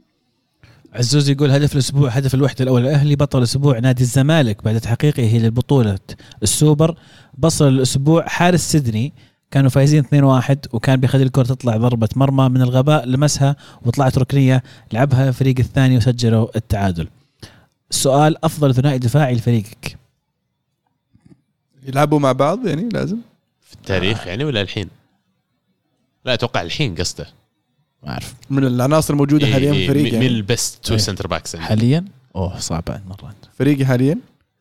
عزوز يقول هدف الأسبوع هدف الوحدة الأول الأهلي. بطل الأسبوع نادي الزمالك بعد تحقيقه للبطولة السوبر. بصل الأسبوع حارس سيدني كانوا فايزين 2-1 وكان بيخلي الكرة تطلع ضربة مرمى من الغباء لمسها وطلعت ركنية لعبها الفريق الثاني وسجلوا التعادل. السؤال أفضل ثنائي دفاعي لفريقك يلعبوا مع بعض يعني لازم في التاريخ يعني ولا الحين؟ لا أتوقع الحين قصده ما أعرف من العناصر الموجودة حاليا في فريقي من البست تو سنتر باكس حاليا. صعبة مرة فريقي حاليا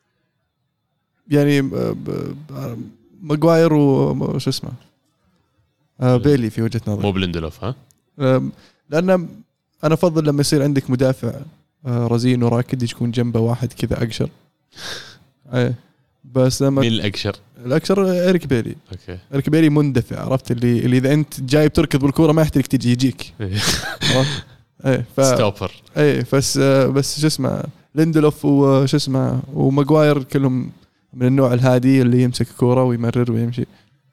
يعني ماغواير وش اسمه بيلي في وجهة نظري مو بلندلوف. ها لأن أنا أفضل لما يصير عندك مدافع رزين وراكد يكون جنبه واحد كذا أقشر. بس لما مين الأقشر إيريك بيلي. أوكي. إيريك بيلي مندفع عرفت اللي إذا أنت جاي بتركض بالكرة ما يحتاج تجي يجيك. ستوبر. بس شو اسمه ليندلوف وش اسمه وماغواير كلهم من النوع الهادي اللي يمسك كورة ويمرر ويمشي.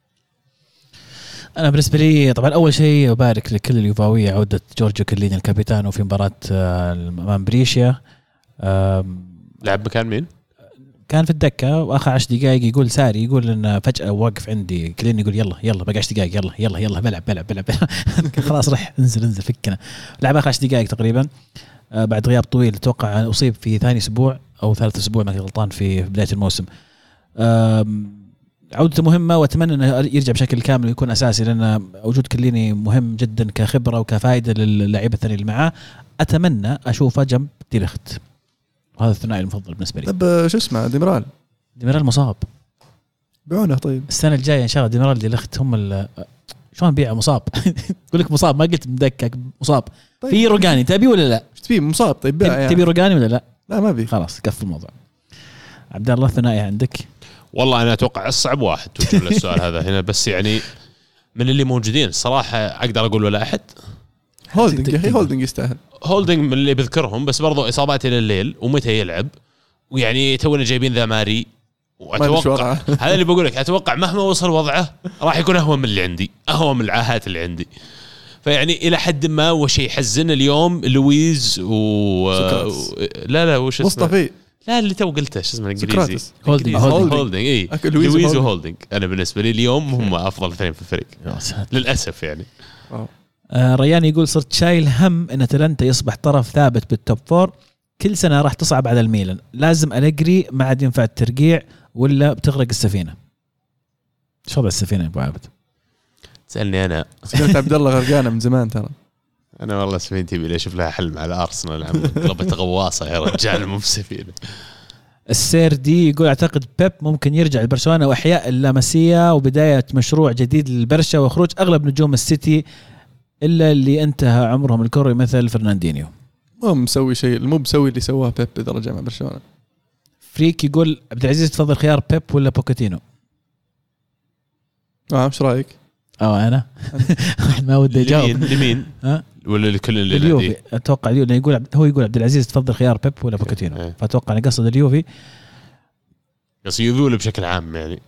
أنا بالنسبة لي طبعا أول شيء أبارك لكل اليوفاوية عودة جورجيو كليني الكابيتانو في مباراة أمام بريشيا. لعب مكان مين؟ كان في الدكة وآخر 10 دقائق يقول ساري يقول إن فجأة وقف عندي كليني يقول يلا بقى 10 دقائق يلا بلعب خلاص رح انزل فكنا. لعب آخر 10 دقائق تقريبا بعد غياب طويل. أتوقع أصيب في ثاني أسبوع أو ثالث أسبوع ما كنت غلطان في بداية الموسم. عودته مهمة وأتمنى أنه يرجع بشكل كامل ويكون أساسي لأن وجود كليني مهم جدا كخبرة وكفائدة للاعيبة الثانية اللي معاه. أتمنى أشوفه جنب ديليخت وهذا الثنائي المفضل بالنسبة لي. طب شو اسمه ديميرال مصاب بيعونه. طيب السنه الجايه ان شاء الله ديميرالدي الاخت هم شلون بيع مصاب يقول لك مصاب، ما قلت مدكك مصاب. طيب. في روجاني تبي ولا لا؟ ايش تبي مصاب؟ طيب بيع يعني. تبي روجاني ولا لا؟ لا ما بي. خلاص كف الموضوع. عبد الله الثنائي عندك؟ والله انا اتوقع الصعب واحد توجه للسؤال هذا هنا، بس يعني من اللي موجودين صراحه اقدر اقول ولا احد. هولدنج يا اخي، هولدنج يستاهل. هولدنج من اللي بذكرهم، بس برضو اصابات الى الليل ومتى يلعب، ويعني تونا جايبين ذا ماري، واتوقع هذا اللي بقول لك، اتوقع مهما وصل وضعه راح يكون اهون من اللي عندي، اهون من العاهات اللي عندي. فيعني الى حد ما هو شيء يحزن اليوم. لويز لا وش اسمه مصطفى، لا اللي تو قلته شو اسمه الانجليزي، هولدنج اي لويز وهولدنج. انا بالنسبه لي اليوم هم افضل اثنين في الفريق للاسف يعني. ريان يقول صرت شايل هم ان أتلانتا يصبح طرف ثابت بالتوب فور، كل سنه راح تصعب على الميلان، لازم أليجري ما عاد ينفع الترقيع ولا بتغرق السفينه. شو السفينه ابو عابد؟ تسالني انا؟ سمعت عبد الله غرقانه من زمان ترى. انا والله سفينتي بدي اشوف لها حل مع الارسنال، عم قلبت غواصه يا رجال مو بسفينه. السير دي يقول اعتقد بيب ممكن يرجع لبرشلونه واحياء اللامسيه وبدايه مشروع جديد للبرشا وخروج اغلب نجوم السيتي الا اللي انتهى عمرهم الكروي مثل فرناندينيو. مو مسوي شيء، مو مسوي اللي سواه بيب اذا رجع مع برشلونه. فريك يقول عبد العزيز تفضل خيار بيب ولا بوكيتينو؟ ايش رايك؟ انا ما ودي اجاوب. لمين؟ ولا لكل اللي اليوفي اتوقع. يقول هو يقول عبد العزيز تفضل خيار بيب ولا بوكيتينو، فاتوقع انه قصد اليوفي. بس يذول بشكل عام يعني.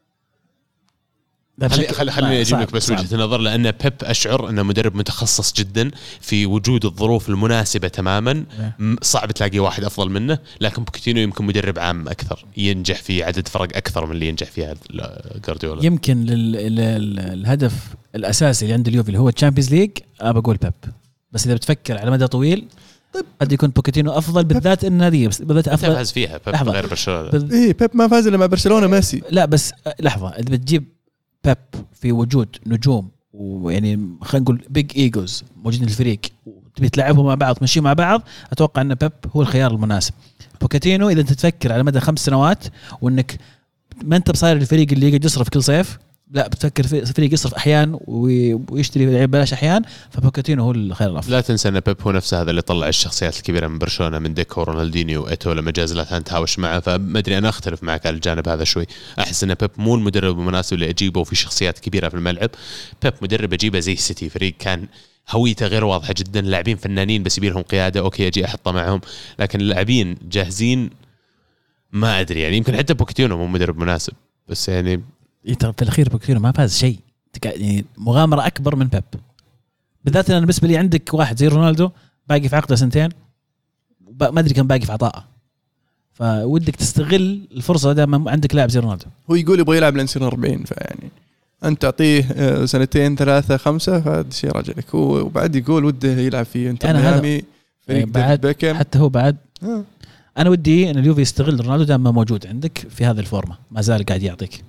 خليني اجيب لك بس وجهة نظر، لان بيب اشعر انه مدرب متخصص جدا في وجود الظروف المناسبه تماما، صعب تلاقي واحد افضل منه. لكن بوكيتينو يمكن مدرب عام اكثر، ينجح في عدد فرق اكثر من اللي ينجح فيها جارديولا. يمكن الهدف الاساسي اللي عند اليوفي اللي هو الشامبيونز ليج، بقول بيب. بس اذا بتفكر على مدى طويل طيب قد يكون بوكيتينو افضل، بالذات النادي بالذات افضل. فاز فيها بيب غير برشلونه. بيب ما فاز الا مع برشلونه ميسي. لا بس لحظه، اذا بتجيب بيب في وجود نجوم ويعني خلينا نقول بيج ايجوز موجودين في الفريق وتبي تلعبهم مع بعض تمشيهم مع بعض، اتوقع ان بيب هو الخيار المناسب. بوكيتينو اذا انت تفكر على مدى 5 سنوات وانك ما انت بصاير الفريق اللي يقعد يصرف كل صيف، لا بتفكر في فريق يصرف احيان ويشتري لعيبه بلاش احيان، فبوكيتينو هو الخيار الافضل. لا تنسى ان بيب هو نفسه هذا اللي طلع الشخصيات الكبيره من برشلونه، من ديكو رونالدينيو وايتو لما جاز لا تهاوش معه. فما ادري، انا اختلف معك على الجانب هذا شوي. احس ان بيب مو المدرب المناسب اللي اجيبه وفي شخصيات كبيره في الملعب. بيب مدرب اجيبه زي السيتي، فريق كان هويته غير واضحه جدا، لاعبين فنانين بس يبي لهم قياده، اوكي اجي احطه معهم، لكن اللاعبين جاهزين ما ادري يعني. يمكن حتى بوكيتينو مو مدرب مناسب، بس يعني ترى في الاخير بوكيتينو ما فاز شيء، يعني مغامره اكبر من بيب. بالذات انا بالنسبه لي عندك واحد زي رونالدو باقي في عقده 2 ما ادري كم باقي في عطاءه، فودك تستغل الفرصه دام عندك لاعب زي رونالدو. هو يقول يبغى يلعب لين سنه 40، فيعني انت تعطيه 2 3 5 فهذا شيء راجع لك. وبعد يقول وده يلعب في انتر ميامي بعد بيكم. حتى هو بعد انا ودي ان اليوفي يستغل رونالدو دام ما موجود عندك في هذه الفورمه، ما زال قاعد يعطيك.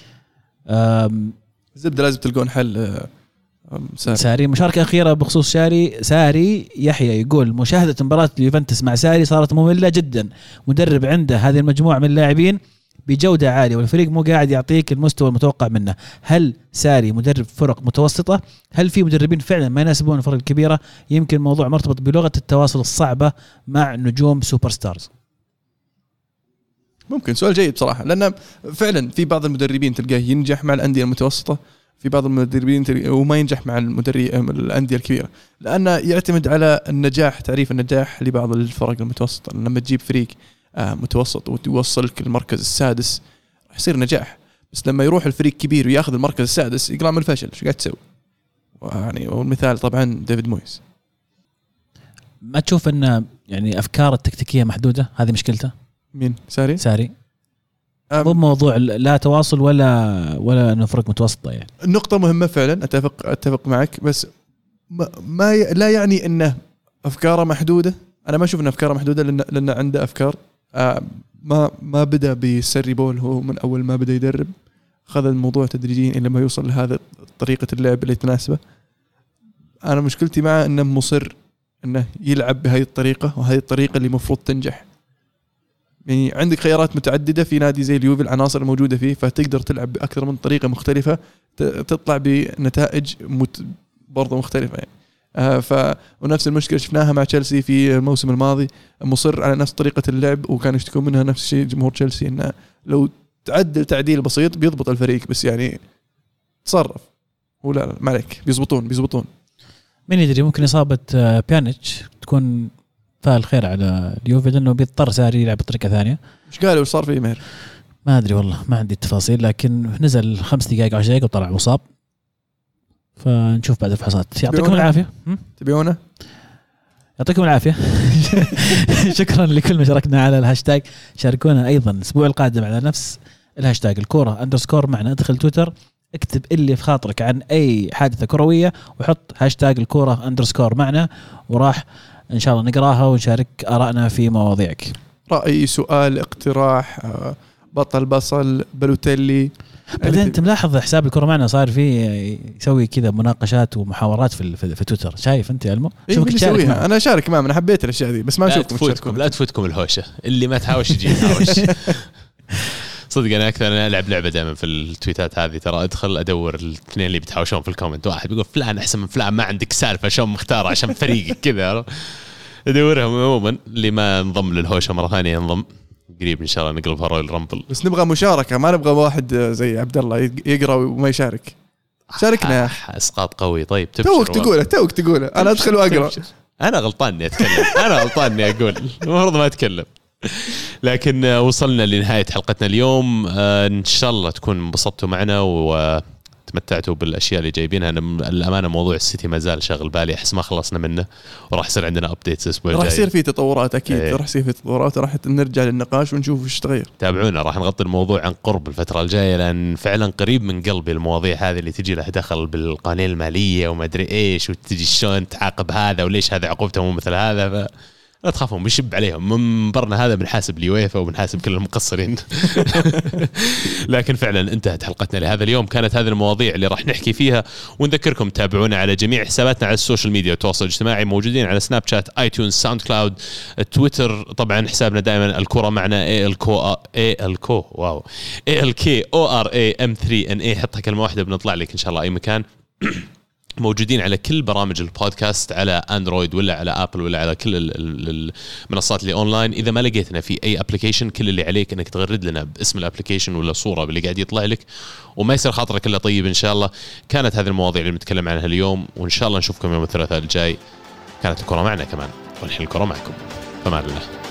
زبده لازم تلقون حل. ساري مشاركة أخيرة بخصوص ساري يحيى يقول مشاهدة مباراة اليوفنتوس مع ساري صارت مملة جدا، مدرب عنده هذه المجموعة من اللاعبين بجودة عالية والفريق مو قاعد يعطيك المستوى المتوقع منه. هل ساري مدرب فرق متوسطة؟ هل في مدربين فعلا ما يناسبون الفرق الكبيرة؟ يمكن الموضوع مرتبط بلغة التواصل الصعبة مع نجوم سوبر ستارز. ممكن سؤال جيد بصراحة، لأن فعلا في بعض المدربين تلقاه ينجح مع الأندية المتوسطة، في بعض المدربين وما ينجح مع الأندية الكبيرة، لأنه يعتمد على النجاح، تعريف النجاح لبعض الفرق المتوسطة. لما تجيب فريق متوسط وتوصلك المركز السادس يصير نجاح، بس لما يروح الفريق كبير وياخذ المركز السادس يقلع من الفشل. شو قاعد تسوي؟ يعني والمثال طبعا ديفيد مويس. ما تشوف أن يعني أفكار التكتيكية محدودة؟ هذه مشكلته. مين؟ ساري مو موضوع لا تواصل ولا انه فرق متوسطه يعني. النقطة مهمة فعلا، اتفق معك، بس لا يعني انه افكاره محدودة. انا ما اشوف ان افكاره محدودة لان عنده افكار. ما بدا بسري بول، هو من اول ما بدا يدرب خذ الموضوع تدريجيا الى ما يوصل لهذا طريقة اللعب اللي تناسبه. انا مشكلتي معه انه مصر انه يلعب بهذه الطريقة، وهذه الطريقة اللي مفروض تنجح. يعني عندك خيارات متعدده في نادي زي اليوفي، العناصر الموجوده فيه، فتقدر تلعب باكثر من طريقه مختلفه تطلع بنتائج برضه مختلفه يعني. ونفس المشكله شفناها مع تشيلسي في الموسم الماضي، مصر على نفس طريقه اللعب وكانوا يشتكون منها نفس الشيء جمهور تشيلسي، انه لو تعدل تعديل بسيط بيضبط الفريق، بس يعني تصرف ولا ما عليك بيزبطون. مين يدري ممكن إصابة بيانيتش تكون فال خير على اليوفي، لأنه بيضطر ساري يلعب بطريقة ثانية. مش قالوا صار فيه مهر؟ ما أدري والله، ما عندي التفاصيل، لكن نزل 5 دقائق 10 دقائق وطلع مصاب، فنشوف بعد الفحوصات. يعطيكم العافية. تبيونه؟ يعطيكم العافية. شكرا لكل ما شاركنا على الهاشتاج. شاركونا أيضا الأسبوع القادم على نفس الهاشتاج الكورة__ معنا. ادخل تويتر، اكتب اللي في خاطرك عن أي حادثة كروية وحط هاشتاج الكورة__ معنا، وراح إن شاء الله نقراها ونشارك آرائنا في مواضيعك. رأي، سؤال، اقتراح، بصل، بلوتيلي. بعدين انت ملاحظ حساب الكرة معنا صار فيه يسوي كذا مناقشات ومحاورات في تويتر، شايف انت يا المو؟ شوفك تسويها. انا شارك معه، انا حبيت الاشياء دي، بس ما اشوفكم. لا تفوتكم الهوشه اللي ما تحاوش يجي يحاوش. صدق انا اكثر انا العب لعبه دائما في التويتات هذه، ترى ادخل ادور الاثنين اللي بتحاوشون في الكومنت، واحد بيقول فلان احسن من فلان، ما عندك سالفه شلون مختار عشان فريقك كذا. ادورهم. عموما اللي ما انضم للهوشه مره ثانيه ينضم قريب ان شاء الله، نقلبها رويال رامبل. بس نبغى مشاركه، ما نبغى واحد زي عبد الله يقرا وما يشارك. شاركنا. اسقاط قوي. طيب توك تقوله انا ادخل واقرا. انا غلطان اني اتكلم، انا غلطان اني اقول، المفروض ما اتكلم. لكن وصلنا لنهايه حلقتنا اليوم. ان شاء الله تكون انبسطتوا معنا وتمتعتوا بالاشياء اللي جايبينها. انا الامانه موضوع السيتي ما زال شغل بالي، احس ما خلصنا منه، وراح يصير عندنا ابديتس الاسبوع الجاي. راح يصير في تطورات اكيد. راح يصير في تطورات، راح نرجع للنقاش ونشوف ايش تغير. تابعونا، راح نغطي الموضوع عن قرب الفتره الجايه، لان فعلا قريب من قلبي المواضيع هذه اللي تجي لها دخل بالقوانين الماليه وما ادري ايش، وتجي شلون تعاقب هذا وليش هذا عقوبته مو مثل هذا. لا تخافون، بنشب عليهم منبرنا هذا، بنحاسب اليويفا وبنحاسب كل المقصرين. لكن فعلا انتهت حلقتنا لهذا اليوم. كانت هذه المواضيع اللي راح نحكي فيها، ونذكركم تابعونا على جميع حساباتنا على السوشيال ميديا والتواصل الاجتماعي، موجودين على سناب شات، ايتونز، ساوند كلاود، تويتر. طبعا حسابنا دائما الكرة معنا ALKORAM3NA، حطها كلمة واحدة بنطلع لك ان شاء الله اي مكان. موجودين على كل برامج البودكاست، على اندرويد ولا على ابل ولا على كل المنصات اللي اونلاين. اذا ما لقيتنا في اي ابلكيشن، كل اللي عليك انك تغرد لنا باسم الابلكيشن ولا صوره باللي قاعد يطلع لك، وما يصير خاطرك الا طيب ان شاء الله. كانت هذه المواضيع اللي بنتكلم عنها اليوم، وان شاء الله نشوفكم يوم الثلاثاء الجاي. كانت الكرة معنا كمان، والحين الكرة معكم. فمان الله.